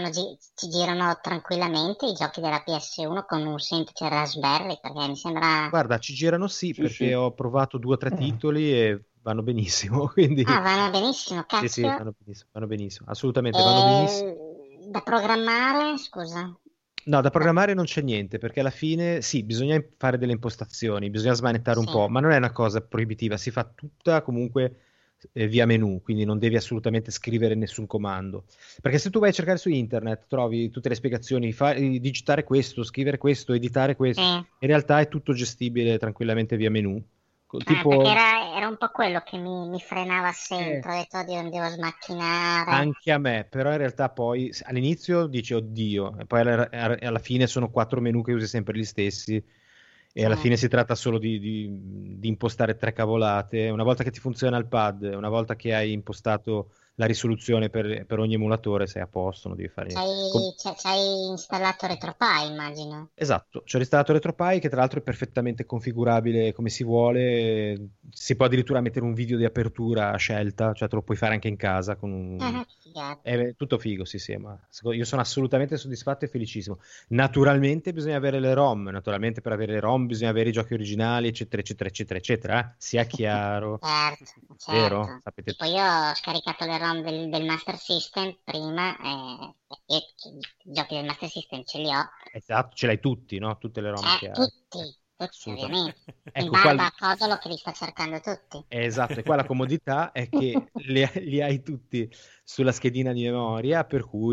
ci girano tranquillamente i giochi della PS1 con un semplice Raspberry, perché mi sembra... guarda, ci girano sì, Sì, perché sì. ho provato 2 o 3 titoli e vanno benissimo, quindi Ah, vanno benissimo, sì, sì, cazzo. vanno benissimo, assolutamente vanno benissimo. Da programmare, scusa. No, da programmare non c'è niente, perché alla fine sì, bisogna fare delle impostazioni, bisogna smanettare un Sì. po', ma non è una cosa proibitiva, si fa tutta comunque via menu, quindi non devi assolutamente scrivere nessun comando. Perché se tu vai a cercare su internet, trovi tutte le spiegazioni, digitare questo, scrivere questo, editare questo, Sì. in realtà è tutto gestibile tranquillamente via menu. Perché Tipo, era un po' quello che mi frenava sempre. Ho detto, oddio, non devo smacchinare. anche a me, però in realtà poi all'inizio dici oddio, e poi alla fine sono 4 menu che usi sempre gli stessi e alla Sì. fine si tratta solo di impostare 3 cavolate. Una volta che ti funziona il pad, una volta che hai impostato la risoluzione per ogni emulatore, sei a posto, non devi fare niente. C'hai installato RetroPie, immagino. Esatto, c'ho installato RetroPie che tra l'altro è perfettamente configurabile come si vuole, si può addirittura mettere un video di apertura a scelta, cioè te lo puoi fare anche in casa con un... Che figata. È tutto figo, sì, sì, ma io sono assolutamente soddisfatto e felicissimo. Naturalmente bisogna avere le ROM, naturalmente per avere le ROM bisogna avere i giochi originali, eccetera, eccetera, eccetera, eccetera, sia chiaro, Certo, vero? certo. Sapete Tipo io ho scaricato le ROM del Master System prima e i giochi del Master System ce li ho. esatto, ce l'hai tutti, no? Tutte le ROM che hai. Tutti Assolutamente. ovviamente. In Ecco, barba a Codolo che li sta cercando tutti. esatto, e qua la comodità è che li hai tutti sulla schedina di memoria, per cui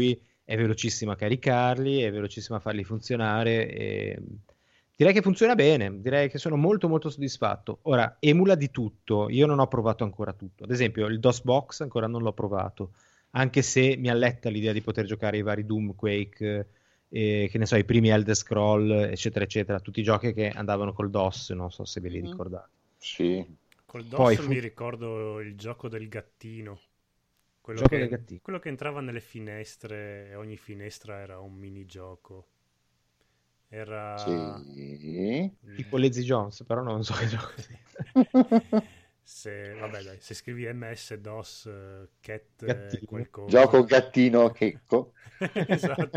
è velocissimo a caricarli, è velocissimo a farli funzionare. E direi che funziona bene, direi che sono molto molto soddisfatto. Ora, emula di tutto, io non ho provato ancora tutto. Ad esempio, il DOSBox ancora non l'ho provato, anche se mi alletta l'idea di poter giocare i vari Doom, Quake, che ne so, i primi Elder Scroll, eccetera, eccetera, tutti i giochi che andavano col DOS, non so se ve li ricordate. Sì. Col DOS Poi mi ricordo il gioco del gattino. Gioco del gattino. Quello che entrava nelle finestre e ogni finestra era un minigioco. Era... Sì. Tipo Lazy Jones, però non so che gioco sia. Vabbè, dai, se scrivi MS, DOS, cat, Gattino. qualcosa... Gioco gattino checco. Esatto.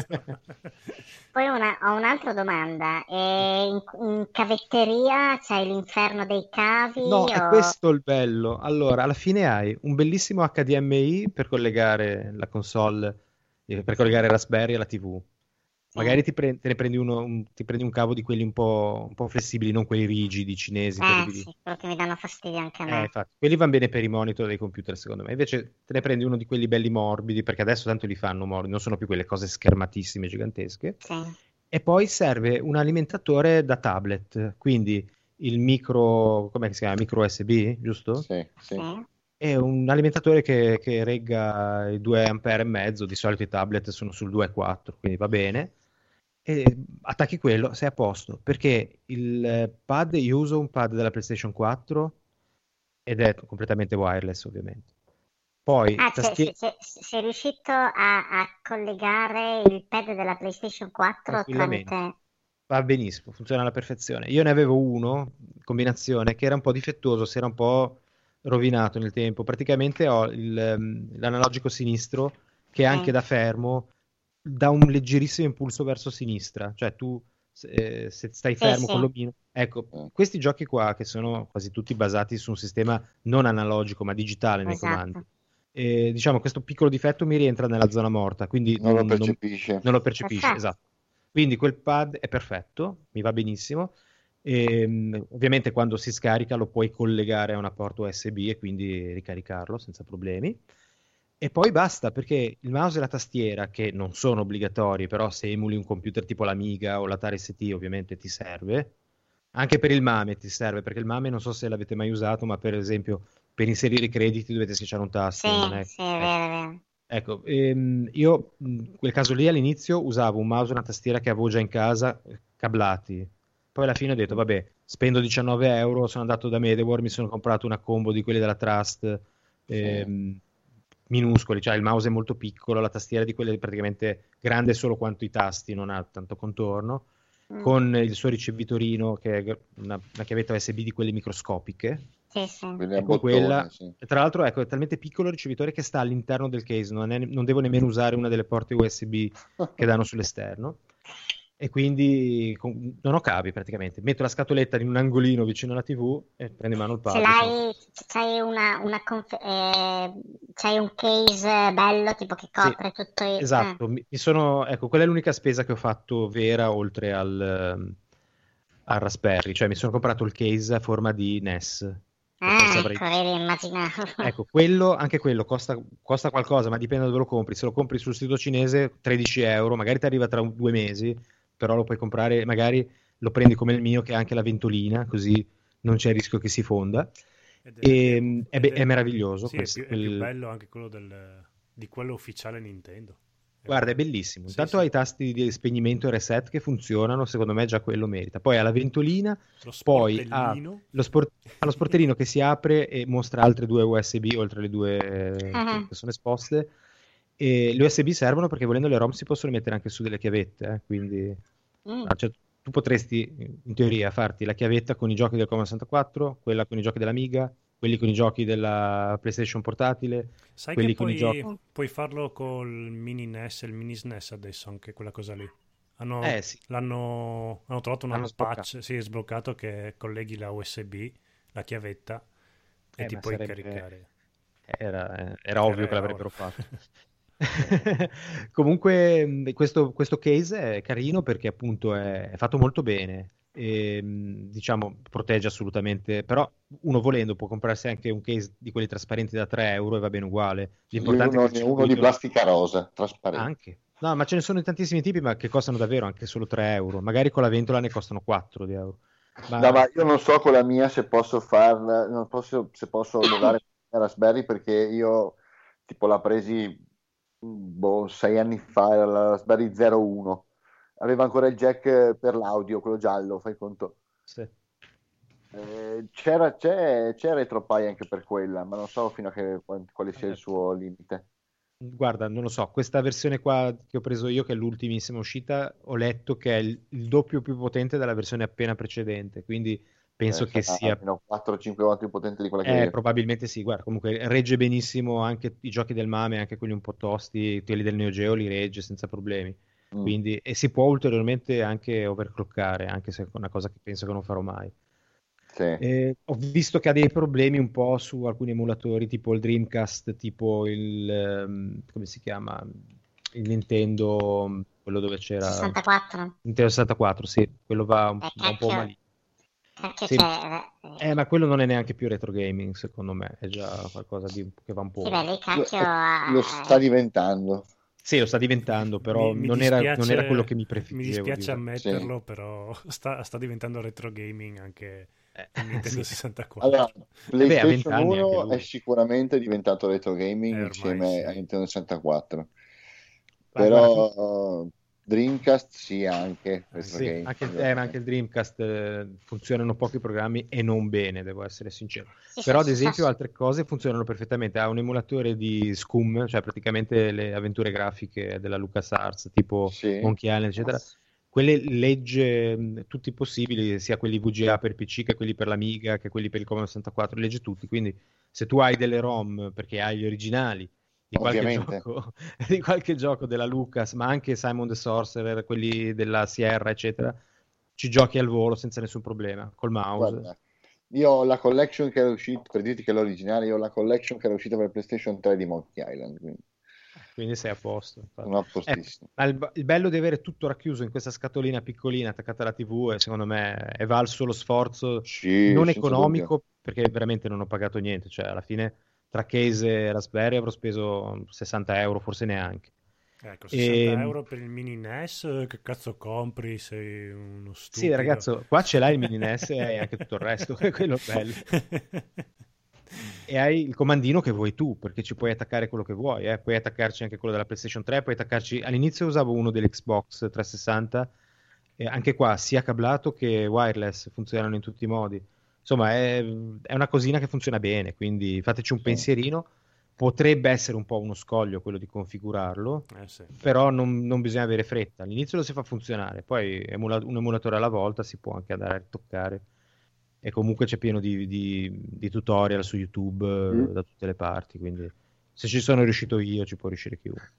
Poi ho un'altra domanda. In cavetteria c'hai l'inferno dei cavi? No, è questo il bello. Allora, alla fine hai un bellissimo HDMI per collegare la console, per collegare Raspberry alla TV. Magari te ne prendi ti prendi un cavo di quelli un po' flessibili, non quelli rigidi, cinesi. Sì, quello che mi danno fastidio anche a me. Infatti, quelli vanno bene per i monitor dei computer, secondo me. Invece te ne prendi uno di quelli belli morbidi, perché adesso tanto li fanno morbidi, non sono più quelle cose schermatissime, gigantesche. Sì. E poi serve un alimentatore da tablet, quindi il micro, come si chiama? Micro USB, giusto? Sì. È un alimentatore che regga i 2 ampere e mezzo, di solito i tablet sono sul 2,4, quindi va bene. E attacchi quello, sei a posto, perché il pad, io uso un pad della PlayStation 4 ed è completamente wireless, ovviamente. Poi sei riuscito a collegare il pad della PlayStation 4 tramite... Va benissimo, funziona alla perfezione. Io ne avevo uno, combinazione, che era un po' difettoso, si era un po' rovinato nel tempo. Praticamente ho l'analogico sinistro che anche da fermo dà un leggerissimo impulso verso sinistra, cioè tu se stai fermo con l'omino, ecco, questi giochi qua che sono quasi tutti basati su un sistema non analogico ma digitale nei comandi, diciamo questo piccolo difetto mi rientra nella zona morta, quindi non lo percepisce. Non lo percepisce, esatto. Quindi quel pad è perfetto, mi va benissimo. Ovviamente quando si scarica lo puoi collegare a una porta USB e quindi ricaricarlo senza problemi. E poi basta, perché il mouse e la tastiera, che non sono obbligatori, però se emuli un computer tipo l'Amiga o l'Atari ST ovviamente ti serve. Anche per il MAME ti serve, perché il MAME non so se l'avete mai usato, ma per esempio per inserire i crediti dovete schiacciare un tasto. Sì, è vero. Ecco, io in quel caso lì all'inizio usavo un mouse e una tastiera che avevo già in casa, cablati. Poi alla fine ho detto, vabbè, spendo 19 euro, sono andato da MediaWorld, mi sono comprato una combo di quelli della Trust, minuscoli, cioè il mouse è molto piccolo, la tastiera di quelle praticamente grande solo quanto i tasti, non ha tanto contorno, con il suo ricevitorino che è una chiavetta USB di quelle microscopiche. Sì. Ecco, quella, tra l'altro ecco, è talmente piccolo il ricevitore che sta all'interno del case, non devo nemmeno usare una delle porte USB che danno sull'esterno, e quindi non ho cavi praticamente, metto la scatoletta in un angolino vicino alla TV e prendo in mano il pad. C'hai un case bello tipo che copre tutto il... Esatto, ecco, quella è l'unica spesa che ho fatto vera oltre al Raspberry, cioè mi sono comprato il case a forma di NES. Immaginavo. Ecco, anche quello costa qualcosa, ma dipende da dove lo compri. Se lo compri sul sito cinese 13 euro, magari ti arriva tra 2 mesi, però lo puoi comprare, magari lo prendi come il mio che ha anche la ventolina, così non c'è il rischio che si fonda. È meraviglioso. Sì, è più bello anche quello di quello ufficiale Nintendo. Guarda, è bellissimo. Intanto ha i tasti di spegnimento e reset che funzionano, secondo me già quello merita. Poi ha la ventolina, poi ha lo sportellino che si apre e mostra altre 2 USB oltre le 2 che sono esposte. E le USB servono perché volendo le ROM si possono mettere anche su delle chiavette, quindi cioè, tu potresti in teoria farti la chiavetta con i giochi del Commodore 64, quella con i giochi dell'Amiga, quelli con i giochi della PlayStation portatile. Sai quelli che con i giochi... puoi farlo col mini NES e il mini SNES adesso, anche quella cosa lì. Sì. Hanno trovato una patch, sbloccato, che colleghi la USB, la chiavetta, e ti puoi caricare. Era ovvio che l'avrebbero fatto. Comunque questo case è carino perché appunto è fatto molto bene. E, diciamo protegge assolutamente, però uno volendo può comprarsi anche un case di quelli trasparenti da 3 euro e va bene uguale. L'importante è che uno di plastica rosa trasparente, No, ma ce ne sono di tantissimi tipi, ma che costano davvero anche solo 3 euro. Magari con la ventola ne costano 4 di euro. No, ma io non so con la mia se posso farla, non posso, se posso emulare la Raspberry, perché io tipo l'ho presi 6 anni fa, era la Raspberry 01, aveva ancora il jack per l'audio, quello giallo, fai conto. Sì. C'è RetroPie anche per quella, ma non so fino a quale sia il suo limite. Guarda, non lo so, questa versione qua che ho preso io, che è l'ultimissima uscita, ho letto che è il doppio più potente della versione appena precedente, quindi penso che sia... almeno 4-5 volte più potente di quella che probabilmente sì, guarda, comunque regge benissimo anche i giochi del MAME, anche quelli un po' tosti, quelli del Neo Geo li regge senza problemi. Quindi, e si può ulteriormente anche overclockare, anche se è una cosa che penso che non farò mai. Sì. Ho visto che ha dei problemi un po' su alcuni emulatori, tipo il Dreamcast, tipo il come si chiama? Il Nintendo, quello dove c'era 64. Nintendo 64, sì, quello va un po' malino. Sì. Ma quello non è neanche più retro gaming, secondo me, è già qualcosa che va un po'. Sì, beh, lì cacchio lo sta diventando. Sì, lo sta diventando, però non era quello che mi prefiggevo. Mi dispiace ammetterlo, però sta diventando retro gaming anche il Nintendo 64. Allora, PlayStation 1 anche è sicuramente diventato retro gaming insieme a Nintendo 64. Però Dreamcast sì, anche retro gaming. Ma anche il Dreamcast funzionano pochi programmi e non bene, devo essere sincero. Però ad esempio altre cose funzionano perfettamente. Ha un emulatore di SCUM, cioè praticamente le avventure grafiche della LucasArts, tipo Monkey Island, eccetera. Quelle legge tutti possibili, sia quelli VGA per PC che quelli per l'Amiga, che quelli per il Commodore 64, legge tutti. Quindi se tu hai delle ROM, perché hai gli originali di qualche gioco della Lucas, ma anche Simon the Sorcerer, quelli della Sierra, eccetera, ci giochi al volo senza nessun problema, col mouse. Guarda, io ho la collection che era uscita, per dirti che è l'originale, io ho la collection che era uscita per PlayStation 3 di Monkey Island, quindi sei a posto. Sono a postissimo. Il bello di avere tutto racchiuso in questa scatolina piccolina attaccata alla TV, secondo me è valso lo sforzo, non economico, perché veramente non ho pagato niente, cioè alla fine tra case e Raspberry avrò speso 60 euro, forse neanche. Ecco, 60 euro per il mini NES, che cazzo compri? Sei uno stupido. Sì, ragazzo, qua ce l'hai il mini NES e anche tutto il resto, è quello bello. E hai il comandino che vuoi tu, perché ci puoi attaccare quello che vuoi, puoi attaccarci anche quello della PlayStation 3, puoi attaccarci... All'inizio usavo uno dell'Xbox 360, e anche qua sia cablato che wireless, funzionano in tutti i modi. Insomma, è una cosina che funziona bene, quindi fateci un pensierino. Potrebbe essere un po' uno scoglio quello di configurarlo, però non bisogna avere fretta. All'inizio lo si fa funzionare, poi un emulatore alla volta si può anche andare a toccare. E comunque c'è pieno di tutorial su YouTube da tutte le parti, quindi se ci sono riuscito io ci può riuscire chiunque.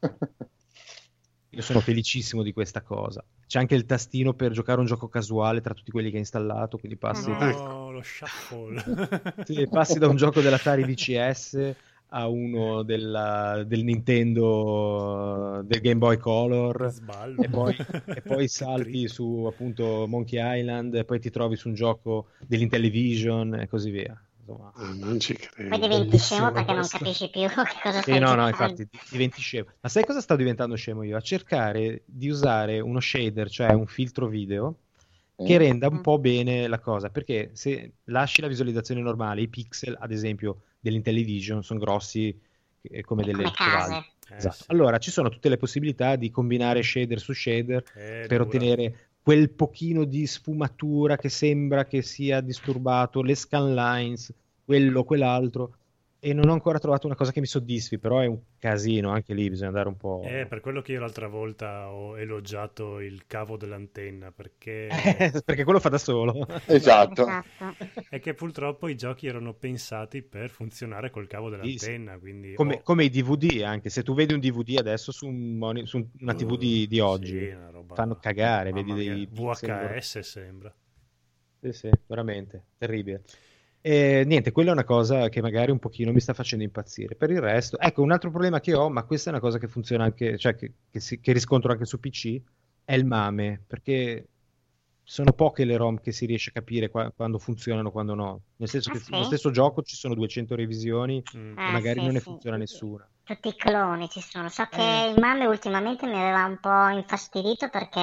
Io sono felicissimo di questa cosa. C'è anche il tastino per giocare un gioco casuale tra tutti quelli che hai installato, quindi passi lo shuffle. sì, passi da un gioco dell'Atari VCS a uno del Nintendo, del Game Boy Color, e poi salti su appunto Monkey Island, e poi ti trovi su un gioco dell'Intellivision e così via. Insomma, non ci credo. Poi diventi scemo perché non capisci più che cosa stai no, giocando. infatti diventi scemo. Ma sai cosa sto diventando scemo io? A cercare di usare uno shader, cioè un filtro video che renda un po' bene la cosa, perché se lasci la visualizzazione normale, i pixel ad esempio dell'Intellivision sono grossi come delle case. Esatto. Allora ci sono tutte le possibilità di combinare shader su shader per ottenere quel pochino di sfumatura che sembra che sia disturbato, le scanlines, quello, quell'altro, e non ho ancora trovato una cosa che mi soddisfi, però è un casino, anche lì bisogna andare un po'... per quello che io l'altra volta ho elogiato il cavo dell'antenna, perché... perché quello fa da solo. Esatto. È che purtroppo i giochi erano pensati per funzionare col cavo dell'antenna, quindi... Come i DVD, anche se tu vedi un DVD adesso su una TV di oggi, fanno cagare, vedi dei VHS sembra. Sì, veramente, terribile. Niente, quella è una cosa che magari un pochino mi sta facendo impazzire. Per il resto, ecco, un altro problema che ho, ma questa è una cosa che funziona anche, cioè che riscontro anche su PC, è il MAME, perché sono poche le ROM che si riesce a capire quando funzionano, quando no. Nel senso che nello stesso gioco ci sono 200 revisioni e magari non ne funziona nessuna. tutti i cloni ci sono. So che il MAME ultimamente mi aveva un po' infastidito perché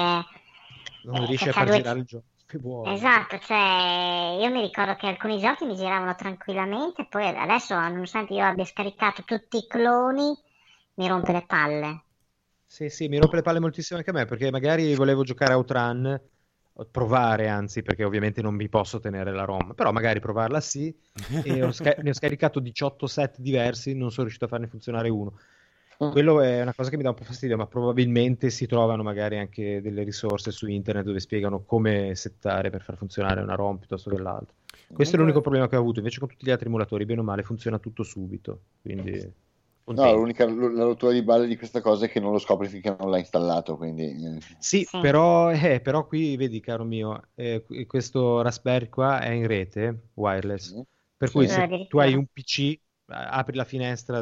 Non riesci che a c'ha far due... girare il gioco che vuoi. Esatto, cioè io mi ricordo che alcuni giochi mi giravano tranquillamente, poi adesso, nonostante io abbia scaricato tutti i cloni, mi rompe le palle. Sì, sì, mi rompe le palle moltissimo anche a me, perché magari volevo giocare a Outrun, o provare anzi, perché ovviamente non mi posso tenere la ROM, però magari provarla sì, e ne ho scaricato 18 set diversi, non sono riuscito a farne funzionare uno. Quello è una cosa che mi dà un po' fastidio, ma probabilmente si trovano magari anche delle risorse su internet dove spiegano come settare per far funzionare una ROM piuttosto che l'altra. Questo è Comunque, l'unico problema che ho avuto, invece con tutti gli altri emulatori, bene o male, funziona tutto subito, quindi No, contento. la rottura di balle di questa cosa è che non lo scopri finché non l'hai installato, quindi Sì, Sì. però qui vedi, caro mio, questo Raspberry qua è in rete wireless, sì, per cui sì. se tu Addirittura. hai un PC, apri la finestra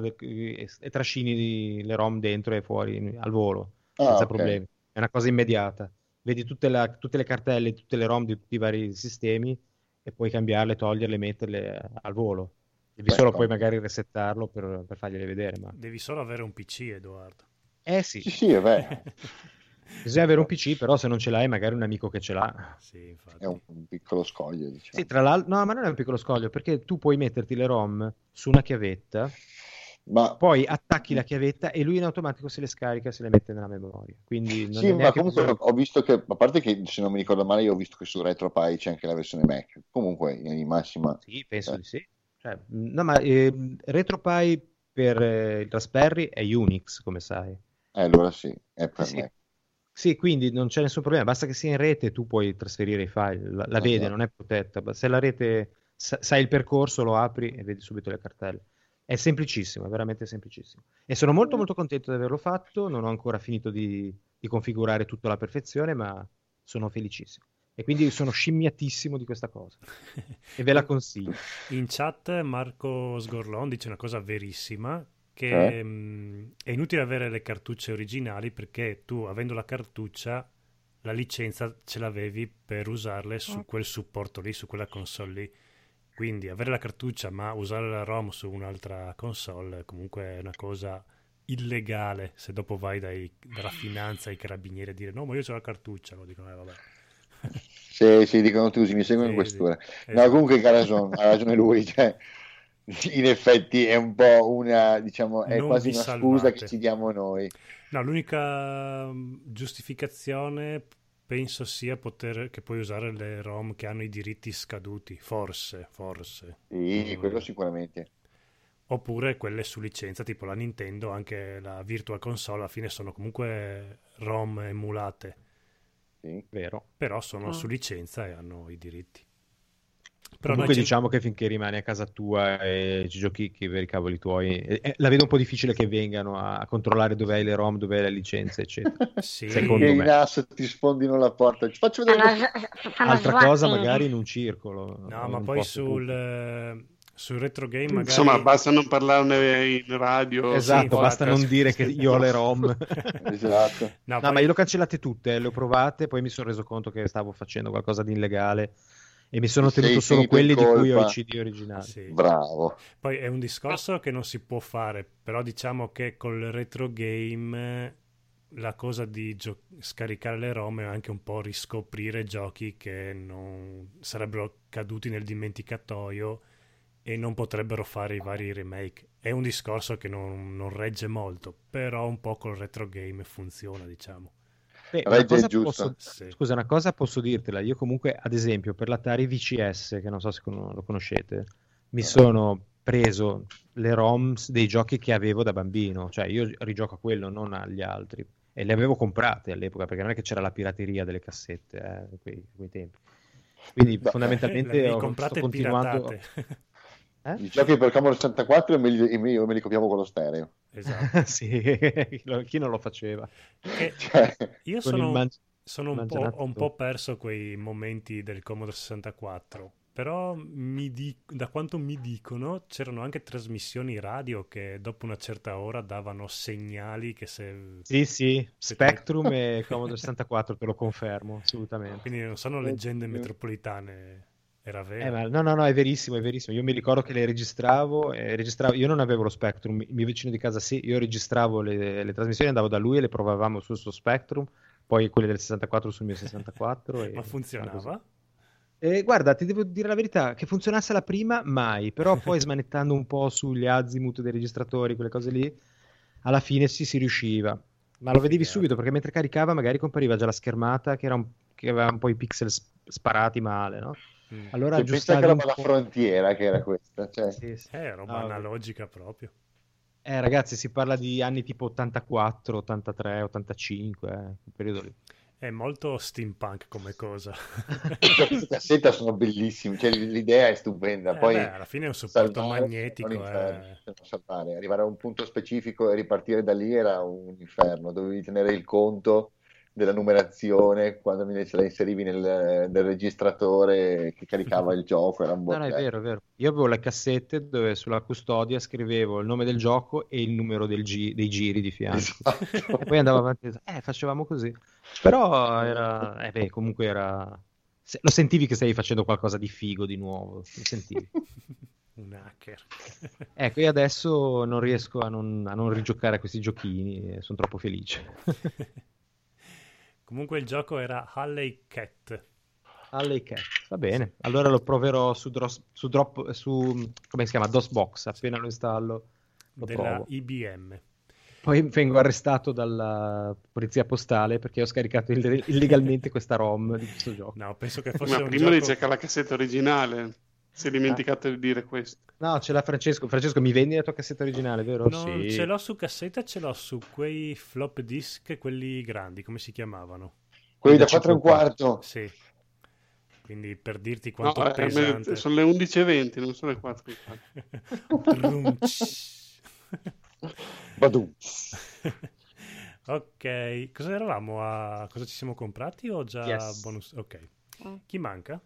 e trascini le ROM dentro e fuori al volo, Ah, senza ok. problemi. È una cosa immediata. Vedi tutte le cartelle, tutte le ROM di tutti i vari sistemi e puoi cambiarle, toglierle, metterle al volo. Devi Beh, solo poi comodo. magari resettarlo per fargliele vedere, ma... devi solo avere un PC, Edoardo. Sì. Sì, sì, è vero. Bisogna avere un PC, però se non ce l'hai, magari un amico che ce l'ha. Sì, È infatti. un piccolo scoglio, Sì, diciamo. tra l'altro, no, ma non è un piccolo scoglio, perché tu puoi metterti le ROM su una chiavetta, Ma poi attacchi la chiavetta e lui in automatico se le scarica e se le mette nella memoria. Quindi non sì, è ma neanche comunque bisogno. ho visto che, a parte che se non mi ricordo male, io ho visto che su RetroPie c'è anche la versione Mac. Comunque, in massima, Sì, penso di sì. Cioè, no, ma RetroPie per il Raspberry è Unix, come sai. allora sì, è Sì, per sì. me. Sì, quindi non c'è nessun problema, basta che sia in rete tu puoi trasferire i file, la vede, Esatto. non è protetta, se la rete sai il percorso lo apri e vedi subito le cartelle. È semplicissimo, è veramente semplicissimo. E sono molto molto contento di averlo fatto, non ho ancora finito di configurare tutto alla perfezione, ma sono felicissimo. E quindi sono scimmiatissimo di questa cosa e ve la consiglio. In chat Marco Sgorlon dice una cosa verissima, che Cioè? è inutile avere le cartucce originali perché tu, avendo la cartuccia, la licenza ce l'avevi per usarle su quel supporto lì, su quella console lì. Quindi avere la cartuccia ma usare la ROM su un'altra console comunque è una cosa illegale. Se dopo vai dalla finanza ai carabinieri a dire no, ma io c'ho la cartuccia, lo dicono, vabbè. Sì, dicono tutti, mi seguono in Sì, sì, questura. No, esatto. comunque ha ragione lui, cioè, in effetti è un po' una, diciamo, è Non quasi vi una scusa che salvate. ci diamo noi. No, l'unica giustificazione penso sia che puoi usare le ROM che hanno i diritti scaduti, forse. Sì, quello Mm. sicuramente. Oppure quelle su licenza, tipo la Nintendo, anche la Virtual Console, alla fine sono comunque ROM emulate, Sì. Vero. però sono su licenza e hanno i diritti. Però Comunque diciamo che finché rimani a casa tua e ci giochi che per i cavoli tuoi, la vedo un po' difficile che vengano a controllare dove hai le ROM, dove hai le licenze, eccetera. Sì, Secondo Che i me. NAS ti sfondino la porta. Ci faccio vedere Fanno Altra cosa swapping. magari in un circolo, no, in ma un poi posto pubblico. sul retro game Insomma, magari... basta non parlarne in radio. Esatto, Sì, basta non dire che io ho le ROM. Esatto. No, No, poi- ma io le ho cancellate tutte, le ho provate, poi mi sono reso conto che stavo facendo qualcosa di illegale e mi sono Ti sei tenuto solo finito in quelli di cui ho i colpa. CD originali. sì. Bravo. Poi è un discorso che non si può fare, però diciamo che col retro game la cosa di scaricare le ROM è anche un po' riscoprire giochi che non sarebbero caduti nel dimenticatoio e non potrebbero fare i vari remake. È un discorso che non regge molto, però un po' col retro game funziona, diciamo. Beh, Regge il giusto. Sì. Scusa, una cosa posso dirtela. Io comunque, ad esempio, per l'Atari VCS, che non so se lo conoscete, mi sono preso le ROMs dei giochi che avevo da bambino. Cioè, io rigioco a quello, non agli altri. E le avevo comprate all'epoca, perché non è che c'era la pirateria delle cassette, quei tempi. Quindi, Beh, fondamentalmente, le sto comprate continuando... piratate. I giochi per Commodore 64 io me li copiavo con lo stereo. Esatto. Sì, chi non lo faceva? Che Cioè, io Con il sono un mangianato. ho un po' perso quei momenti del Commodore 64, però da quanto mi dicono c'erano anche trasmissioni radio che dopo una certa ora davano segnali che se... Sì, Spectrum e Commodore 64, te lo confermo, assolutamente. Quindi non sono leggende metropolitane. Era vero. No, è verissimo, è verissimo. Io mi ricordo che le registravo, io non avevo lo Spectrum, il mio vicino di casa sì, io registravo le trasmissioni, andavo da lui e le provavamo sul suo Spectrum, poi quelle del 64 sul mio 64. Ma funzionava? Guarda, ti devo dire la verità, che funzionasse la prima, mai, però poi smanettando un po' sugli azimut dei registratori, quelle cose lì, alla fine si riusciva. Ma lo vedevi Figata. subito, perché mentre caricava magari compariva già la schermata che aveva un po' i pixel sparati male, no? Allora Cioè, pensa che aggiustavi un roba da po'. frontiera che era questa. Cioè, Sì, sì. Roba No, analogica proprio. ragazzi, si parla di anni tipo 84, 83, 85, quel periodo lì. È molto steampunk come cosa. queste cassette sono bellissime, cioè, l'idea è stupenda. Poi alla fine è un supporto salvare magnetico. era un inferno, non salvare. Arrivare a un punto specifico e ripartire da lì era un inferno. Dovevi tenere il conto della numerazione quando invece la inserivi nel registratore che caricava il gioco. Era un No, è bordello. vero, è vero. Io avevo le cassette dove sulla custodia scrivevo il nome del gioco e il numero dei giri di fianco. Esatto. E poi andavo avanti, facevamo così. Però comunque era... Lo sentivi che stavi facendo qualcosa di figo di nuovo, lo sentivi. Un hacker. Ecco, io adesso non riesco a non rigiocare a questi giochini e sono troppo felice. Comunque il gioco era Halley Cat. Alley Cat, va bene. Allora lo proverò su come si chiama? DOSBox, appena lo installo lo Della provo. IBM. Poi vengo arrestato dalla polizia postale perché ho scaricato illegalmente questa ROM di questo gioco. No, penso che fosse Ma un prima gioco... dice che la cassetta originale. Si è dimenticato di dire questo. No, ce l'ha Francesco. Francesco, mi vendi la tua cassetta originale, vero? No, Sì. ce l'ho su cassetta, ce l'ho su quei flop disk, quelli grandi, come si chiamavano? Quelli da da 4 e un 5 quarto. Sì. Quindi per dirti No, quanto pesante. sono le 11:20, non sono le 4. Badum. Ok, cosa eravamo a... Cosa ci siamo comprati o già Yes. bonus? Ok. Chi manca?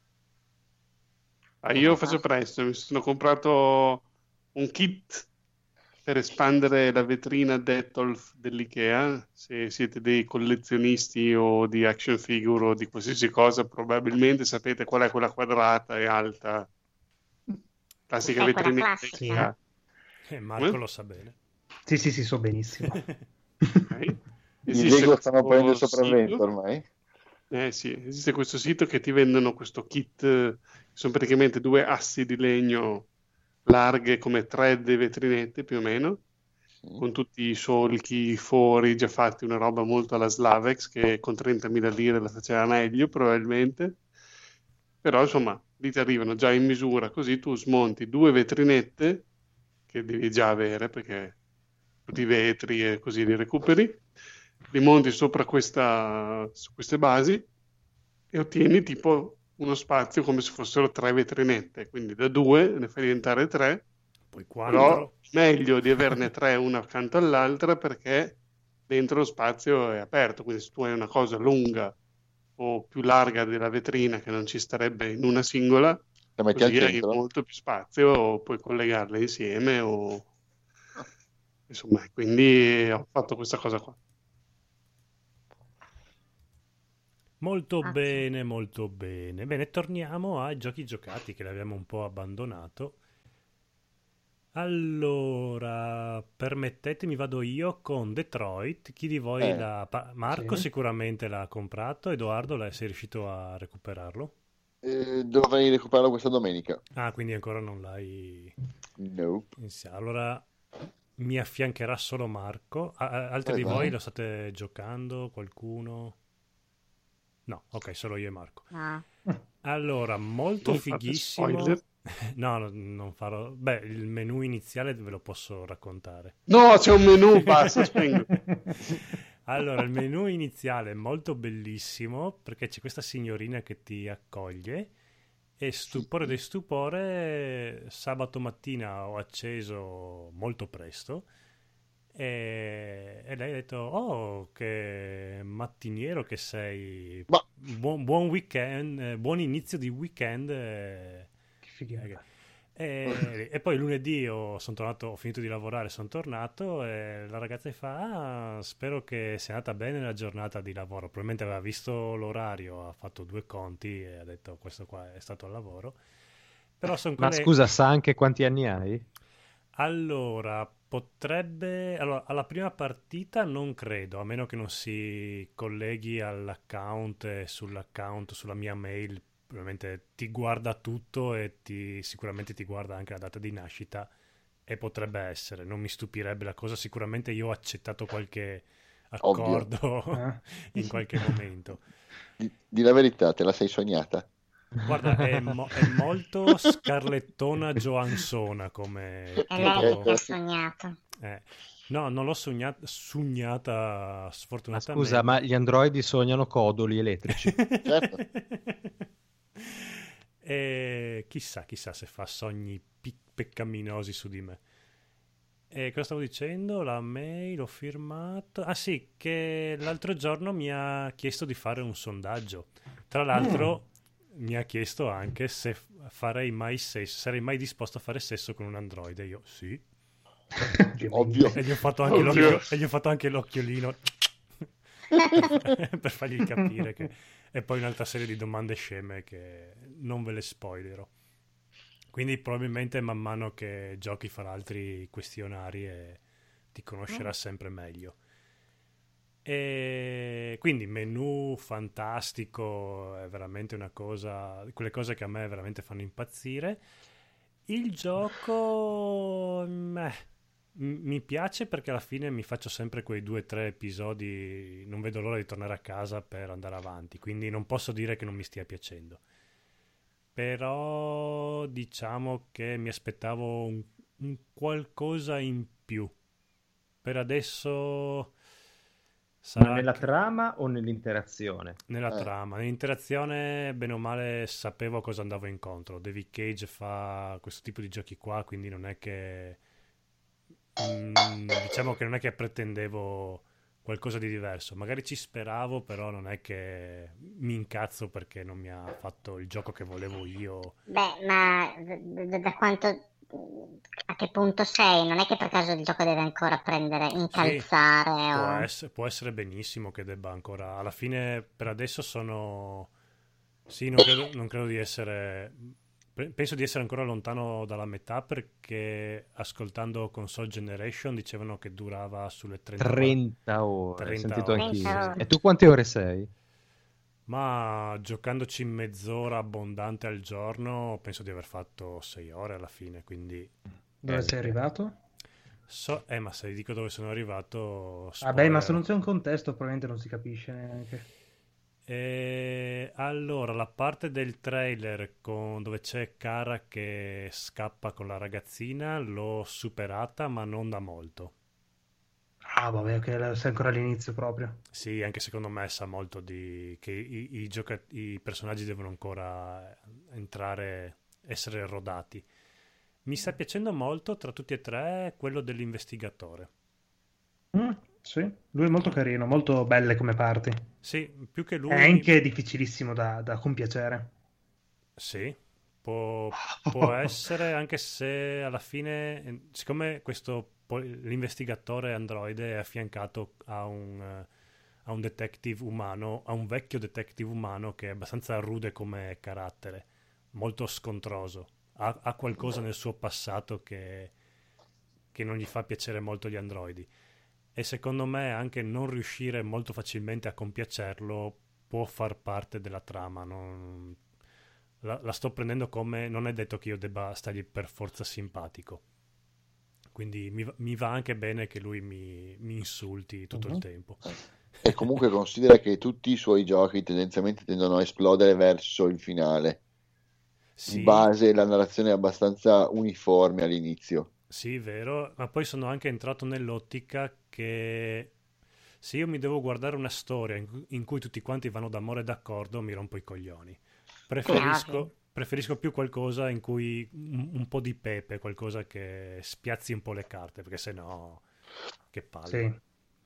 Io faccio presto, mi sono comprato un kit per espandere la vetrina Detolf dell'IKEA. Se siete dei collezionisti o di action figure o di qualsiasi cosa, probabilmente sapete qual è quella quadrata e alta. Classica Quella vetrina classica. Marco Come? lo sa bene. Sì, so benissimo. Ok. I Esiste Lego stanno questo prendendo il sopravvento sito. ormai. Sì, esiste questo sito che ti vendono questo kit, che sono praticamente 2 assi di legno larghe come 3 vetrinette più o meno, con tutti i solchi, i fori già fatti, una roba molto alla Slavex che con 30.000 lire la faceva meglio probabilmente, però insomma lì ti arrivano già in misura, così tu smonti 2 vetrinette che devi già avere perché tutti i vetri e così li recuperi, li monti sopra su queste basi e ottieni tipo uno spazio come se fossero 3 vetrinette, quindi da 2 ne fai diventare 3, Poi però 4. meglio di averne 3 una accanto all'altra perché dentro lo spazio è aperto, quindi se tu hai una cosa lunga o più larga della vetrina che non ci starebbe in una singola, La metti al così hai centro. molto più spazio o puoi collegarle insieme o... Insomma, quindi ho fatto questa cosa qua. Molto Ah, bene, molto bene. Bene, torniamo ai giochi giocati che l'abbiamo un po' abbandonato. Allora, permettetemi, vado io con Detroit. Chi di voi Marco sì. sicuramente l'ha comprato. Edoardo, sei riuscito a recuperarlo? Dovrei recuperarlo questa domenica. Ah, quindi ancora non l'hai No. iniziato. Allora mi affiancherà solo Marco. Altri di Vai. voi lo state giocando? Qualcuno? No, ok, solo io e Marco. no. Allora, molto Non fate fighissimo. spoiler. No, non farò. Beh, il menu iniziale ve lo posso raccontare. No, c'è un menu, basta, spengo. Allora, il menu iniziale è molto bellissimo perché c'è questa signorina che ti accoglie e stupore di stupore, sabato mattina ho acceso molto presto e lei ha detto: oh, che mattiniero che sei, Ma buon weekend, buon inizio di weekend. Che figata. E poi lunedì sono tornato, ho finito di lavorare, sono tornato e la ragazza mi fa: spero che sia andata bene la giornata di lavoro. Probabilmente aveva visto l'orario, ha fatto due conti e ha detto questo qua è stato al lavoro. Però sono Ma quelle... scusa, sa anche quanti anni hai? Allora, potrebbe... Allora, alla prima partita non credo, a meno che non si colleghi all'account e sull'account, sulla mia mail, probabilmente ti guarda tutto e sicuramente ti guarda anche la data di nascita e potrebbe essere, non mi stupirebbe la cosa, sicuramente io ho accettato qualche Ovvio. accordo in qualche momento. Di la verità, te la sei sognata? Guarda, è molto scarlettona Johansona come E lei tipo... ha sognato. No, non l'ho sognata Ma sfortunatamente. scusa, ma gli androidi sognano codoli elettrici? Certo. E chissà se fa sogni peccaminosi su di me. E cosa stavo dicendo? La mail ho firmato. Ah sì, che l'altro giorno mi ha chiesto di fare un sondaggio. Tra l'altro mi ha chiesto anche se sarei mai disposto a fare sesso con un androide. Io sì. Ovvio. E gli ho fatto anche l'occhiolino per fargli capire che... E poi un'altra serie di domande sceme che non ve le spoilerò. Quindi probabilmente man mano che giochi farà altri questionari e ti conoscerà sempre meglio. E quindi menu fantastico, è veramente una cosa, quelle cose che a me veramente fanno impazzire. Il gioco mi piace perché alla fine mi faccio sempre quei 2 o 3 episodi, non vedo l'ora di tornare a casa per andare avanti, quindi non posso dire che non mi stia piacendo. Però diciamo che mi aspettavo un qualcosa in più. Per adesso Ma sarà nella trama o nell'interazione? nella trama. Nell'interazione, bene o male, sapevo a cosa andavo incontro. David Cage fa questo tipo di giochi qua, quindi non è che... diciamo che non è che pretendevo qualcosa di diverso. Magari ci speravo, però non è che mi incazzo perché non mi ha fatto il gioco che volevo io. Beh, ma da quanto... A che punto sei? Non è che per caso il gioco deve ancora prendere, Sì, incalzare o... può essere benissimo che debba ancora... Alla fine, per adesso sono... Sì, non credo di essere... Penso di essere ancora lontano dalla metà perché ascoltando Console Generation dicevano che durava sulle 30 ore, 30 sentito ore. anch'io. 30 ore. E tu quante ore sei? Ma giocandoci mezz'ora abbondante al giorno penso di aver fatto 6 ore alla fine, quindi... Dove sei arrivato? ma se dico dove sono arrivato... Vabbè, ma se spoiler. non c'è un contesto probabilmente non si capisce neanche. E allora, la parte del trailer dove c'è Kara che scappa con la ragazzina l'ho superata, ma non da molto. Ah, vabbè, ok, sei ancora all'inizio proprio. Sì, anche secondo me sa molto di che i personaggi devono ancora entrare, essere rodati. Mi sta piacendo molto tra tutti e tre quello dell'investigatore. Sì, lui è molto carino, molto belle come parti. Sì, più che È lui, anche difficilissimo da compiacere. sì, può essere, anche se alla fine, siccome l'investigatore androide è affiancato a un detective umano, a un vecchio detective umano che è abbastanza rude come carattere, molto scontroso, ha qualcosa nel suo passato che non gli fa piacere molto gli androidi. E secondo me anche non riuscire molto facilmente a compiacerlo può far parte della trama. La sto prendendo come... non è detto che io debba stargli per forza simpatico. Quindi mi va anche bene che lui mi insulti tutto il tempo. E comunque considera che tutti i suoi giochi tendenzialmente tendono a esplodere verso il finale. Sì, Di base la narrazione è abbastanza uniforme all'inizio. sì, vero, ma poi sono anche entrato nell'ottica che se io mi devo guardare una storia in cui tutti quanti vanno d'amore d'accordo, mi rompo i coglioni. Preferisco più qualcosa in cui un po' di pepe, qualcosa che spiazzi un po' le carte, perché sennò che palle. Sì.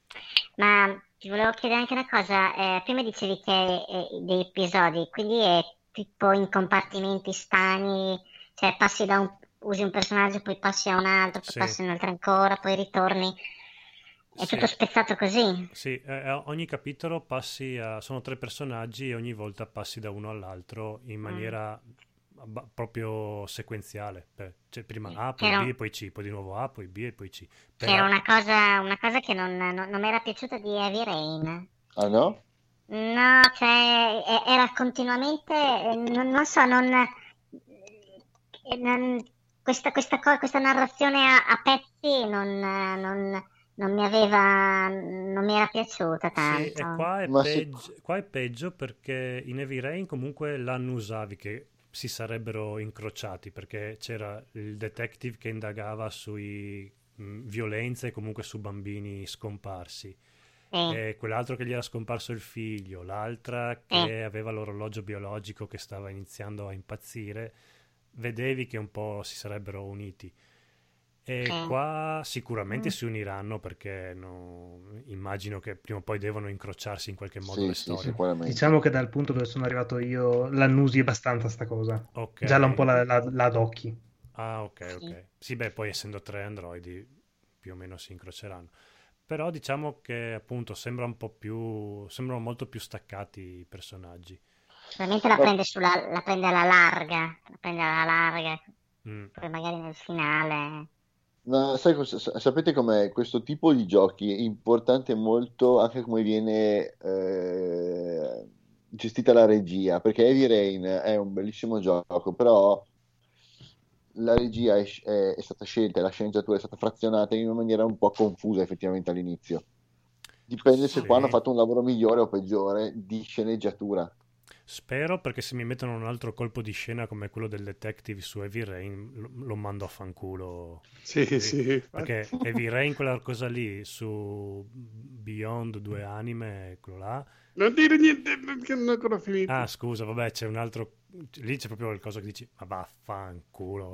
Ma ti volevo chiedere anche una cosa, prima dicevi che dei episodi, quindi è tipo in compartimenti stagni, cioè passi da usi un personaggio, poi passi a un altro, poi Sì, passi a un altro ancora, poi ritorni. È tutto sì, spezzato così. sì, ogni capitolo sono 3 personaggi e ogni volta passi da uno all'altro in Mm. maniera proprio sequenziale. Cioè prima A, Che poi B era, e poi C, poi di nuovo A, poi B e poi C. che era Però una cosa che non mi era piaciuta di Heavy Rain. Ah no? No, cioè era continuamente, non so, questa narrazione a pezzi non mi era piaciuta sì, e tanto. Ma sì, qua è peggio perché in Heavy Rain comunque l'hanno usavi che si sarebbero incrociati perché c'era il detective che indagava sui violenze comunque su bambini scomparsi Sì, e quell'altro che gli era scomparso il figlio, l'altra sì, che aveva l'orologio biologico che stava iniziando a impazzire, vedevi che un po' si sarebbero uniti. sì. E qua sicuramente Mm. si uniranno perché immagino che prima o poi devono incrociarsi in qualche modo le sì, storie. sicuramente. Diciamo che dal punto dove sono arrivato io l'annusi abbastanza sta cosa. Ok. Già un po' la adocchi. Ah, ok, Sì. ok. Sì, beh, poi essendo 3 androidi più o meno si incroceranno. Però diciamo che appunto sembrano molto più staccati i personaggi. Probabilmente Ma la prende la prende alla larga, Mm, poi magari nel finale. no, sapete com'è? Questo tipo di giochi è importante molto anche come viene gestita la regia, perché Heavy Rain è un bellissimo gioco, però la regia è stata scelta e la sceneggiatura è stata frazionata in una maniera un po' confusa effettivamente all'inizio. Dipende se qua hanno sì. fatto un lavoro migliore o peggiore di sceneggiatura. Spero perché se mi mettono un altro colpo di scena come quello del detective su Heavy Rain lo mando a fanculo. Sì, Sì, sì, infatti. perché Heavy Rain, quella cosa lì su Beyond due anime, quello là. Non dire niente perché non ho ancora finito. Ah, scusa, vabbè, c'è un altro. Lì c'è proprio qualcosa che dici, ma vaffanculo.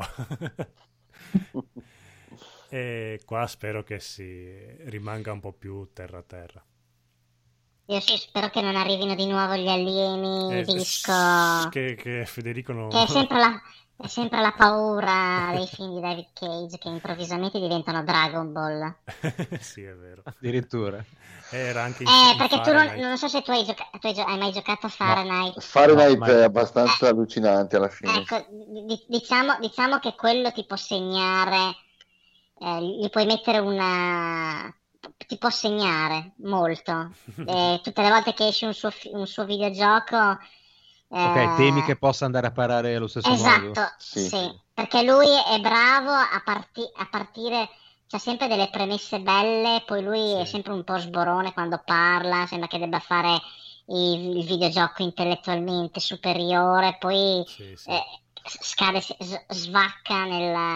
E qua spero che si rimanga un po' più terra a terra. Io sì, spero che non arrivino di nuovo gli alieni disco, Che Federico che non. è sempre la paura dei film di David Cage che improvvisamente diventano Dragon Ball. Sì, è vero. Addirittura. Era anche in Perché tu non, Fahrenheit. non so se hai mai giocato a No, Fahrenheit. Fahrenheit no, è mai. abbastanza allucinante alla fine. Ecco, diciamo che quello ti può segnare, gli puoi mettere ti può segnare molto. Tutte le volte che esce un suo videogioco, Ok, temi eh, che possa andare a parare allo stesso modo. esatto, Sì, sì, perché lui è bravo a partire, c'ha sempre delle premesse belle, poi lui è Sì, sempre un po' sborone quando parla, sembra che debba fare il videogioco intellettualmente superiore, poi sì, sì. eh, scade, svacca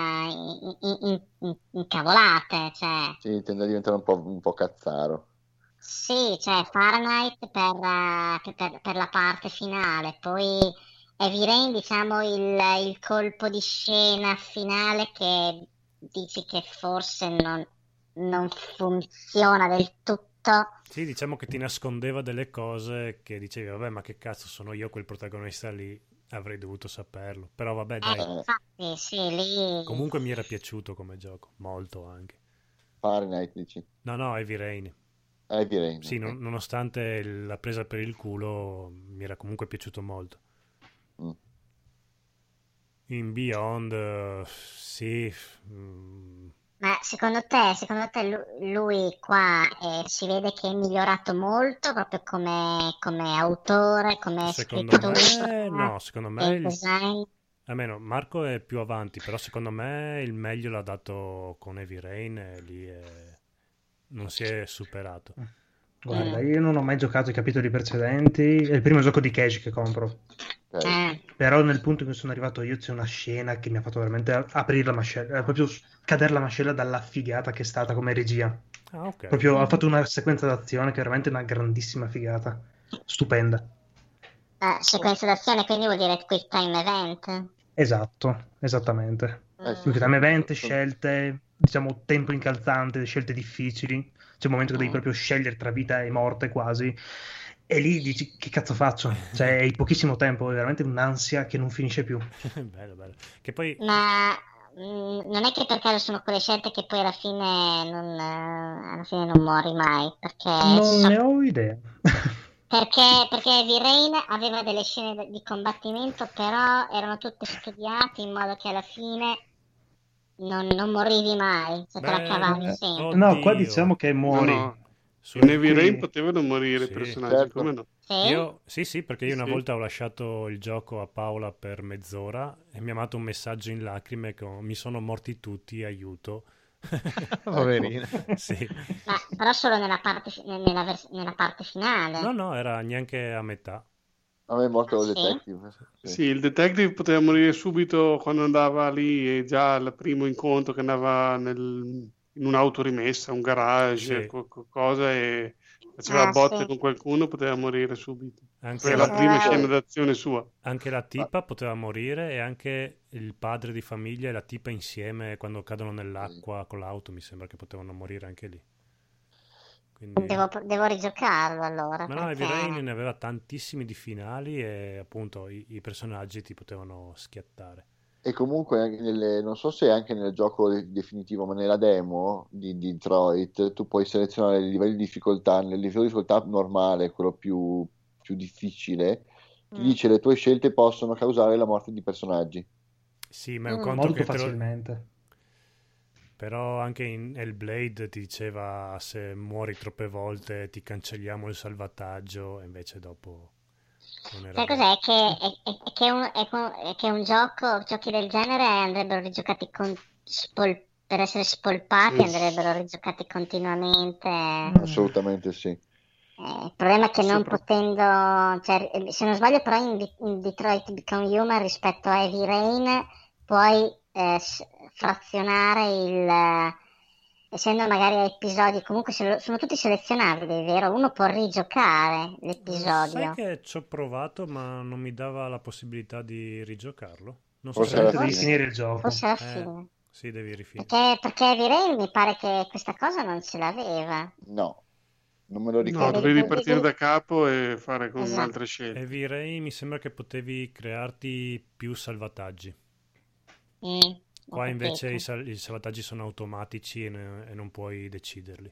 in cavolate, cioè. sì, tende a diventare un po' cazzaro. Sì, cioè Fahrenheit per la parte finale, poi Heavy Rain, diciamo il colpo di scena finale che dici che forse non funziona del tutto. Sì, diciamo che ti nascondeva delle cose che dicevi, vabbè, ma che cazzo sono io quel protagonista lì, avrei dovuto saperlo. Però vabbè, dai, Eh, Infatti, sì, lì. comunque mi era piaciuto come gioco, molto anche. Fahrenheit, dici. No, no, Heavy Rain. Heavy Rain, Sì, ok. nonostante la presa per il culo, mi era comunque piaciuto molto. Mm. In Beyond, sì, Ma secondo te lui qua si vede che è migliorato molto proprio come autore, come secondo scrittura, me, no, secondo me, game design? almeno Marco è più avanti, però secondo me il meglio l'ha dato con Heavy Rain e lì non si è superato. Guarda, Mm. io non ho mai giocato i capitoli precedenti, è il primo gioco di Cage che compro. Ok. Però nel punto in cui sono arrivato io c'è una scena che mi ha fatto veramente aprire la mascella, proprio cadere la mascella dalla figata che è stata come regia. Ah, ok. Proprio ha fatto una sequenza d'azione che è veramente una grandissima figata, stupenda. Sequenza d'azione, quindi vuol dire quick time event. Esatto, esattamente. Sì, Quick time event, sono- scelte, diciamo tempo incalzante, scelte difficili. C'è un momento che devi proprio scegliere tra vita e morte quasi. E lì dici che cazzo faccio? Cioè, hai pochissimo tempo, è veramente un'ansia che non finisce più. Bello, bello. Che poi, Ma non è che per caso sono quelle scelte che poi alla fine non muori mai, perché Non ne ho idea. perché Heavy Rain aveva delle scene di combattimento, però erano tutte studiate in modo che alla fine non morivi mai, cioè te la cavavi sempre. No, qua oddio. diciamo che No, muori. no. Su- In Heavy Qui- Rain potevano morire i Sì, personaggi, certo. come no? Sì? Sì, perché io una Sì. volta ho lasciato il gioco a Paola per mezz'ora e mi ha mandato un messaggio in lacrime con mi sono morti tutti, aiuto. Poverino. Sì. Ma però solo nella nella parte finale. No, era neanche a metà. A me è morto il Sì? detective. Sì, il detective poteva morire subito quando andava lì, e già al primo incontro che andava in un'auto rimessa, un garage, Sì. qualcosa, e faceva Ah, botte sì. con qualcuno, poteva morire subito. Anche Quella è la la, prima scena d'azione sua. anche la tipa poteva morire e anche il padre di famiglia e la tipa insieme quando cadono nell'acqua con l'auto mi sembra che potevano morire anche lì. Quindi... Devo rigiocarlo allora, Ma no, Heavy perché... Rain ne aveva tantissimi di finali e appunto i personaggi ti potevano schiattare. E comunque anche non so se anche nel gioco definitivo, ma nella demo di Detroit, tu puoi selezionare i livelli di difficoltà. Nel livello di difficoltà normale, quello più difficile, ti dice le tue scelte possono causare la morte di personaggi. Sì, ma è un conto molto che facilmente. Però anche in Hellblade ti diceva se muori troppe volte ti cancelliamo il salvataggio e invece dopo non era Sai vero. cos'è? Che è un giochi del genere andrebbero rigiocati per essere spolpati, andrebbero rigiocati continuamente. Assolutamente sì. Il problema è che non potendo, cioè, se non sbaglio, però in Detroit Become Human rispetto a Heavy Rain puoi frazionare essendo magari a episodi, comunque sono tutti selezionabili, vero? Uno può rigiocare Sai l'episodio. che ci ho provato ma non mi dava la possibilità di rigiocarlo? Non so Forse se... alla Devi fine. finire il gioco. Forse alla fine. Sì, devi rifinire. Perché Heavy Rain mi pare che questa cosa non ce l'aveva. No, non me lo No, ricordo. dovevi partire da capo e fare con Esatto. altre scelte. Heavy Rain mi sembra che potevi crearti più salvataggi. Ho Qua invece capito. i salvataggi sono automatici e non puoi deciderli.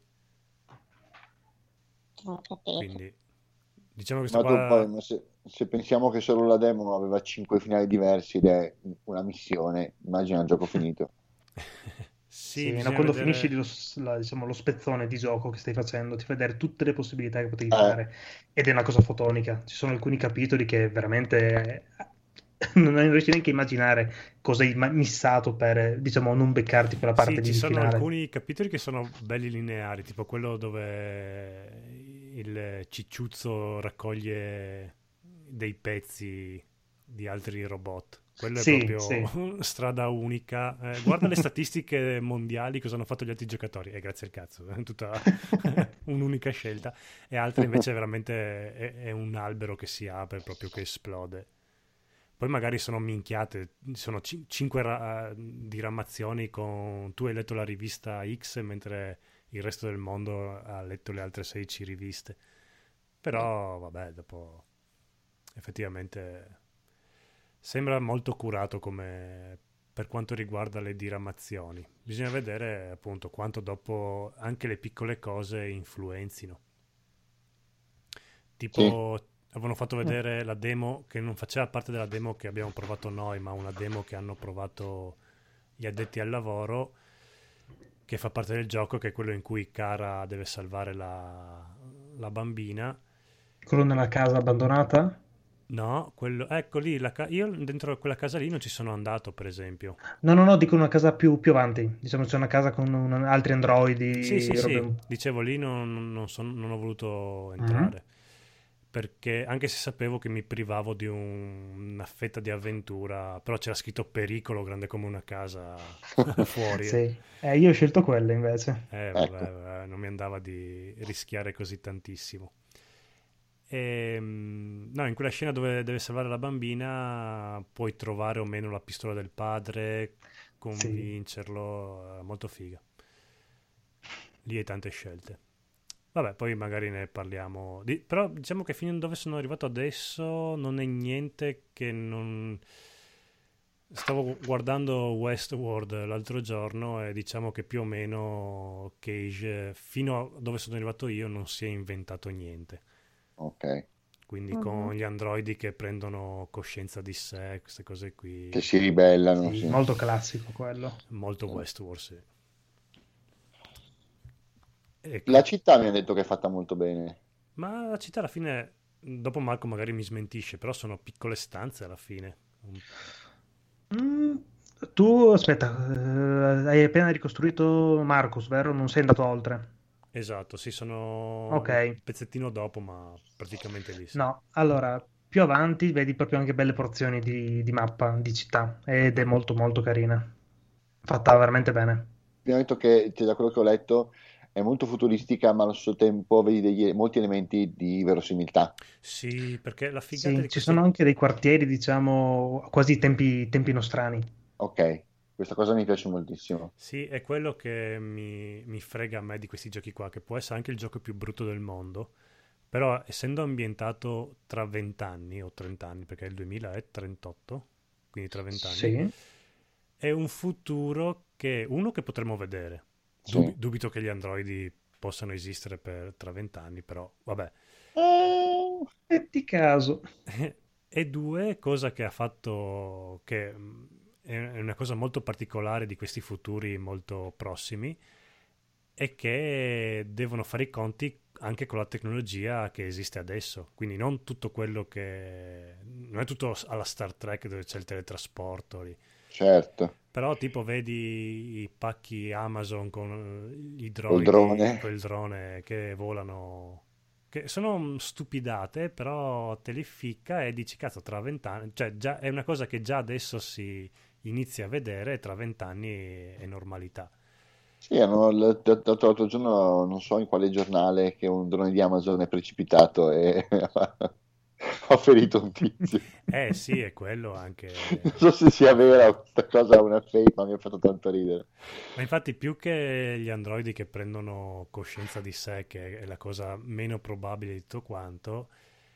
Ho capito. Quindi diciamo che Ma sto tu qua... poi, ma se pensiamo che solo la demo aveva 5 finali diversi ed è una missione, immagina il gioco finito. Sì, Sì, no, bisogna quando vedere... finisci diciamo, lo spezzone di gioco che stai facendo, ti fa vedere tutte le possibilità che potevi Eh. fare ed è una cosa fotonica. Ci sono alcuni capitoli che veramente non riesci neanche a immaginare cosa hai missato per, diciamo, non beccarti quella parte Sì, lì ci di sono finale. alcuni capitoli che sono belli lineari, tipo quello dove il cicciuzzo raccoglie dei pezzi di altri robot. Quello Sì, è proprio sì. strada unica. Guarda le statistiche mondiali, cosa hanno fatto gli altri giocatori. E grazie al cazzo, è tutta un'unica scelta. E altre invece veramente è un albero che si apre, proprio che esplode. Poi magari sono minchiate, sono 5 diramazioni con tu hai letto la rivista X mentre il resto del mondo ha letto le altre 16 riviste. Però vabbè, dopo effettivamente sembra molto curato come per quanto riguarda le diramazioni. Bisogna vedere appunto quanto dopo anche le piccole cose influenzino. Tipo avevano fatto vedere la demo che non faceva parte della demo che abbiamo provato noi, ma una demo che hanno provato gli addetti al lavoro, che fa parte del gioco, che è quello in cui Kara deve salvare la bambina. Quello nella casa abbandonata? No, quello, ecco lì, io dentro quella casa lì non ci sono andato, per esempio. No, dico una casa più avanti. Diciamo c'è una casa con altri Sì, androidi, robe... sì, dicevo lì non ho voluto entrare. Perché anche se sapevo che mi privavo di una fetta di avventura, però c'era scritto pericolo grande come una casa fuori. Sì, io ho scelto quelle invece. Vabbè, non mi andava di rischiare così tantissimo. No, in quella scena dove deve salvare la bambina puoi trovare o meno la pistola del padre, convincerlo, molto figa. Lì hai tante scelte. Vabbè, poi magari ne parliamo. Però diciamo che fino a dove sono arrivato adesso non è niente che non Stavo guardando Westworld l'altro giorno e diciamo che più o meno Cage, fino a dove sono arrivato io, non si è inventato niente. Ok. Quindi con gli androidi che prendono coscienza di sé, queste cose qui, Che si ribellano, Sì, sì. molto classico quello. molto Westworld, sì. E La città mi ha detto che è fatta molto bene. Ma la città alla fine, dopo Marco magari mi smentisce, però sono piccole stanze alla fine. Mm, Tu, aspetta, hai appena ricostruito Marcus, vero? Non sei andato oltre. Esatto, sì, sono un Ok. pezzettino dopo, ma praticamente lì, sì. No, allora, più avanti vedi proprio anche belle porzioni di mappa, di città, ed è molto molto carina. Fatta veramente bene. Mi ha detto che, da quello che ho letto, è molto futuristica, ma allo stesso tempo vedi molti elementi di verosimilità. Sì, perché la figata Sì, di ci sono questo... anche dei quartieri, diciamo, quasi tempi nostrani. Ok, questa cosa mi piace moltissimo. Sì, è quello che mi frega a me di questi giochi qua, che può essere anche il gioco più brutto del mondo, però essendo ambientato tra 20 anni o 30 anni, perché il 2038, quindi tra 20 anni, Sì. è un futuro che, uno, che potremo vedere. Sì. Dubito che gli androidi possano esistere per tra 20 anni, però vabbè. Metti caso. E due, cosa che ha fatto, che è una cosa molto particolare di questi futuri molto prossimi, è che devono fare i conti anche con la tecnologia che esiste adesso. Quindi non tutto quello che... non è tutto alla Star Trek dove c'è il teletrasporto lì. Certo, Però tipo vedi i pacchi Amazon con i col droidi, drone. quel drone che volano, che sono stupidate, però te li ficca e dici cazzo tra 20 anni, cioè già è una cosa che già adesso si inizia a vedere e tra 20 anni è normalità. Sì, hanno dato l'altro giorno, non so in quale giornale, che un drone di Amazon è precipitato e ha ferito un tizio. Sì, è quello anche. Non so se sia vera questa cosa o una fake, ma mi ha fatto tanto ridere. Ma infatti più che gli androidi che prendono coscienza di sé, che è la cosa meno probabile di tutto quanto,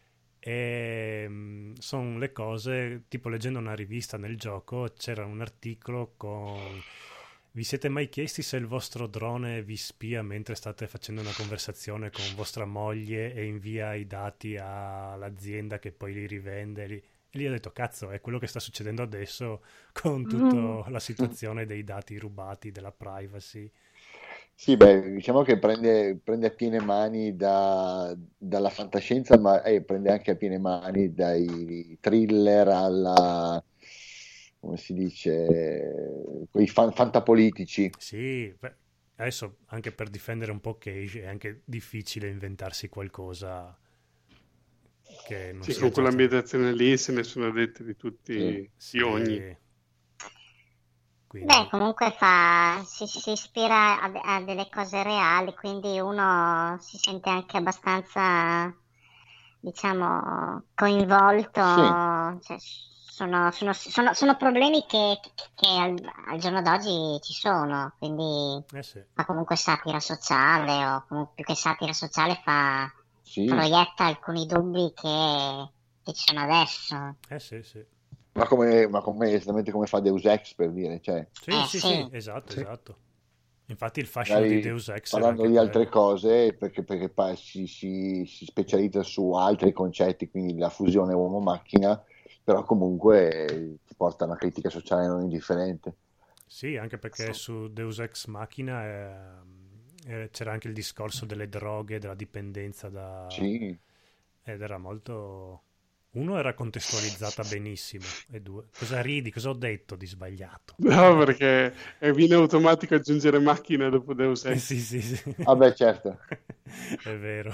sono le cose, tipo leggendo una rivista nel gioco, c'era un articolo con... Vi siete mai chiesti se il vostro drone vi spia mentre state facendo una conversazione con vostra moglie e invia i dati all'azienda che poi li rivende? E lì ho detto, cazzo, è quello che sta succedendo adesso con tutta la situazione dei dati rubati, della privacy. Sì, beh, diciamo che prende a piene mani dalla fantascienza, ma prende anche a piene mani dai thriller alla, come si dice, quei fantapolitici. Sì, beh, adesso anche per difendere un po' Cage è anche difficile inventarsi qualcosa che non Sì, sia con già stato... quell'ambientazione lì se ne sono detti di tutti Sì. gli ogni. Sì. Quindi, Beh, comunque si ispira a delle cose reali, quindi uno si sente anche abbastanza, diciamo, coinvolto. Sì. Cioè, sono problemi che al giorno d'oggi ci sono, quindi sì. fa comunque satira sociale, o comunque più che satira sociale Sì. proietta alcuni dubbi che ci sono adesso. Sì, sì. Ma come esattamente come fa Deus Ex, per dire, cioè, Sì, esatto, Sì. esatto. Infatti il fascino di magari Deus Ex era parlando anche di altre quello. cose, perché poi si specializza su altri concetti, quindi la fusione uomo-macchina, però comunque ti porta a una critica sociale non indifferente. Sì, anche perché su Deus Ex Machina c'era anche il discorso delle droghe, della dipendenza Sì. ed era molto... Uno, era contestualizzata benissimo, e due, cosa ridi, cosa ho detto di sbagliato? No, perché viene automatico aggiungere macchina dopo Deus Ex. Sì. Vabbè, certo. È vero.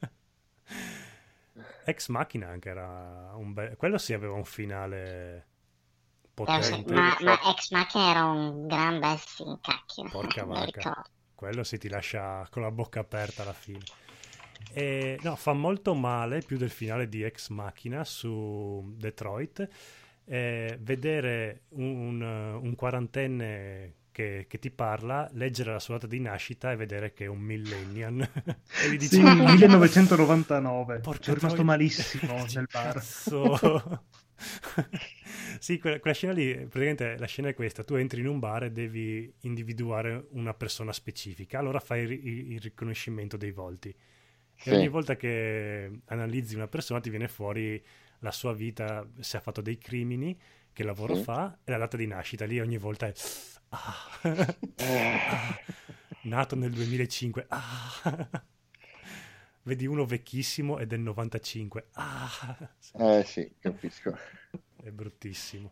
Ex Machina anche era un bel... Quello sì aveva un finale potente. Ma Ex Machina era un gran bel film, cacchio. Porca me lo vacca. ricordo. Quello si ti lascia con la bocca aperta alla fine. No, fa molto male, più del finale di Ex Machina su Detroit, vedere un quarantenne che ti parla, leggere la sua data di nascita e vedere che è un millennial. E gli dici, Sì, 1999. porca Sono rimasto troia. malissimo nel bar. Cazzo. Sì, quella scena lì, praticamente la scena è questa: tu entri in un bar e devi individuare una persona specifica, allora fai il riconoscimento dei volti e ogni Sì, volta che analizzi una persona ti viene fuori la sua vita, se ha fatto dei crimini, che lavoro sì. fa e la data di nascita. Lì ogni volta è Eh, ah, nato nel 2005. Vedi uno vecchissimo ed è del 95. Sì, sì, capisco. è bruttissimo.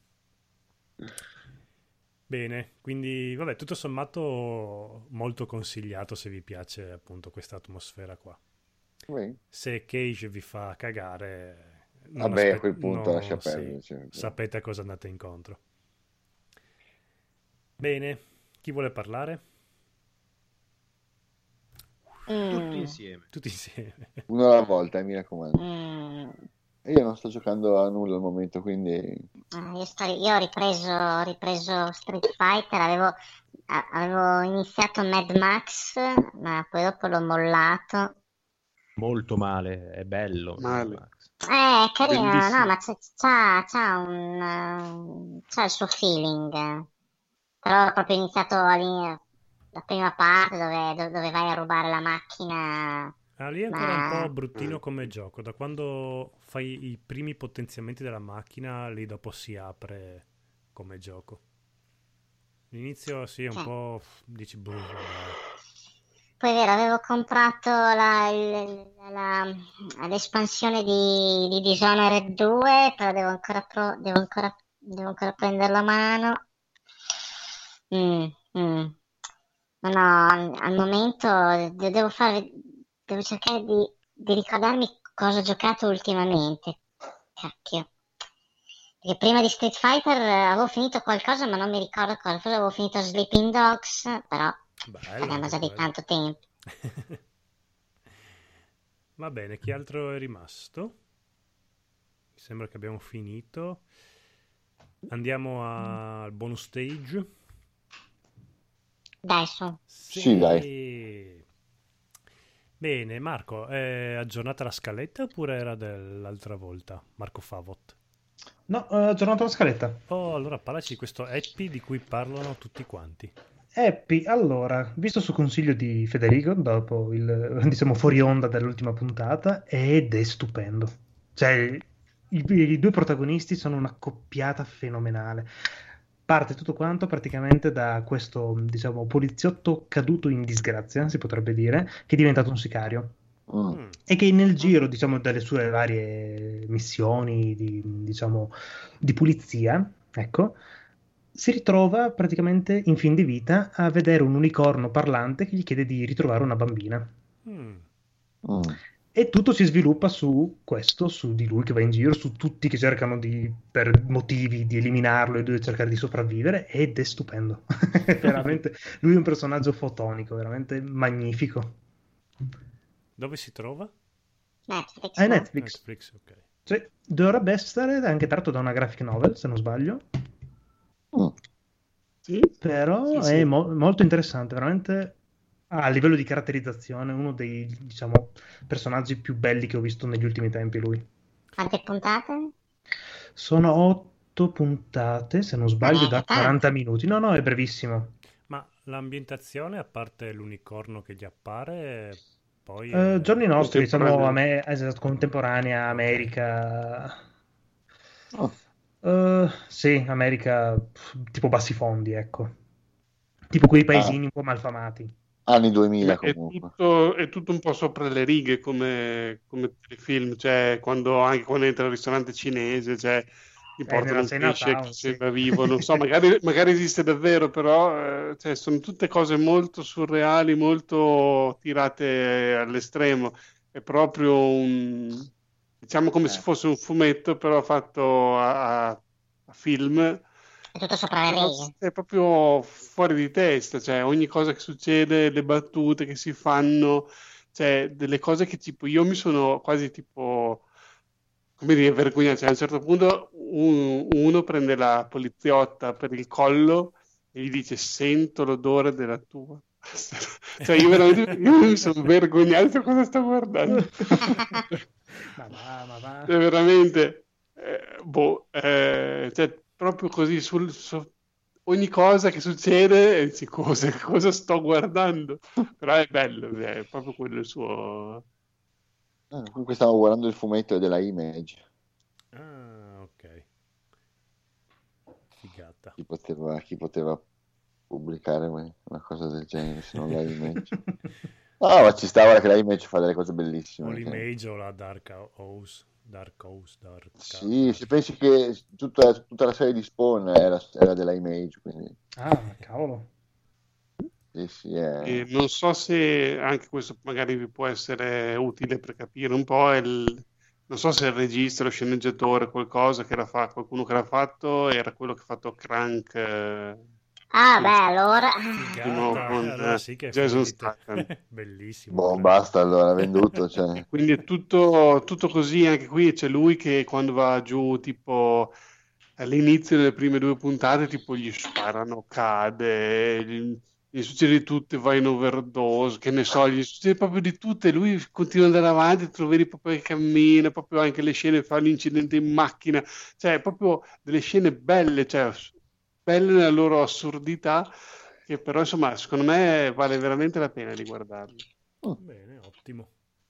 Bene, quindi vabbè, tutto sommato molto consigliato se vi piace appunto questa atmosfera qua. Beh, Se Cage vi fa cagare, vabbè, a quel punto lascia sì, perdere. Cioè, sapete a cosa andate incontro. Bene, chi vuole parlare? Tutti insieme. Tutti insieme. uno alla volta, mi raccomando. Mm. E io non sto giocando a nulla al momento, quindi Io ho ripreso Street Fighter, avevo iniziato Mad Max, ma poi dopo l'ho mollato. Molto male, è bello. Male. Max. È carino, no, Bellissimo. ma c'ha il suo feeling. Però ho proprio iniziato la prima parte dove vai a rubare la macchina, Lì è ancora un po' ma bruttino come gioco. Da quando fai i primi potenziamenti della macchina, lì dopo si apre come gioco. L'inizio sì, è un cioè, po'. Dici, boh, vabbè. poi è vero, avevo comprato l'espansione di Dishonored 2, però devo ancora prendere la mano. Mm, mm. No, no, al momento devo cercare di ricordarmi cosa ho giocato ultimamente. Cacchio. Perché prima di Street Fighter avevo finito qualcosa, ma non mi ricordo cosa. Forse avevo finito Sleeping Dogs, però Bello parliamo anche già di quello. tanto tempo. Va bene, chi altro è rimasto? Mi sembra che abbiamo finito. Andiamo al bonus stage. Dai, su. sì, dai. Bene, Marco, è aggiornata la scaletta oppure era dell'altra volta? Marco Favot. No, ho aggiornato la scaletta. Oh, allora parlaci di questo Happy di cui parlano tutti quanti. Happy, allora, visto su consiglio di Federico, dopo il, diciamo, fuori onda dell'ultima puntata, ed è stupendo. Cioè, i due protagonisti sono una coppiata fenomenale. Parte tutto quanto praticamente da questo, diciamo, poliziotto caduto in disgrazia, si potrebbe dire, che è diventato un sicario. Mm. E che nel giro, diciamo, delle sue varie missioni diciamo, di pulizia, ecco, si ritrova praticamente in fin di vita a vedere un unicorno parlante che gli chiede di ritrovare una bambina. Mm. Mm. E tutto si sviluppa su questo, su di lui che va in giro, su tutti che cercano per motivi di eliminarlo e deve cercare di sopravvivere, ed è stupendo. Veramente, lui è un personaggio fotonico, veramente magnifico. Dove si trova? Netflix, È no? Netflix. Netflix, ok. Sì, dovrebbe essere anche tratto da una graphic novel, se non sbaglio. Mm. Sì? Però Sì, è sì. molto interessante, veramente a livello di caratterizzazione, uno dei, diciamo, personaggi più belli che ho visto negli ultimi tempi lui. Quante puntate? Sono 8 puntate, se non Ma sbaglio, neanche da tanto. 40 minuti. No, no, è brevissimo. Ma l'ambientazione, a parte l'unicorno che gli appare, poi Giorni nostri, diciamo, Contemporanea. esatto, contemporanea, America. Oh, Sì, America, tipo bassi fondi, ecco. Tipo quei paesini un po' malfamati. anni 2000 Beh, comunque. è tutto un po' sopra le righe come telefilm, cioè anche quando entra al ristorante cinese, cioè ti portano Nella un pesce Chinatown, che sì. sembra vivo, non so, magari esiste davvero, però cioè, sono tutte cose molto surreali, molto tirate all'estremo. È proprio diciamo come se fosse un fumetto, però fatto a film. È tutto sopra le Però righe. è proprio fuori di testa, cioè ogni cosa che succede, le battute che si fanno, cioè delle cose che tipo io mi sono quasi tipo, come dire, vergognato, cioè a un certo punto uno prende la poliziotta per il collo e gli dice sento l'odore della tua. Cioè io mi sono vergognato, cosa sto guardando? Ma va. È veramente... cioè, proprio così ogni cosa che succede, e dici, cosa sto guardando? Però è bello, è proprio quello il suo. Comunque stavo guardando il fumetto della Image. Ah, ok. Figata. Chi poteva pubblicare una cosa del genere se non la Image? No, ma ci stava che la Image fa delle cose O bellissime. l'Image o la Dark House. Sì, se pensi che tutta la serie di Spawn era della Image, quindi Ah, cavolo. sì, E non so se anche questo magari vi può essere utile per capire un po'. Non so se il regista, lo sceneggiatore, qualcuno che l'ha fatto, era quello che ha fatto Crank. Ah, beh, allora. Di nuovo Figata. con Allora sì che è Jason fuori di te. Statham. Bellissimo. boh, Crank. basta allora, venduto, cioè. Quindi è tutto così, anche qui c'è lui che quando va giù, tipo all'inizio delle prime 2 puntate, tipo gli sparano, cade, gli succede di tutto, va in overdose, che ne so, gli succede proprio di tutto e lui continua ad andare avanti, te lo vedi proprio che cammina, proprio anche le scene, fa l'incidente in macchina, cioè proprio delle scene belle, cioè belle nella loro assurdità, che però insomma secondo me vale veramente la pena di guardarli. Bene, ottimo.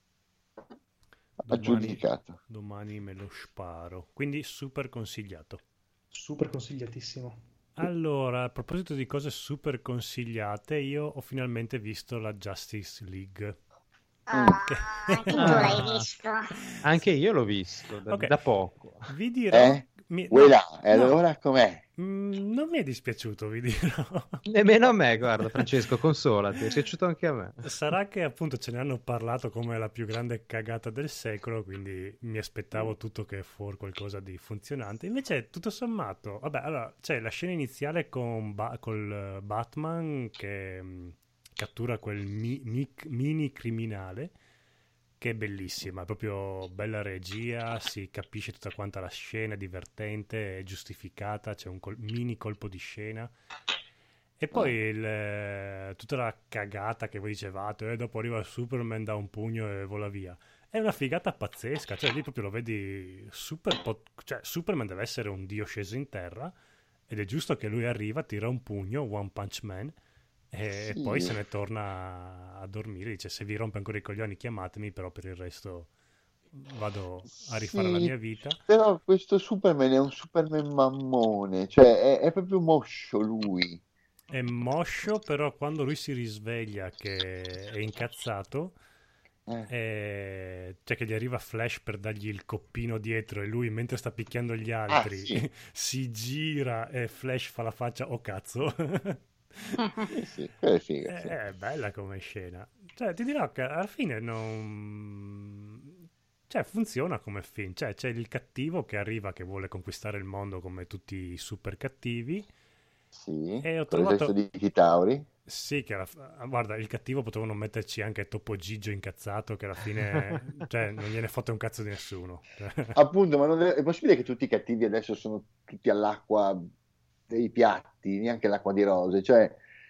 Aggiudicato. Domani me lo sparo. Quindi super consigliato. Super consigliatissimo. Allora, a proposito di cose super consigliate, io ho finalmente visto la Justice League. Anche tu l'hai visto. Anche io l'ho visto Ok. da poco. Vi dirò... Quella, e allora com'è? Non mi è dispiaciuto, vi dirò. Nemmeno a me, guarda, Francesco, consolati, è piaciuto anche a me. Sarà che appunto ce ne hanno parlato come la più grande cagata del secolo, quindi mi aspettavo tutto che fuori qualcosa di funzionante. Invece, tutto sommato, vabbè, allora c'è la scena iniziale col Batman che cattura quel mini criminale, che è bellissima, è proprio bella regia, si capisce tutta quanta la scena, è divertente, è giustificata, c'è un mini colpo di scena. E poi tutta la cagata che voi dicevate, e dopo arriva Superman, dà un pugno e vola via. È una figata pazzesca, cioè lì proprio lo vedi cioè Superman deve essere un dio sceso in terra ed è giusto che lui arriva, tira un pugno, One Punch Man, e Sì. poi se ne torna a dormire, dice se vi rompe ancora i coglioni chiamatemi, però per il resto vado a rifare la Sì, mia vita. però questo Superman è un Superman mammone, cioè è proprio moscio lui. È moscio, però quando lui si risveglia che è incazzato, cioè che gli arriva Flash per dargli il coppino dietro e lui mentre sta picchiando gli altri sì. si gira e Flash fa la faccia oh cazzo. Sì, quella è figa, sì. È bella come scena, cioè ti dirò che alla fine non, cioè funziona come film, cioè c'è il cattivo che arriva che vuole conquistare il mondo come tutti i super cattivi. Sì, E ho con l'esercito trovato di Chitauri. sì che guarda, il cattivo potevano metterci anche Topo Gigio incazzato che alla fine cioè non gliene fotte un cazzo di nessuno. Appunto, ma non è possibile che tutti i cattivi adesso sono tutti all'acqua dei piatti, neanche l'acqua di rose, cioè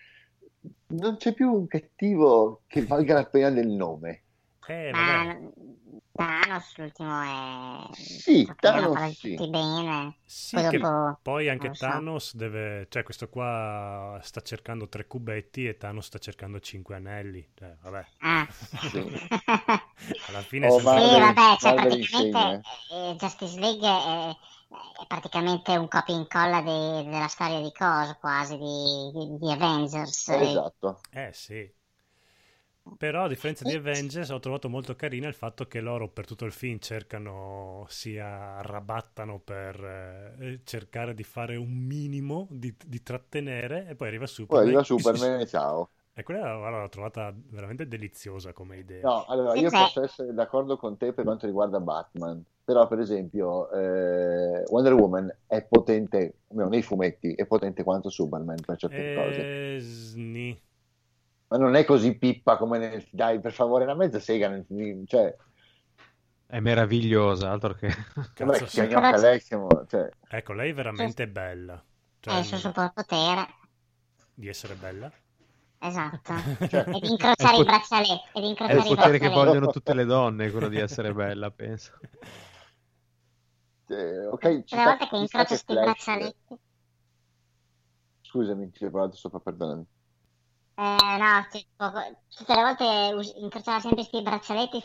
non c'è più un cattivo che valga la pena del nome. Vabbè. Ma Thanos l'ultimo è Sì, Thanos Thanos sì. tutti bene. Sì, Poi che dopo poi anche non so. Thanos deve, cioè questo qua sta cercando 3 cubetti e Thanos sta cercando 5 anelli, cioè vabbè. Ah. Sì. Alla fine Oh, è sempre... Sì, vabbè, cioè Marvel praticamente insegna. Justice League è praticamente un copia e incolla della storia di cosa, quasi di Avengers. Esatto. Sì. Però a differenza di Avengers ho trovato molto carino il fatto che loro per tutto il film si arrabattano per cercare di fare un minimo di trattenere e poi arriva Poi Superman. arriva Superman e ciao. E quella l'ho trovata veramente deliziosa come idea. No, allora io posso essere d'accordo con te per quanto riguarda Batman, però per esempio Wonder Woman è potente, almeno nei fumetti, è potente quanto Superman per certe cose. Sni. Ma non è così pippa come nel... Dai, per favore, una mezza sega nel film, cioè... È meravigliosa, altro che... Vabbè, Cazzo, sì. gnocca lei siamo... Cioè... Ecco, lei è veramente bella. È il suo superpotere. Di essere bella? Esatto. Cioè, E di incrociare i braccialetti. È il potere che vogliono tutte le donne, quello di essere bella, penso. Ok, Tutte le volte che incrocio sti Flash. braccialetti. Scusami, ti ho parlato sopra, perdonami. No, tutte le volte incrociava sempre sti braccialetti,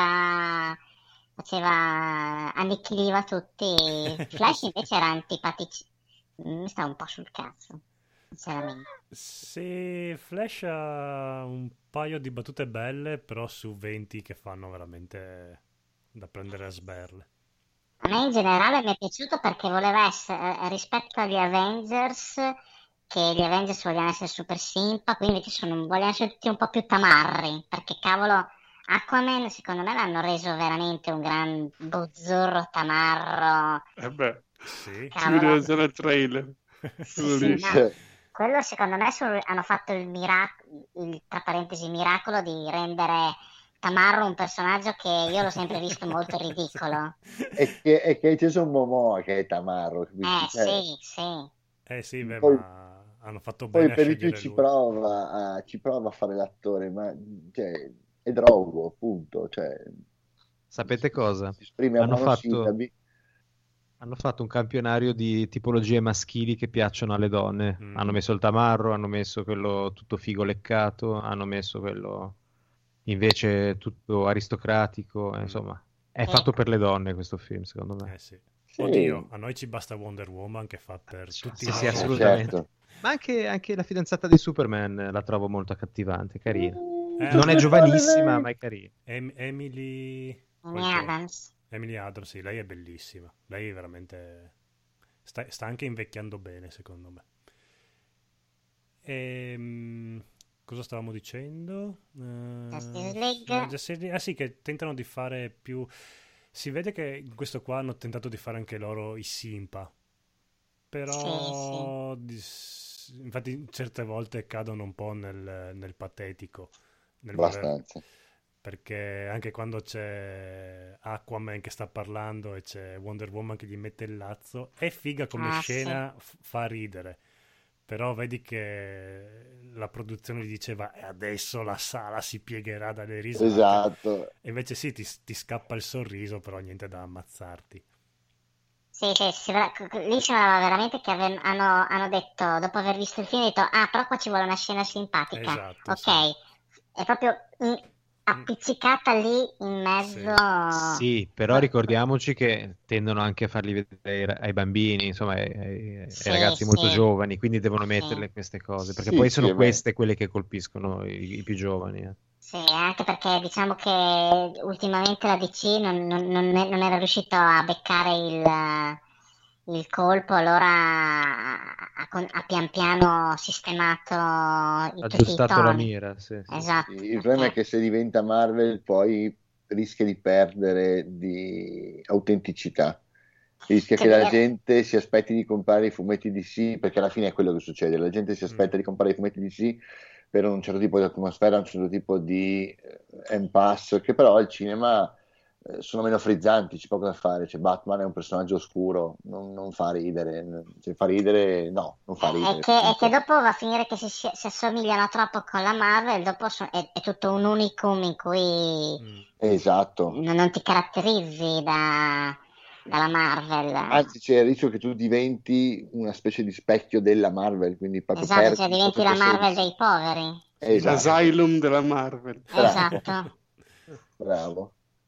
annichiliva tutti. Flash Sì. invece era antipatico. Mi sta un po' sul cazzo, sinceramente. Sì, Flash ha un paio di battute belle, però su 20 che fanno veramente da prendere a sberle. A me in generale mi è piaciuto perché voleva essere, rispetto agli Avengers, che gli Avengers vogliono essere super simpa, quindi vogliono essere tutti un po' più tamarri, perché cavolo, Aquaman secondo me l'hanno reso veramente un gran bozzurro tamarro, Sì. Si vedeva cavolo. già nel trailer. Sì, Quello sì, lì. no. Quello secondo me hanno fatto tra parentesi, miracolo di rendere Tamarro un personaggio che io l'ho sempre visto molto ridicolo. È che è Jason Momoa che è Tamarro, capisci? Cioè, Sì, sì. Sì, beh, poi, ma hanno fatto poi bene a per di più scegliere lui. ci prova a fare l'attore, ma cioè, è drogo, appunto. Cioè, Sapete cosa? si esprime a Hanno fatto, monosillabi. hanno fatto un campionario di tipologie maschili che piacciono alle donne. Mm. Hanno messo il tamarro, hanno messo quello tutto figo leccato, hanno messo quello invece tutto aristocratico. Insomma, è fatto per le donne questo film, secondo me. Sì. Sì. Oddio, a noi ci basta Wonder Woman che fa per tutti Sì, sì, noi. assolutamente. Certo. Ma anche la fidanzata di Superman la trovo molto accattivante, carina. Non è vabbè. giovanissima, ma è carina. Emily... Amy quel che- Adams. Emily Adams, sì, lei è bellissima. Lei è veramente... sta anche invecchiando bene, secondo me. Cosa stavamo dicendo? Justice League. Justice League. Ah sì, che tentano di fare più... Si vede che in questo qua hanno tentato di fare anche loro i simpa. Però... Infatti certe volte cadono un po' nel patetico. Nel voler... Abbastanza. Perché anche quando c'è Aquaman che sta parlando e c'è Wonder Woman che gli mette il lazzo, è figa come scena, fa ridere. Però vedi che la produzione gli diceva adesso la sala si piegherà dalle risate. Esatto. E invece sì, ti scappa il sorriso, però niente da ammazzarti. Sì, lì sembrava veramente che hanno detto, dopo aver visto il film, hanno detto, ah, però qua ci vuole una scena simpatica. Esatto, Ok, sì. è proprio appiccicata lì in mezzo. Sì, però ricordiamoci che tendono anche a farli vedere ai bambini, insomma, ai ragazzi molto giovani, quindi devono metterle queste cose, perché Sì, poi sì, sono è queste quelle che colpiscono i più giovani. Sì, anche perché diciamo che ultimamente la DC non era riuscito a beccare il colpo, allora ha pian piano sistemato tutti i Aggiustato la toni. mira, sì. Esatto. Il problema è che se diventa Marvel poi rischia di perdere di autenticità. Rischia che la gente si aspetti di comprare i fumetti DC, perché alla fine è quello che succede. La gente si aspetta di comprare i fumetti DC per un certo tipo di atmosfera, un certo tipo di impasse, che però al cinema sono meno frizzanti, c'è poco da fare. Cioè, Batman è un personaggio oscuro, non fa ridere. Se fa ridere, no, non fa ridere. È che dopo va a finire che si assomigliano troppo con la Marvel, dopo è tutto un unicum in cui Esatto. non ti caratterizzi dalla Marvel. Anzi, c'è il rischio che tu diventi una specie di specchio della Marvel, quindi proprio Esatto, cioè diventi la Marvel dei poveri. Esatto. L'asylum della Marvel. Esatto. Bravo.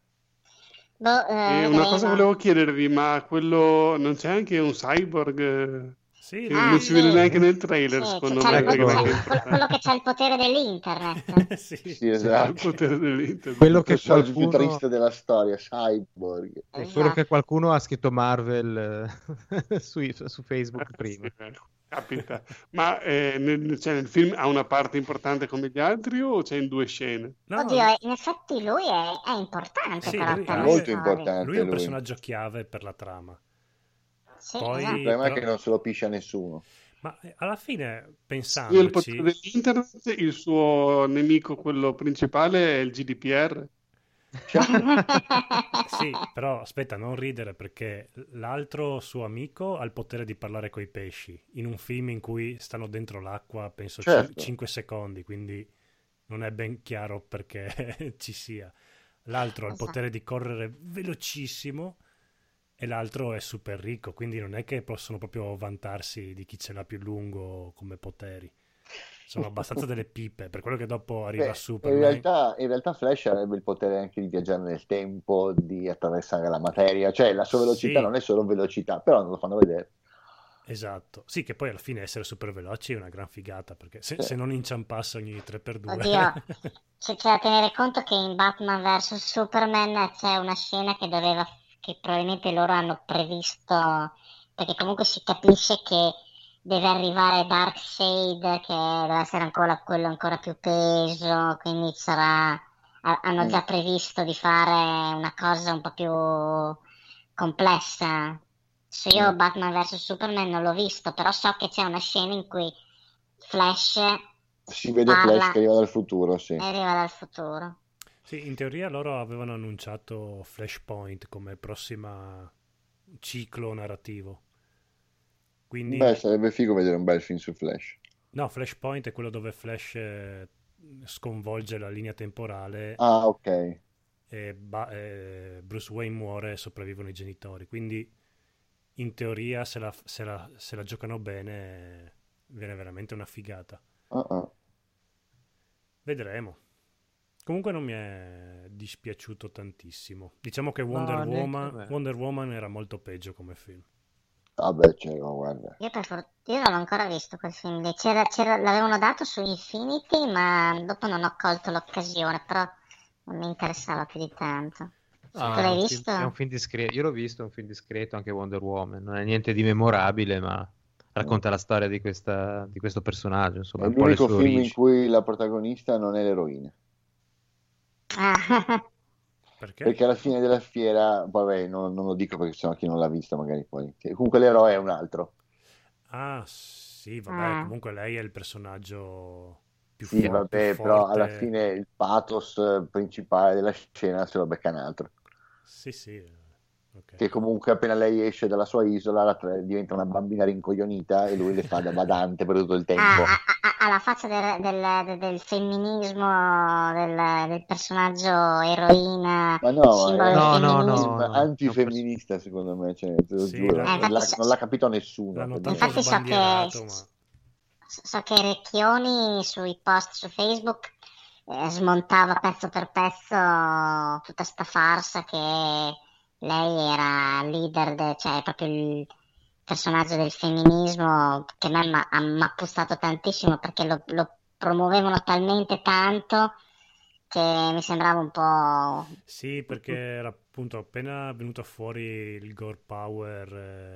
E una cosa volevo chiedervi, ma quello non c'è anche un cyborg Sì, che non si vede neanche nel trailer, secondo me. Quello che c'ha il potere dell'internet. Sì, esatto. Il potere dell'internet. Quello che il personaggio più qualcuno... triste della storia, Cyborg. Quello che qualcuno ha scritto Marvel su Facebook prima. Capita. Ma nel film ha una parte importante come gli altri o c'è in due scene? No, Oddio, in effetti lui è importante sì, però lui per È la molto storia. importante. Lui è un lui. personaggio chiave per la trama. Sì, Poi, esatto. Il problema è però- che non se lo piscia nessuno. Ma alla fine, Il pensandoci, potere dell'internet, il suo nemico, quello principale, è il GDPR. sì, però aspetta, non ridere perché l'altro suo amico ha il potere di parlare coi pesci in un film in cui stanno dentro l'acqua, penso Certo. 5 secondi, quindi non è ben chiaro perché ci sia. L'altro ha il Esatto. potere di correre velocissimo e l'altro è super ricco, quindi non è che possono proprio vantarsi di chi ce l'ha più lungo come poteri. Sono abbastanza delle pippe, per quello che dopo arriva Beh, Superman. in realtà Flash avrebbe il potere anche di viaggiare nel tempo, di attraversare la materia, cioè la sua velocità Sì, non è solo velocità, però non lo fanno vedere. esatto. Sì, che poi alla fine essere super veloci è una gran figata, perché se, Sì. se non inciampasse ogni 3x2... Oddio, c'è da tenere conto che in Batman vs Superman c'è una scena che probabilmente loro hanno previsto, perché comunque si capisce che deve arrivare Darkseid, che deve essere ancora quello ancora più peso, quindi hanno Mm. già previsto di fare una cosa un po' più complessa. Se io Mm. Batman vs Superman non l'ho visto, però so che c'è una scena in cui Flash Si vede Flash parla che arriva dal futuro, sì. e arriva dal futuro. Sì, in teoria loro avevano annunciato Flashpoint come prossima ciclo narrativo. Quindi, Beh, sarebbe figo vedere un bel film su Flash. no, Flashpoint è quello dove Flash sconvolge la linea temporale Ah, ok. e Bruce Wayne muore e sopravvivono i genitori. Quindi, in teoria, se la giocano bene, viene veramente una figata. Ah. Vedremo. Comunque non mi è dispiaciuto tantissimo. Diciamo che No, neanche a me. Wonder Woman era molto peggio come film. Vabbè, cioè, no, guarda. Io non l'ho ancora visto quel film lì. L'avevano dato su Infinity, ma dopo non ho colto l'occasione, però non mi interessava più di tanto. Tu No, l'hai visto? è un film discreto. Io l'ho visto, è un film discreto, anche Wonder Woman. Non è niente di memorabile, ma racconta la storia di questo personaggio, insomma, È un po' le l'unico sue film in origini. cui la protagonista non è l'eroina. Ah, Perché? Perché alla fine della fiera, vabbè, non lo dico perché sennò chi non l'ha vista magari poi. Comunque l'eroe è un altro. Ah, sì, vabbè, ah. comunque lei è il personaggio più, Sì, più vabbè, però alla forte. fine il pathos principale della scena se lo becca un altro. Sì, sì, ok. Che comunque appena lei esce dalla sua isola diventa una bambina rincoglionita e lui le fa da badante per tutto il tempo. Alla faccia del femminismo, del personaggio eroina, Ma no, simbolo del No, è un no, femminismo. film no. antifemminista secondo me, cioè, te lo Sì, giuro, infatti non l'ha capito nessuno. l'hanno per tanto niente. Infatti sbandierato, ma... so che Recchioni sui post su Facebook smontava pezzo per pezzo tutta sta farsa che lei era leader, cioè proprio il personaggio del femminismo che a me m'ha appustato tantissimo perché lo promuovevano talmente tanto che mi sembrava un po'... Sì, perché era appunto appena venuto fuori il girl power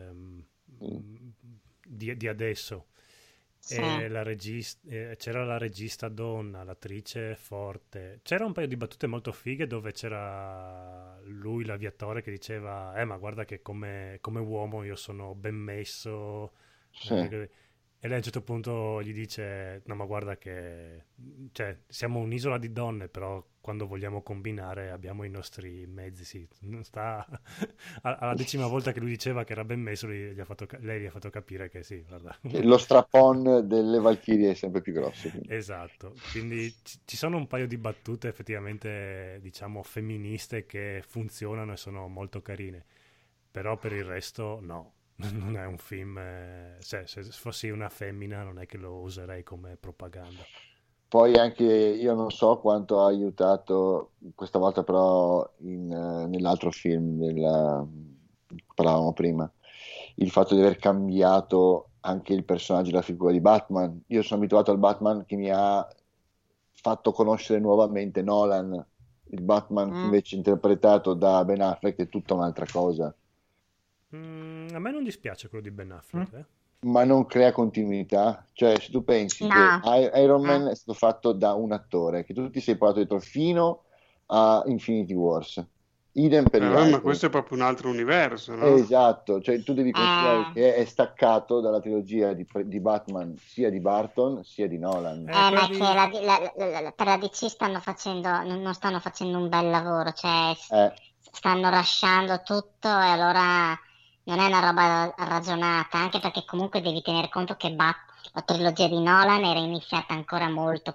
di adesso. Sì. E c'era la regista donna, l'attrice forte. C'era un paio di battute molto fighe dove c'era lui, l'aviatore, che diceva: ma guarda che come uomo io sono ben messo. Sì. E lei a un certo punto gli dice: no, ma guarda che cioè, siamo un'isola di donne, però quando vogliamo combinare abbiamo i nostri mezzi. Sì, non sta... alla 10ª volta che lui diceva che era ben messo, lei gli ha fatto capire che sì, guarda. Lo strapon delle Valchirie è sempre più grosso. Quindi. Esatto, quindi ci sono un paio di battute effettivamente, diciamo, femministe che funzionano e sono molto carine, però per il resto no. Non è un film, se fossi una femmina non è che lo userei come propaganda. Poi anche io non so quanto ha aiutato, questa volta però nell'altro film parlavamo prima, il fatto di aver cambiato anche il personaggio e la figura di Batman. Io sono abituato al Batman che mi ha fatto conoscere nuovamente Nolan, il Batman invece interpretato da Ben Affleck è tutta un'altra cosa. A me non dispiace quello di Ben Affleck, Ma non crea continuità, cioè se tu pensi No. che Iron Man è stato fatto da un attore che tu ti sei portato dietro fino a Infinity Wars, idem per gli Ma altri. questo è proprio un altro universo, no? Esatto, cioè tu devi considerare che è staccato dalla trilogia di Batman sia di Barton sia di Nolan. ma che per la DC non stanno facendo un bel lavoro, cioè stanno lasciando tutto e allora non è una roba ragionata, anche perché comunque devi tenere conto che la trilogia di Nolan era iniziata ancora molto,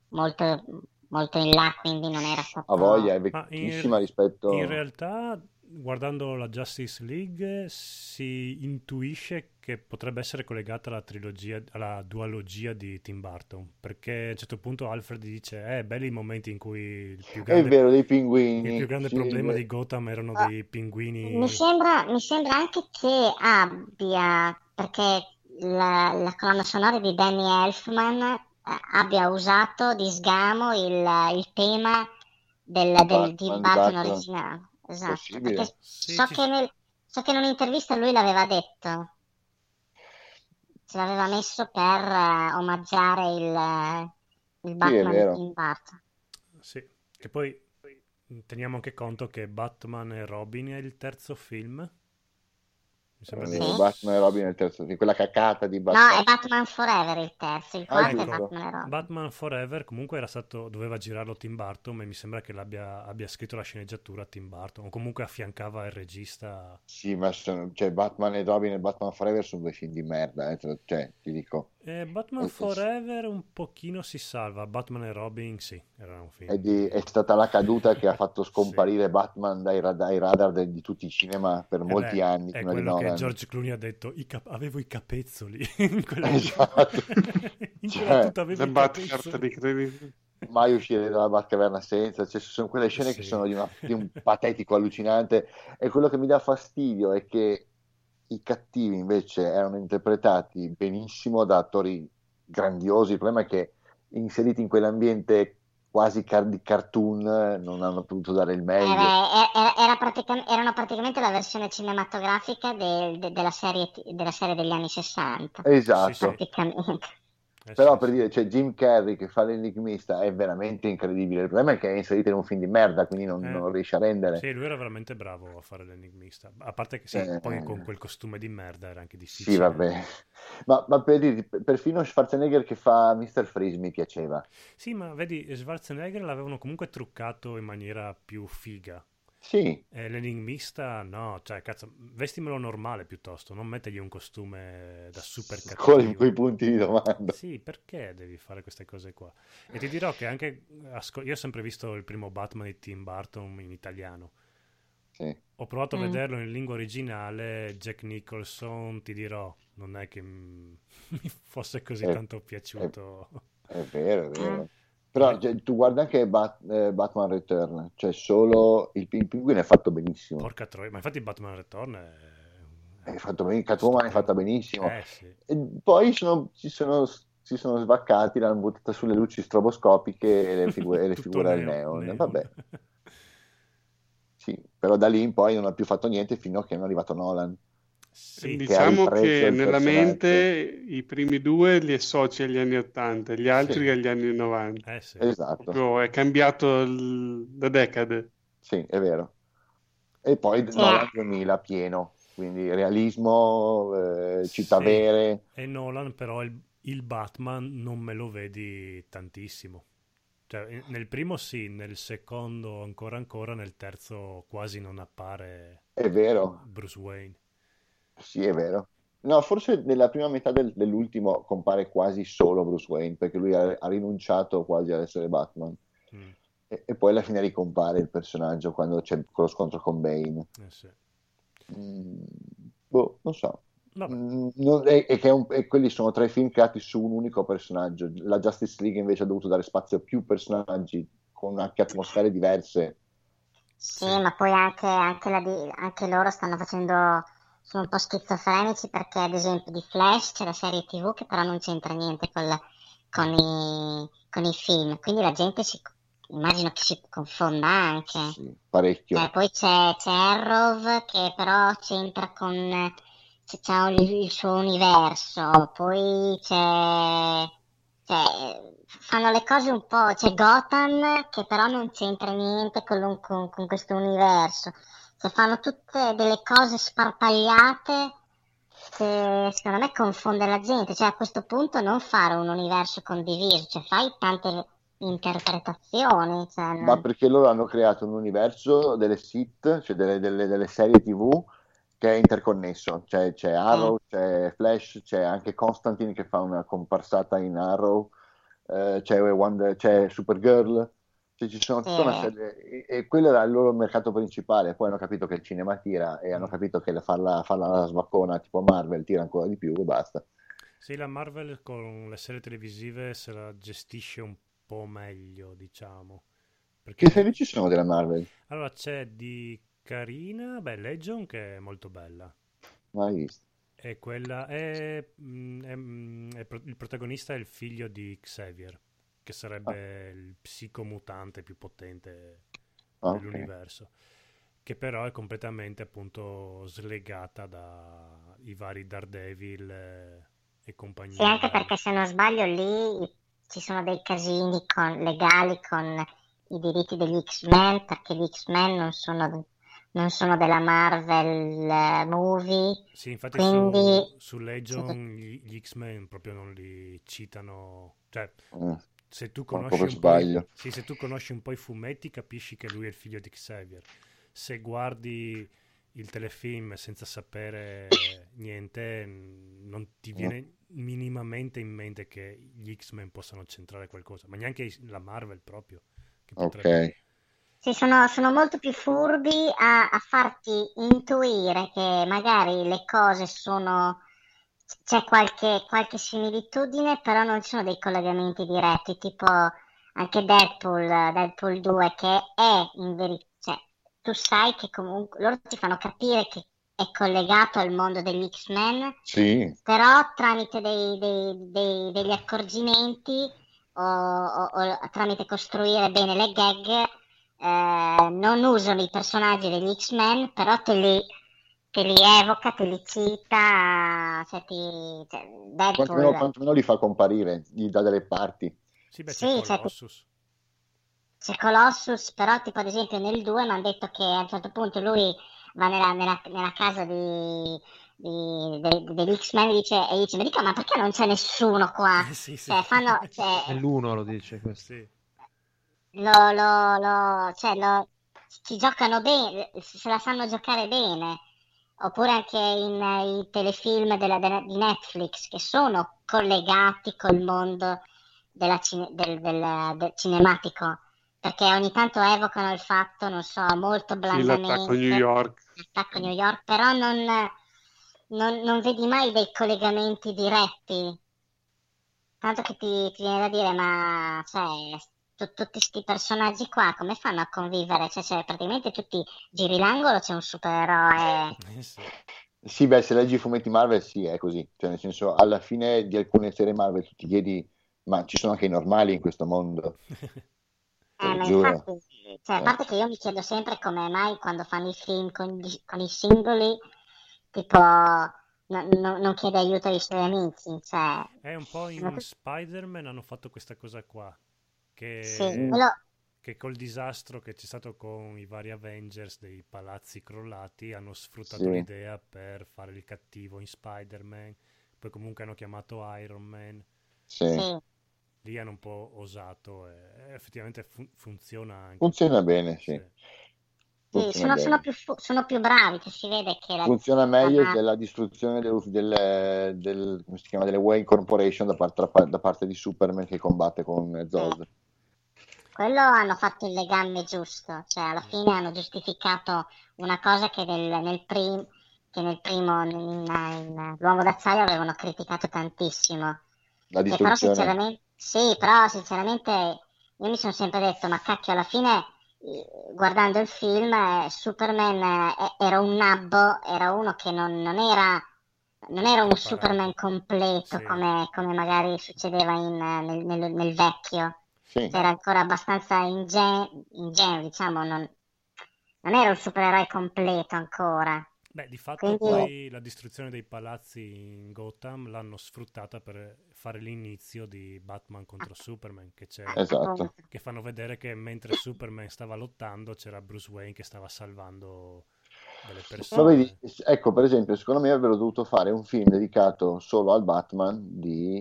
molto, molto in là, quindi non era A stato... voglia, è vecchissima rispetto... In realtà guardando la Justice League si intuisce che potrebbe essere collegata alla trilogia, alla dualogia di Tim Burton, perché a un certo punto Alfred dice belli i momenti in cui È vero, dei il più pinguini. grande Sì, problema di Gotham erano Ah, dei mi pinguini. sembra anche che abbia, perché la colonna sonora di Danny Elfman abbia usato di sgamo il tema di Batman, di Batman Batman. originale. Esatto, Possibile. perché Sì, so che in un'intervista lui l'aveva detto, ce l'aveva messo per omaggiare il Sì, è Batman di vero. Tim Burton. sì. Che poi teniamo anche conto che Batman e Robin è il terzo film, mi sembra di sì. Sì? Batman e Robin è il terzo, sì, quella cacata di No, Batman. è Batman Forever il terzo, il Ah, è quarto è giusto. Batman e Robin. Batman Forever comunque doveva girarlo Tim Burton, ma mi sembra che abbia scritto la sceneggiatura Tim Burton, o comunque affiancava il regista. Sì, ma cioè, Batman e Robin e Batman Forever sono due film di merda, cioè, ti dico. Batman Forever un pochino si salva, Batman e Robin sì, era un film È di... stata la caduta che ha fatto Sì. scomparire Batman dai radar di tutti i cinema per molti anni È prima di quello che Nolan. George Clooney ha detto, avevo i capezzoli in quella, Esatto. in quella Cioè, tuta avevo Le i Batcart capezzoli. di credito. mai uscire dalla Batcaverna senza, cioè, ci sono quelle scene che Sì. sono di un patetico allucinante, e quello che mi dà fastidio è che i cattivi invece erano interpretati benissimo da attori grandiosi. Il problema è che inseriti in quell'ambiente quasi di cartoon non hanno potuto dare il meglio. Erano praticamente la versione cinematografica della serie degli anni 60, Esatto. praticamente. Però Sì, per sì. dire, c'è Jim Carrey che fa l'enigmista, è veramente incredibile. Il problema è che è inserito in un film di merda, quindi non riesce a rendere. Sì, lui era veramente bravo a fare l'enigmista. A parte che sì, poi con Eh, quel costume di merda era anche sì, difficile. vabbè. Ma per dire, perfino Schwarzenegger che fa Mr. Freeze mi piaceva. Sì, ma vedi, Schwarzenegger l'avevano comunque truccato in maniera più figa. Sì, L'enigmista no, cioè cazzo, vestimelo normale piuttosto, non mettergli un costume da super con cattivo. quei punti di domanda. Sì, perché devi fare queste cose qua? E ti dirò che anche io ho sempre visto il primo Batman di Tim Burton in italiano. Sì, Ho provato a Mm. vederlo in lingua originale, Jack Nicholson, ti dirò, non è che mi fosse così è, tanto è- piaciuto. è vero, è Mm. vero. Però cioè, tu guarda anche Batman Return, cioè solo il pinguino è fatto benissimo. Porca troia, ma infatti Batman Return È fatto benissimo, Catwoman è fatta stupendo. benissimo. Sì. E poi si sono svaccati, l'hanno buttata sulle luci stroboscopiche e le Tutto figure al neon. neon. Vabbè, sì, però da lì in poi non ha più fatto niente fino a che non è arrivato Nolan, Sì, che ha Diciamo ripreso che il nella personaggio. mente i primi due li associ agli anni 80, gli altri Sì, agli anni 90. sì. esatto, Proprio è cambiato la decade. sì, è vero. E poi Sì, Nolan 2000 pieno, quindi realismo, città Sì. vere. E Nolan però il Batman non me lo vedi tantissimo. Cioè, nel primo sì, nel secondo ancora, nel terzo quasi non appare È vero, Bruce Wayne. sì, è vero. No, forse nella prima metà dell'ultimo compare quasi solo Bruce Wayne, perché lui ha rinunciato quasi ad essere Batman. Mm, E poi alla fine ricompare il personaggio quando c'è quello scontro con Bane. sì. Mm, boh, non so. Vabbè, E quelli sono tre film creati su un unico personaggio. La Justice League invece ha dovuto dare spazio a più personaggi con anche atmosfere diverse. sì, sì. ma poi anche loro stanno sono un po' schizofrenici perché ad esempio di Flash c'è la serie TV che però non c'entra niente con i film, quindi la gente immagino che si confonda anche. Sì, parecchio. Poi c'è Arrow che però c'entra c'ha il suo universo, poi fanno le cose un po', c'è Gotham che però non c'entra niente con questo universo, cioè fanno tutte delle cose sparpagliate che secondo me confonde la gente, cioè a questo punto non fare un universo condiviso, cioè fai tante interpretazioni, cioè, Ma perché loro hanno creato un universo delle sit, cioè delle serie TV che è interconnesso. C'è Arrow, c'è Flash, c'è anche Constantine che fa una comparsata in Arrow, c'è Supergirl, Cioè, ci sono tutta una serie, e quello era il loro mercato principale. Poi hanno capito che il cinema tira e hanno capito che farla la svaccona tipo Marvel tira ancora di più e basta. Sì, la Marvel con le serie televisive se la gestisce un po' meglio, diciamo. Perché Che serie ci sono della Marvel? allora c'è di carina, beh, Legion che è molto bella. Mai visto. E quella il protagonista è il figlio di Xavier, che Ah, sarebbe il psicomutante più potente ok. dell'universo, che però è completamente appunto slegata dai vari Daredevil e Sì, compagnia anche bella. perché se non sbaglio lì ci sono dei casini legali con i diritti degli X-Men, perché gli X-Men non sono della Marvel Movie, Sì, infatti quindi su sì, Legion gli X-Men proprio non li citano, cioè Mm, se tu manco conosci per un po' sbaglio. sì, se tu conosci un po' i fumetti capisci che lui è il figlio di Xavier. Se guardi il telefilm senza sapere niente, non ti Mm, viene minimamente in mente che gli X-Men possano centrare qualcosa, ma neanche la Marvel proprio, che ok. potrebbe... sì, sono molto più furbi a farti intuire che magari le cose sono, c'è qualche similitudine, però non ci sono dei collegamenti diretti, tipo anche Deadpool 2, che è in verità, cioè, tu sai che comunque loro ti fanno capire che è collegato al mondo degli X-Men, Sì, però tramite degli accorgimenti o tramite costruire bene le gag, non usano i personaggi degli X-Men, però te li evoca, te li cita, cioè, Deadpool, quantomeno li fa comparire, gli dà delle parti. Sì, beh, c'è sì, Colossus. c'è Colossus, però tipo ad esempio nel 2 mi hanno detto che a un certo punto lui va nella casa degli X-Men e dice, ma dica, ma perché non c'è nessuno qua? Sì, sì. Cioè, cioè, Nell'uno lo dice questo. Sì. cioè, ci giocano bene, se la sanno giocare bene. Oppure anche i telefilm di Netflix che sono collegati col mondo del cinematico, perché ogni tanto evocano il fatto, non so, molto Sì, l'attacco a New blandamente, York. l'attacco a New York, però non vedi mai dei collegamenti diretti. Tanto che ti viene da dire, ma cioè, tutti questi personaggi qua come fanno a convivere? Cioè, praticamente tutti giri l'angolo, c'è un supereroe. Sì. Sì, beh, se leggi i fumetti Marvel, sì, è così. Cioè, nel senso, alla fine di alcune serie Marvel tu ti chiedi, ma ci sono anche i normali in questo mondo? Te lo Ma giuro. infatti, cioè, a Eh, parte che io mi chiedo sempre come mai quando fanno i film con i singoli, tipo, non chiede aiuto ai suoi amici, cioè, È un po' sono in tutti- Spider-Man hanno fatto questa cosa qua, sì, mm, che, quello, che col disastro che c'è stato con i vari Avengers dei palazzi crollati hanno sfruttato sì, l'idea per fare il cattivo in Spider-Man, poi comunque hanno chiamato Iron Man, sì. sì. lì hanno un po' osato e effettivamente funziona anche. Funziona bene, Sì. sì. Sì, Funziona bene. sono più bravi, che si vede che Funziona la meglio Marvel. della distruzione come si chiama, delle Wayne Corporation da parte di Superman che combatte con Sì. Zod. Quello hanno fatto il legame giusto, cioè alla fine hanno giustificato una cosa che nel primo L'Uomo d'Acciaio avevano criticato tantissimo. La Che però distruzione. sinceramente, sì, però sinceramente io mi sono sempre detto, ma cacchio, alla fine guardando il film, Superman era un nabbo, era uno che non era un Superman Preparato. completo Sì. come magari succedeva nel vecchio. Sì. C'era ancora abbastanza ingenuo, diciamo, non era un supereroe completo ancora. Beh, di fatto Quindi, poi la distruzione dei palazzi in Gotham l'hanno sfruttata per fare l'inizio di Batman contro Superman, Esatto. appunto, che fanno vedere che mentre Superman stava lottando c'era Bruce Wayne che stava salvando delle Ma vedi, persone. ecco, per esempio, secondo me avrebbero dovuto fare un film dedicato solo al Batman di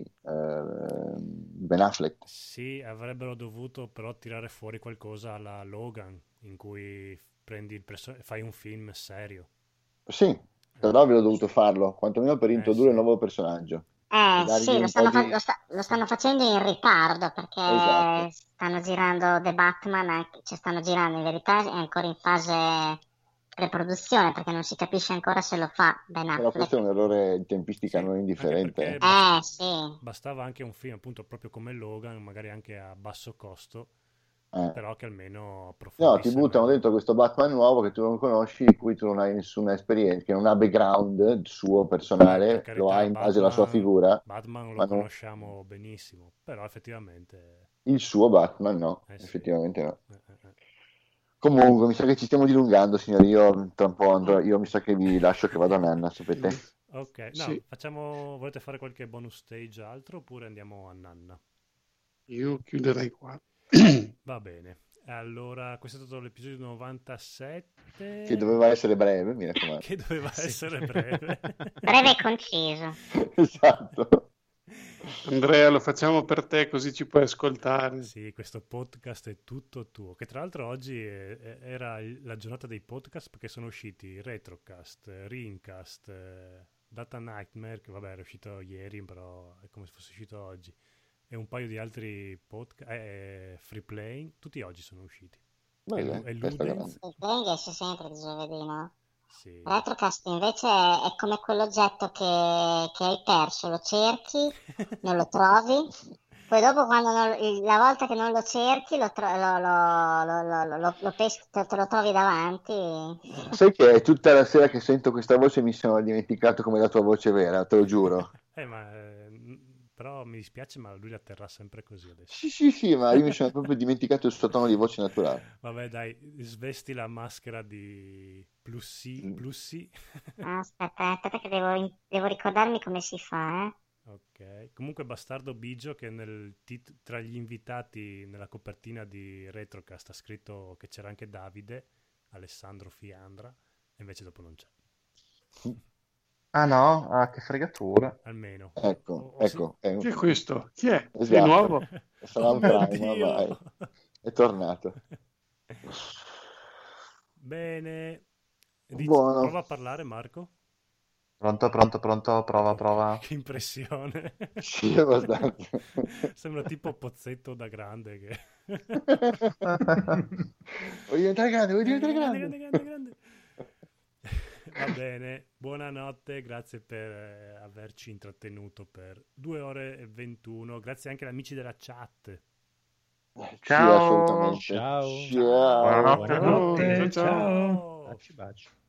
Ben Affleck. Sì, avrebbero dovuto però tirare fuori qualcosa alla Logan, in cui fai un film serio. Sì, però avrebbero dovuto farlo, quantomeno per introdurre Sì. il nuovo personaggio. dargli Sì, un po' di... lo stanno facendo in ritardo perché Esatto. stanno girando The Batman, cioè stanno girando in verità è ancora in fase preproduzione perché non si capisce ancora se lo fa Ben Però questo è Affleck. un errore di tempistica Sì, non anche indifferente. perché Sì. bastava anche un film, appunto, proprio come Logan, magari anche a basso costo, Eh. però che almeno No, approfondisse ti buttano meglio. dentro questo Batman nuovo che tu non conosci, di cui tu non hai nessuna esperienza, che non ha background suo Per personale, lo ha carità, in base alla sua figura, Batman lo ma non conosciamo benissimo, però effettivamente... il suo Batman, no, sì. effettivamente no. Eh. Comunque, mi sa che ci stiamo dilungando, signori. Io tra un po' andrò, io mi sa che vi lascio che vado a nanna, sapete? Ok, no, Sì. volete fare qualche bonus stage altro oppure andiamo a nanna? Io chiuderei qua. Va bene, allora questo è stato l'episodio 97 Che doveva essere breve, mi raccomando. che doveva essere breve. Breve e conciso. Esatto. Andrea, lo facciamo per te così ci puoi ascoltare. Sì, questo podcast è tutto tuo. Che tra l'altro oggi era la giornata dei podcast perché sono usciti Retrocast, Rincast, Data Nightmare, che vabbè era uscito ieri, però è come se fosse uscito oggi, e un paio di altri podcast, Free Playing, tutti oggi sono usciti. Bene, E questo è Ludens, grande. Il Playing esce sempre di giovedì, no? sì. Retrocast invece è come quell'oggetto che hai perso, lo cerchi, non lo trovi, poi dopo la volta che non lo cerchi lo peschi, te lo trovi davanti. Sai che è tutta la sera che sento questa voce mi sono dimenticato come la tua voce vera, te lo giuro. Però mi dispiace, ma lui la terrà sempre così adesso. Sì, ma io mi sono proprio dimenticato il suo tono di voce naturale. Vabbè, dai, svesti la maschera di Plussi. Aspetta che devo ricordarmi come si fa, Ok. Comunque Bastardo Bigio che tra gli invitati nella copertina di Retrocast ha scritto che c'era anche Davide, Alessandro Fiandra, e invece dopo non c'è. Ah no? Ah, che fregatura. Almeno. Ecco, Chi è questo? Chi è? Chi è Esatto. nuovo? Sarà Oh un mio trauma, Dio! vai. È tornato. Bene. Buono. Prova a parlare, Marco. Pronto, prova. Che impressione. Sì, abbastanza. Sembra tipo Pozzetto da grande che... Vuoi diventare grande? Grande. Va bene, buonanotte, grazie per averci intrattenuto per 2 ore e 21. Grazie anche agli amici della chat. Sì, Ciao. assolutamente. Ciao. Ciao. Buonanotte. Buonanotte, Ciao. ciao. Baci, baci.